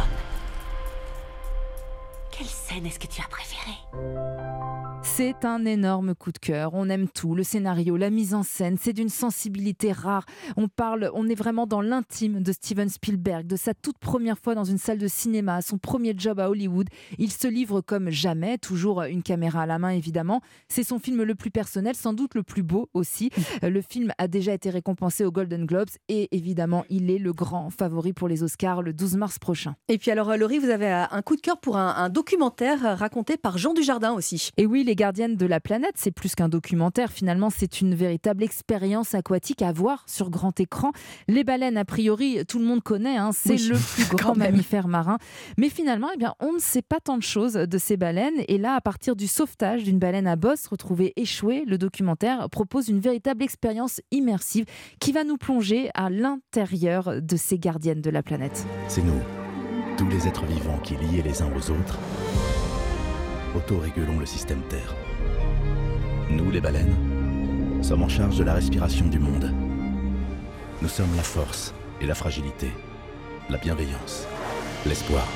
Quelle scène est-ce que tu as préférée ? C'est un énorme coup de cœur. On aime tout, le scénario, la mise en scène, c'est d'une sensibilité rare. On parle, on est vraiment dans l'intime de Steven Spielberg, de sa toute première fois dans une salle de cinéma, son premier job à Hollywood. Il se livre comme jamais, toujours une caméra à la main évidemment. C'est son film le plus personnel, sans doute le plus beau aussi. Le film a déjà été récompensé aux Golden Globes et évidemment, il est le grand favori pour les Oscars le douze mars prochain. Et puis alors Laurie, vous avez un coup de cœur pour un, un documentaire raconté par Jean Dujardin aussi. Et oui, les Gardiennes de la planète, c'est plus qu'un documentaire. Finalement, c'est une véritable expérience aquatique à voir sur grand écran. Les baleines, a priori, tout le monde connaît, hein, c'est Oui, le plus grand mammifère marin. Mais finalement, eh bien, on ne sait pas tant de choses de ces baleines. Et là, à partir du sauvetage d'une baleine à bosse retrouvée échouée, le documentaire propose une véritable expérience immersive qui va nous plonger à l'intérieur de ces gardiennes de la planète. C'est nous, tous les êtres vivants qui, liés les uns aux autres, autorégulons le système Terre. Nous, les baleines, sommes en charge de la respiration du monde. Nous sommes la force et la fragilité, la bienveillance, l'espoir.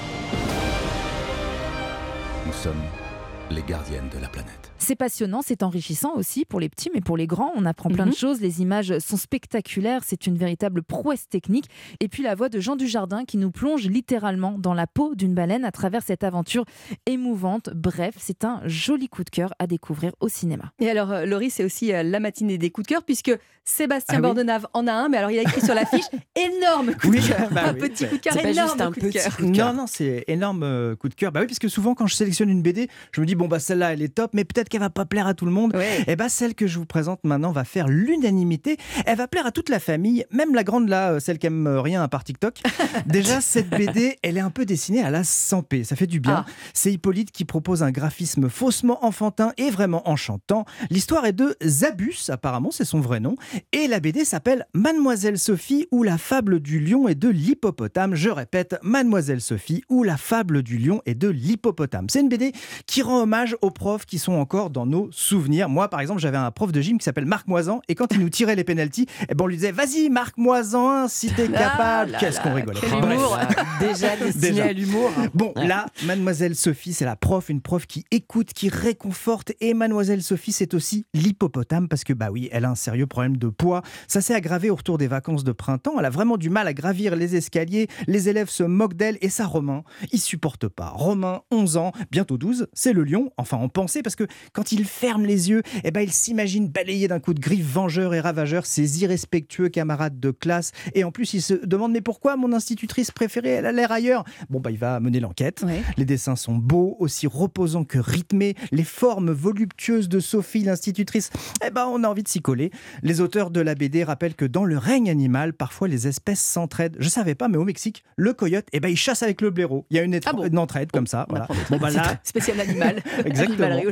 Nous sommes les gardiennes de la planète. C'est passionnant, c'est enrichissant aussi pour les petits, mais pour les grands, on apprend plein Mhm. de choses. Les images sont spectaculaires, c'est une véritable prouesse technique. Et puis la voix de Jean Dujardin qui nous plonge littéralement dans la peau d'une baleine à travers cette aventure émouvante. Bref, c'est un joli coup de cœur à découvrir au cinéma. Et alors euh, Laurie, c'est aussi euh, la matinée des coups de cœur puisque Sébastien Ah oui. Bordenave en a un, mais alors il a écrit sur l'affiche énorme coup de Oui, cœur. bah un oui, petit bah, coup de cœur, c'est pas énorme juste un coup de petit cœur. coup de cœur. Non, non, c'est énorme euh, coup de cœur. Bah oui, parce que souvent quand je sélectionne une B D, je me dis bon bah celle-là elle est top, mais peut-être qu'elle va pas plaire à tout le monde. Ouais. Et bah celle que je vous présente maintenant va faire l'unanimité. Elle va plaire à toute la famille, même la grande là, euh, celle qui aime euh, rien à part TikTok. Déjà cette B D, elle est un peu dessinée à la cent p. Ça fait du bien. Ah. C'est Hippolyte qui propose un graphisme faussement enfantin et vraiment enchantant. L'histoire est de Zabus, apparemment c'est son vrai nom, et la B D s'appelle Mademoiselle Sophie ou la fable du lion et de l'hippopotame. Je répète, Mademoiselle Sophie ou la fable du lion et de l'hippopotame. C'est une B D qui rend hommage aux profs qui sont encore dans nos souvenirs. Moi, par exemple, j'avais un prof de gym qui s'appelle Marc Moisan, et quand il nous tirait les pénaltys, eh ben on lui disait vas-y Marc Moisan, si t'es capable. là Qu'est-ce là, qu'on rigolait. quel humour. Déjà destiné Déjà. à l'humour. Bon, là, Mademoiselle Sophie, c'est la prof, une prof qui écoute, qui réconforte, et Mademoiselle Sophie, c'est aussi l'hippopotame, parce que bah oui, elle a un sérieux problème de poids. Ça s'est aggravé au retour des vacances de printemps. Elle a vraiment du mal à gravir les escaliers. Les élèves se moquent d'elle, et ça, Romain, il supporte pas. Romain, onze ans, bientôt douze, c'est le lion, enfin en pensée, parce que quand il ferme les yeux, eh ben, il s'imagine balayer d'un coup de griffe vengeur et ravageur ses irrespectueux camarades de classe. Et en plus, il se demande mais pourquoi mon institutrice préférée, elle a l'air ailleurs. Bon, bah, il va mener l'enquête. Ouais. Les dessins sont beaux, aussi reposants que rythmés. Les formes voluptueuses de Sophie, l'institutrice, eh ben, on a envie de s'y coller. Les auteurs de la B D rappellent que dans le règne animal, parfois les espèces s'entraident. Je savais pas, mais au Mexique, le coyote, eh ben, il chasse avec le blaireau. Il y a une, étra- Ah bon une entraide comme ça. Voilà. Bon, bah, là, Spécial animal. Exactement. Animalerie aujourd'hui.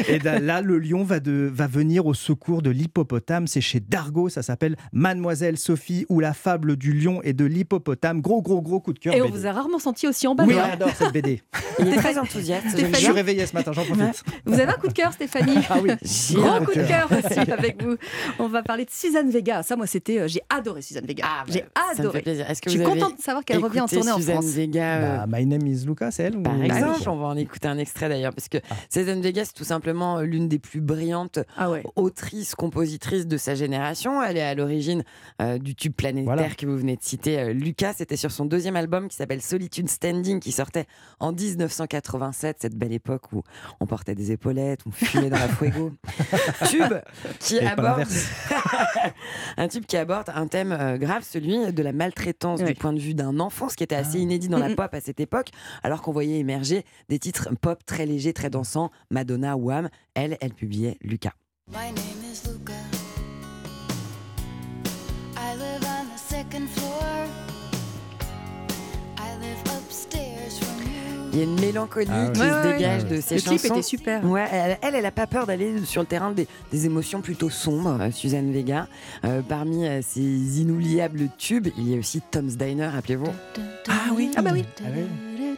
Et là, le lion va, de, va venir au secours de l'hippopotame. C'est chez Dargaud, ça s'appelle Mademoiselle Sophie ou la fable du lion et de l'hippopotame. Gros, gros, gros coup de cœur. Et B D. on vous a rarement senti aussi en bas. Oui, j'adore cette B D. Il est très enthousiaste. Je suis réveillé ce matin, j'en profite. Ouais. Vous avez un coup de cœur, Stéphanie? Ah oui. Gros coup de cœur aussi avec vous. On va parler de Suzanne Vega. Ça, moi, c'était, euh, j'ai adoré Suzanne Vega. Ah, bah, j'ai ça me adoré. fait plaisir. Est-ce que Je suis vous avez contente de savoir qu'elle revient en écouté tournée en Suzanne France. Vega, euh, Bah, My name is Luca, c'est elle ou... Par Bah, exemple, oui. on va en écouter un extrait d'ailleurs, parce que Suzanne Vega, c'est tout simplement l'une des plus brillantes ah ouais. autrices, compositrices de sa génération. Elle est à l'origine euh, du tube planétaire voilà. que vous venez de citer, euh, Lucas. C'était sur son deuxième album qui s'appelle Solitude Standing, qui sortait en dix-neuf cent quatre-vingt-sept, cette belle époque où on portait des épaulettes, on fumait dans la fuego. Tube qui Et aborde un tube qui aborde un thème euh, grave, celui de la maltraitance oui. du point de vue d'un enfant, ce qui était assez inédit dans la pop à cette époque, alors qu'on voyait émerger des titres pop très légers, très dansants. Madonna, Wham, elle, elle publiait Lucas. My name is Luca. I live on the second floor. I live upstairs from you. Il y a une mélancolie ah, qui ouais. se ouais, dégage ouais. de ces Le chansons. clip était super. Ouais, elle, elle, elle a pas peur d'aller sur le terrain des, des émotions plutôt sombres, euh, Suzanne Vega. Euh, parmi euh, ses inoubliables tubes, il y a aussi Tom's Diner, rappelez-vous. Ah oui, ah bah oui. Ah oui.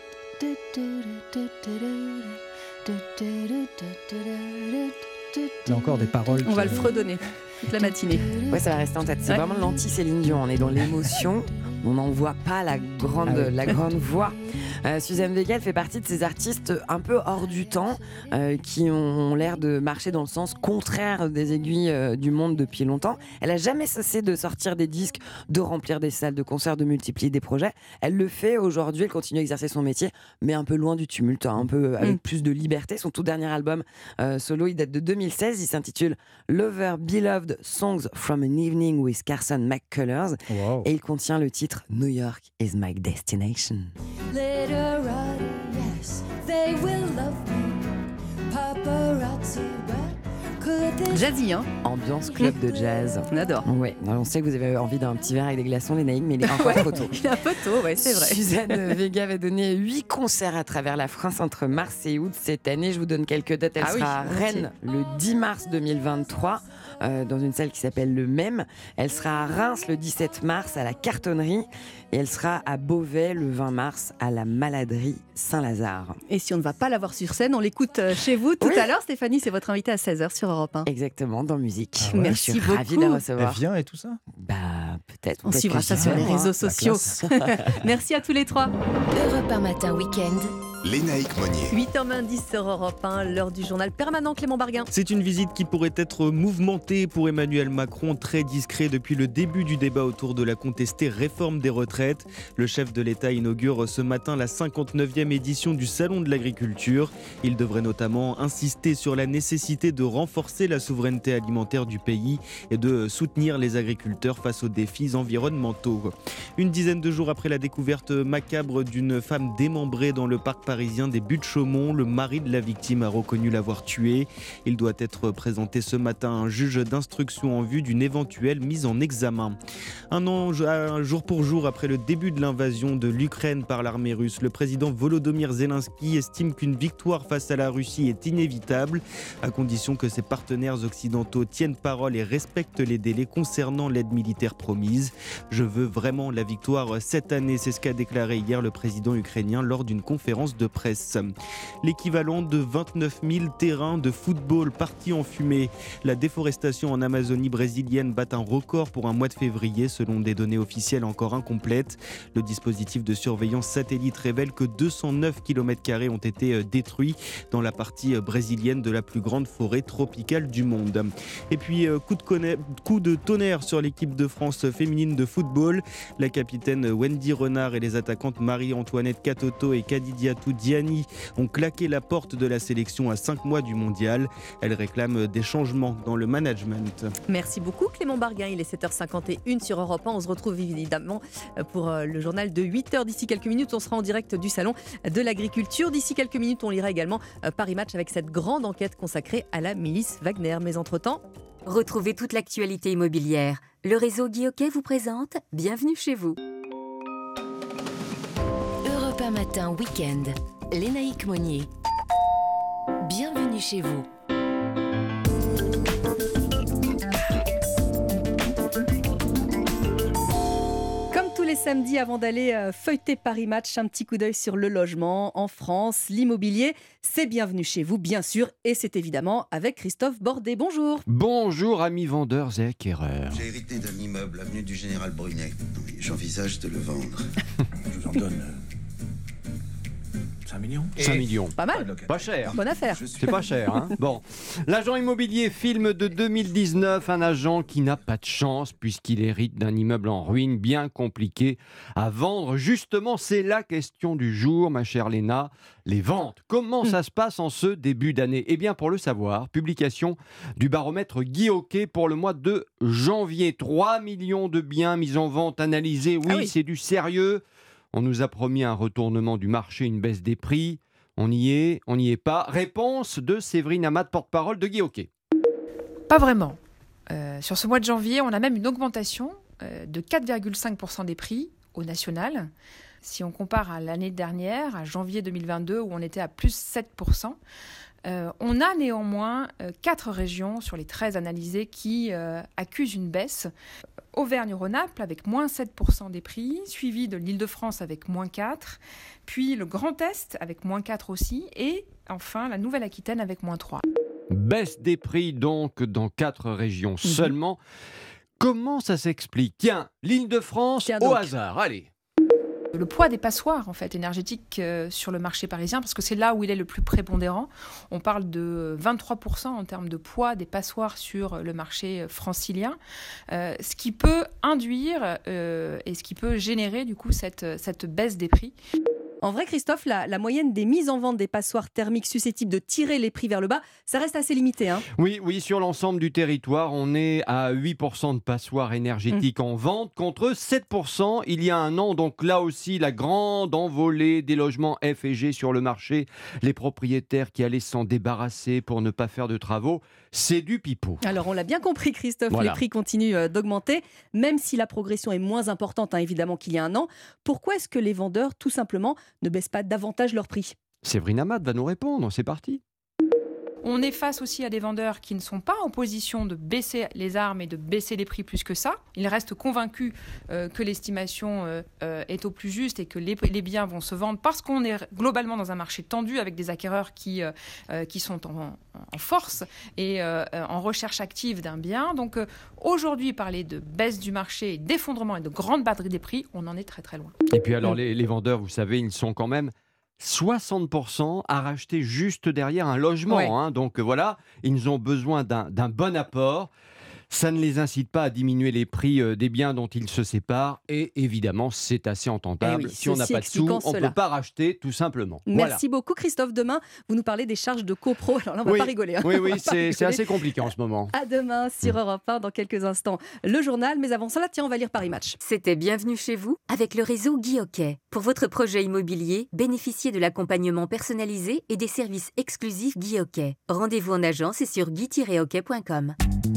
Il y a encore des paroles. On qui... va le fredonner toute la matinée. Ouais, ça va rester en tête. C'est ouais. vraiment l'anti-Céline Dion. On est dans l'émotion. On n'en voit pas la grande, ah oui. la grande voix. Euh, Suzanne Vega, elle fait partie de ces artistes un peu hors du temps euh, qui ont l'air de marcher dans le sens contraire des aiguilles euh, du monde depuis longtemps. Elle n'a jamais cessé de sortir des disques, de remplir des salles de concert, de multiplier des projets. Elle le fait aujourd'hui, elle continue à exercer son métier, mais un peu loin du tumulte, hein, un peu avec mm. plus de liberté. Son tout dernier album euh, solo, il date de deux mille seize. Il s'intitule Lover Beloved Songs from an Evening with Carson McCullers. Wow. Et il contient le titre New York is my destination. Literati, yes, they will love me. Paparazzi, but could they... Jazzy, hein. Ambiance club de jazz. On adore. Ouais, on sait que vous avez envie d'un petit verre avec des glaçons, les naïcs, mais il est encore ouais, trop tôt. Il est un peu tôt, ouais, c'est vrai. Suzanne Vega va donner huit concerts à travers la France entre mars et août cette année. Je vous donne quelques dates. Elle ah sera oui, à Rennes le dix mars deux mille vingt-trois. Euh, dans une salle qui s'appelle Le Même. Elle sera à Reims le dix-sept mars à la Cartonnerie et elle sera à Beauvais le vingt mars à la Maladerie Saint-Lazare. Et si on ne va pas la voir sur scène, on l'écoute chez vous tout oui. à l'heure. Stéphanie, c'est votre invitée à seize heures sur Europe un. Exactement, dans Musique. Ah ouais. Merci Je suis beaucoup. ravie de la recevoir. Elle vient et tout ça Bah, peut-être. On peut-être suivra ça sur les réseaux sociaux. Merci à tous les trois. Europe un matin week-end. Lénaïque Monnier. huit heures dix sur Europe un, l'heure du journal permanent Clément Barguin. C'est une visite qui pourrait être mouvementée pour Emmanuel Macron, très discret depuis le début du débat autour de la contestée réforme des retraites. Le chef de l'État inaugure ce matin la cinquante-neuvième édition du Salon de l'agriculture. Il devrait notamment insister sur la nécessité de renforcer la souveraineté alimentaire du pays et de soutenir les agriculteurs face aux défis environnementaux. Une dizaine de jours après la découverte macabre d'une femme démembrée dans le parc parisien des Buttes-Chaumont, le mari de la victime a reconnu l'avoir tuée. Il doit être présenté ce matin à un juge d'instruction en vue d'une éventuelle mise en examen. Un an, un jour pour jour après le début de l'invasion de l'Ukraine par l'armée russe, le président Volodymyr Zelensky estime qu'une victoire face à la Russie est inévitable, à condition que ses partenaires occidentaux tiennent parole et respectent les délais concernant l'aide militaire promise. Je veux vraiment la victoire cette année, c'est ce qu'a déclaré hier le président ukrainien lors d'une conférence de presse. L'équivalent de vingt-neuf mille terrains de football partis en fumée. La déforestation en Amazonie brésilienne bat un record pour un mois de février selon des données officielles encore incomplètes. Le dispositif de surveillance satellite révèle que deux cent neuf kilomètres carrés ont été détruits dans la partie brésilienne de la plus grande forêt tropicale du monde. Et puis coup de, conne... coup de tonnerre sur l'équipe de France féminine de football. La capitaine Wendy Renard et les attaquantes Marie-Antoinette Katoto et Kadidiatou Diani ont claqué la porte de la sélection à cinq mois du mondial. Elles réclament des changements dans le management. Merci beaucoup Clément Barguin, il est sept heures cinquante et une sur Europe un. On se retrouve évidemment pour le journal de huit heures. D'ici quelques minutes, on sera en direct du Salon de l'Agriculture. D'ici quelques minutes, on lira également Paris Match avec cette grande enquête consacrée à la milice Wagner. Mais entre-temps... Retrouvez toute l'actualité immobilière. Le réseau Guy Hockey vous présente Bienvenue chez vous. Europe un matin week-end. Lénaïque Monnier. Bienvenue chez vous. samedis, avant d'aller euh, feuilleter Paris Match, un petit coup d'œil sur le logement en France, l'immobilier. C'est bienvenu chez vous, bien sûr, et c'est évidemment avec Christophe Bordet. Bonjour. Bonjour, amis vendeurs et acquéreurs. J'ai hérité d'un immeuble, avenue du Général Brunet. J'envisage de le vendre. Je vous en donne cinq millions. cinq millions. Pas mal. Pas cher. Bonne affaire. C'est pas cher, hein. Bon. L'agent immobilier film de deux mille dix-neuf, un agent qui n'a pas de chance puisqu'il hérite d'un immeuble en ruine bien compliqué à vendre. Justement, c'est la question du jour, ma chère Léna. Les ventes. Comment ça se passe en ce début d'année ? Eh bien, pour le savoir, publication du baromètre Guy Hockey pour le mois de janvier. trois millions de biens mis en vente, analysés. Oui, ah oui. C'est du sérieux. On nous a promis un retournement du marché, une baisse des prix. On y est, on n'y est pas. Réponse de Séverine Amat, porte-parole de Guy Hockey. Pas vraiment. Euh, sur ce mois de janvier, on a même une augmentation euh, de quatre virgule cinq pour cent des prix au national. Si on compare à l'année dernière, à janvier deux mille vingt-deux, où on était à plus sept pour cent, euh, on a néanmoins euh, quatre régions sur les treize analysées qui euh, accusent une baisse. Auvergne-Rhône-Alpes avec moins sept pour cent des prix, suivi de l'Île-de-France avec moins quatre, puis le Grand Est avec moins quatre aussi, et enfin la Nouvelle-Aquitaine avec moins trois. Baisse des prix donc dans quatre régions mmh. seulement. Comment ça s'explique ? Tiens, l'Île-de-France au hasard, allez. Le poids des passoires en fait, énergétiques euh, sur le marché parisien, parce que c'est là où il est le plus prépondérant. On parle de vingt-trois pour cent en termes de poids des passoires sur le marché francilien, euh, ce qui peut induire euh, et ce qui peut générer du coup cette, cette baisse des prix. En vrai, Christophe, la, la moyenne des mises en vente des passoires thermiques susceptibles de tirer les prix vers le bas, ça reste assez limité. Hein. Oui, oui, sur l'ensemble du territoire, on est à huit pour cent de passoires énergétiques mmh. en vente contre sept pour cent il y a un an. Donc là aussi, la grande envolée des logements F et G sur le marché. Les propriétaires qui allaient s'en débarrasser pour ne pas faire de travaux, c'est du pipeau. Alors on l'a bien compris, Christophe, voilà. Les prix continuent d'augmenter, même si la progression est moins importante, hein, évidemment, qu'il y a un an. Pourquoi est-ce que les vendeurs, tout simplement, ne baissent pas davantage leur prix ? Séverine Amat va nous répondre, c'est parti. On est face aussi à des vendeurs qui ne sont pas en position de baisser les armes et de baisser les prix plus que ça. Ils restent convaincus euh, que l'estimation euh, euh, est au plus juste et que les, les biens vont se vendre parce qu'on est globalement dans un marché tendu avec des acquéreurs qui, euh, qui sont en, en force et euh, en recherche active d'un bien. Donc euh, aujourd'hui, parler de baisse du marché, d'effondrement et de grande batterie des prix, on en est très très loin. Et puis alors les, les vendeurs, vous savez, ils sont quand même soixante pour cent à racheter juste derrière un logement. Ouais. Hein. Donc voilà, ils ont besoin d'un, d'un bon apport. Ça ne les incite pas à diminuer les prix des biens dont ils se séparent. Et évidemment, c'est assez entendable. Oui, si on n'a pas de sous, on ne peut pas racheter, tout simplement. Merci voilà. beaucoup, Christophe. Demain, vous nous parlez des charges de copro. Alors là, on ne va oui, pas rigoler. Hein. Oui, oui, c'est, c'est assez compliqué en ce moment. À demain sur Europe un, dans quelques instants. Le journal, mais avant ça, là, tiens, on va lire Paris Match. C'était Bienvenue chez vous avec le réseau Guy Hockey. Pour votre projet immobilier, bénéficiez de l'accompagnement personnalisé et des services exclusifs Guy Hockey. Rendez-vous en agence et sur guy tiret hockey point com.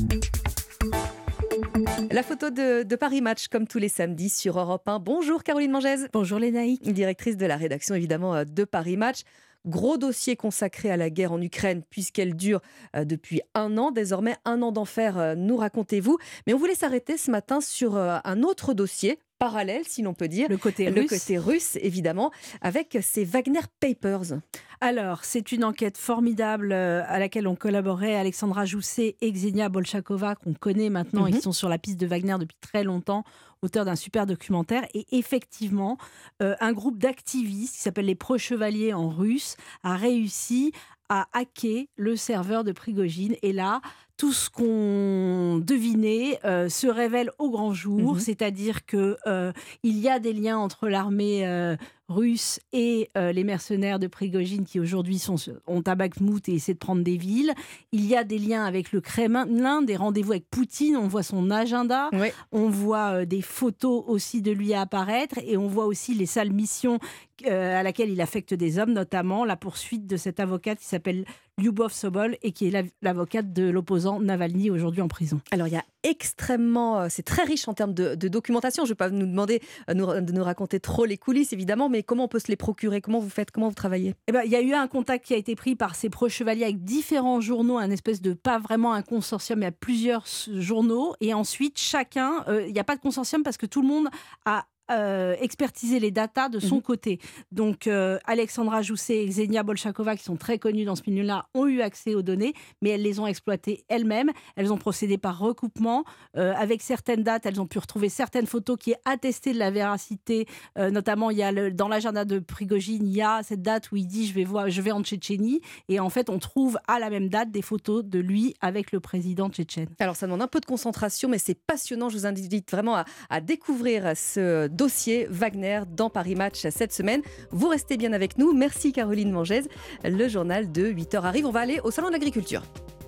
La photo de, de Paris Match, comme tous les samedis sur Europe un. Bonjour Caroline Mangès. Bonjour Lénaïque. Directrice de la rédaction évidemment de Paris Match. Gros dossier consacré à la guerre en Ukraine puisqu'elle dure depuis un an. Désormais, un an d'enfer, nous racontez-vous. Mais on voulait s'arrêter ce matin sur un autre dossier parallèle, si l'on peut dire. Le côté le russe. Le côté russe, évidemment, avec ces Wagner Papers. Alors, c'est une enquête formidable à laquelle ont collaboré Alexandra Jousset et Xenia Bolchakova, qu'on connaît maintenant, mm-hmm. et qui sont sur la piste de Wagner depuis très longtemps, auteur d'un super documentaire. Et effectivement, euh, un groupe d'activistes qui s'appelle les Pro-Chevaliers en russe a réussi à hacker le serveur de Prigojine. Et là, tout ce qu'on devinait euh, se révèle au grand jour, mmh. c'est-à-dire qu'il euh, y a des liens entre l'armée euh, russe et euh, les mercenaires de Prigojine qui aujourd'hui sont, ont à Bakhmout et essaient de prendre des villes. Il y a des liens avec le Kremlin, des rendez-vous avec Poutine, on voit son agenda, oui. on voit euh, des photos aussi de lui apparaître et on voit aussi les sales missions euh, à laquelle il affecte des hommes, notamment la poursuite de cette avocate qui s'appelle Lyubov Sobol et qui est l'avocate de l'opposant Navalny aujourd'hui en prison. Alors il y a extrêmement, c'est très riche en termes de, de documentation. Je ne vais pas nous demander de nous raconter trop les coulisses évidemment, mais comment on peut se les procurer ? Comment vous faites ? Comment vous travaillez ? Eh ben, il y a eu un contact qui a été pris par ces pro-chevaliers avec différents journaux, un espèce de, pas vraiment un consortium, mais à plusieurs journaux. Et ensuite, chacun, euh, il n'y a pas de consortium parce que tout le monde a euh, expertiser les datas de son mmh. côté. Donc, euh, Alexandra Jousset et Xenia Bolchakova, qui sont très connues dans ce milieu-là, ont eu accès aux données, mais elles les ont exploitées elles-mêmes. Elles ont procédé par recoupement. Euh, avec certaines dates, elles ont pu retrouver certaines photos qui attestaient de la véracité. Euh, notamment, il y a le, dans l'agenda de Prigojine, il y a cette date où il dit « je vais, voir, je vais en Tchétchénie ». Et en fait, on trouve à la même date des photos de lui avec le président tchétchène. Alors, ça demande un peu de concentration, mais c'est passionnant. Je vous invite vraiment à, à découvrir ce dossier Wagner dans Paris Match cette semaine. Vous restez bien avec nous. Merci Caroline Mangès. Le journal de huit heures arrive. On va aller au Salon de l'Agriculture.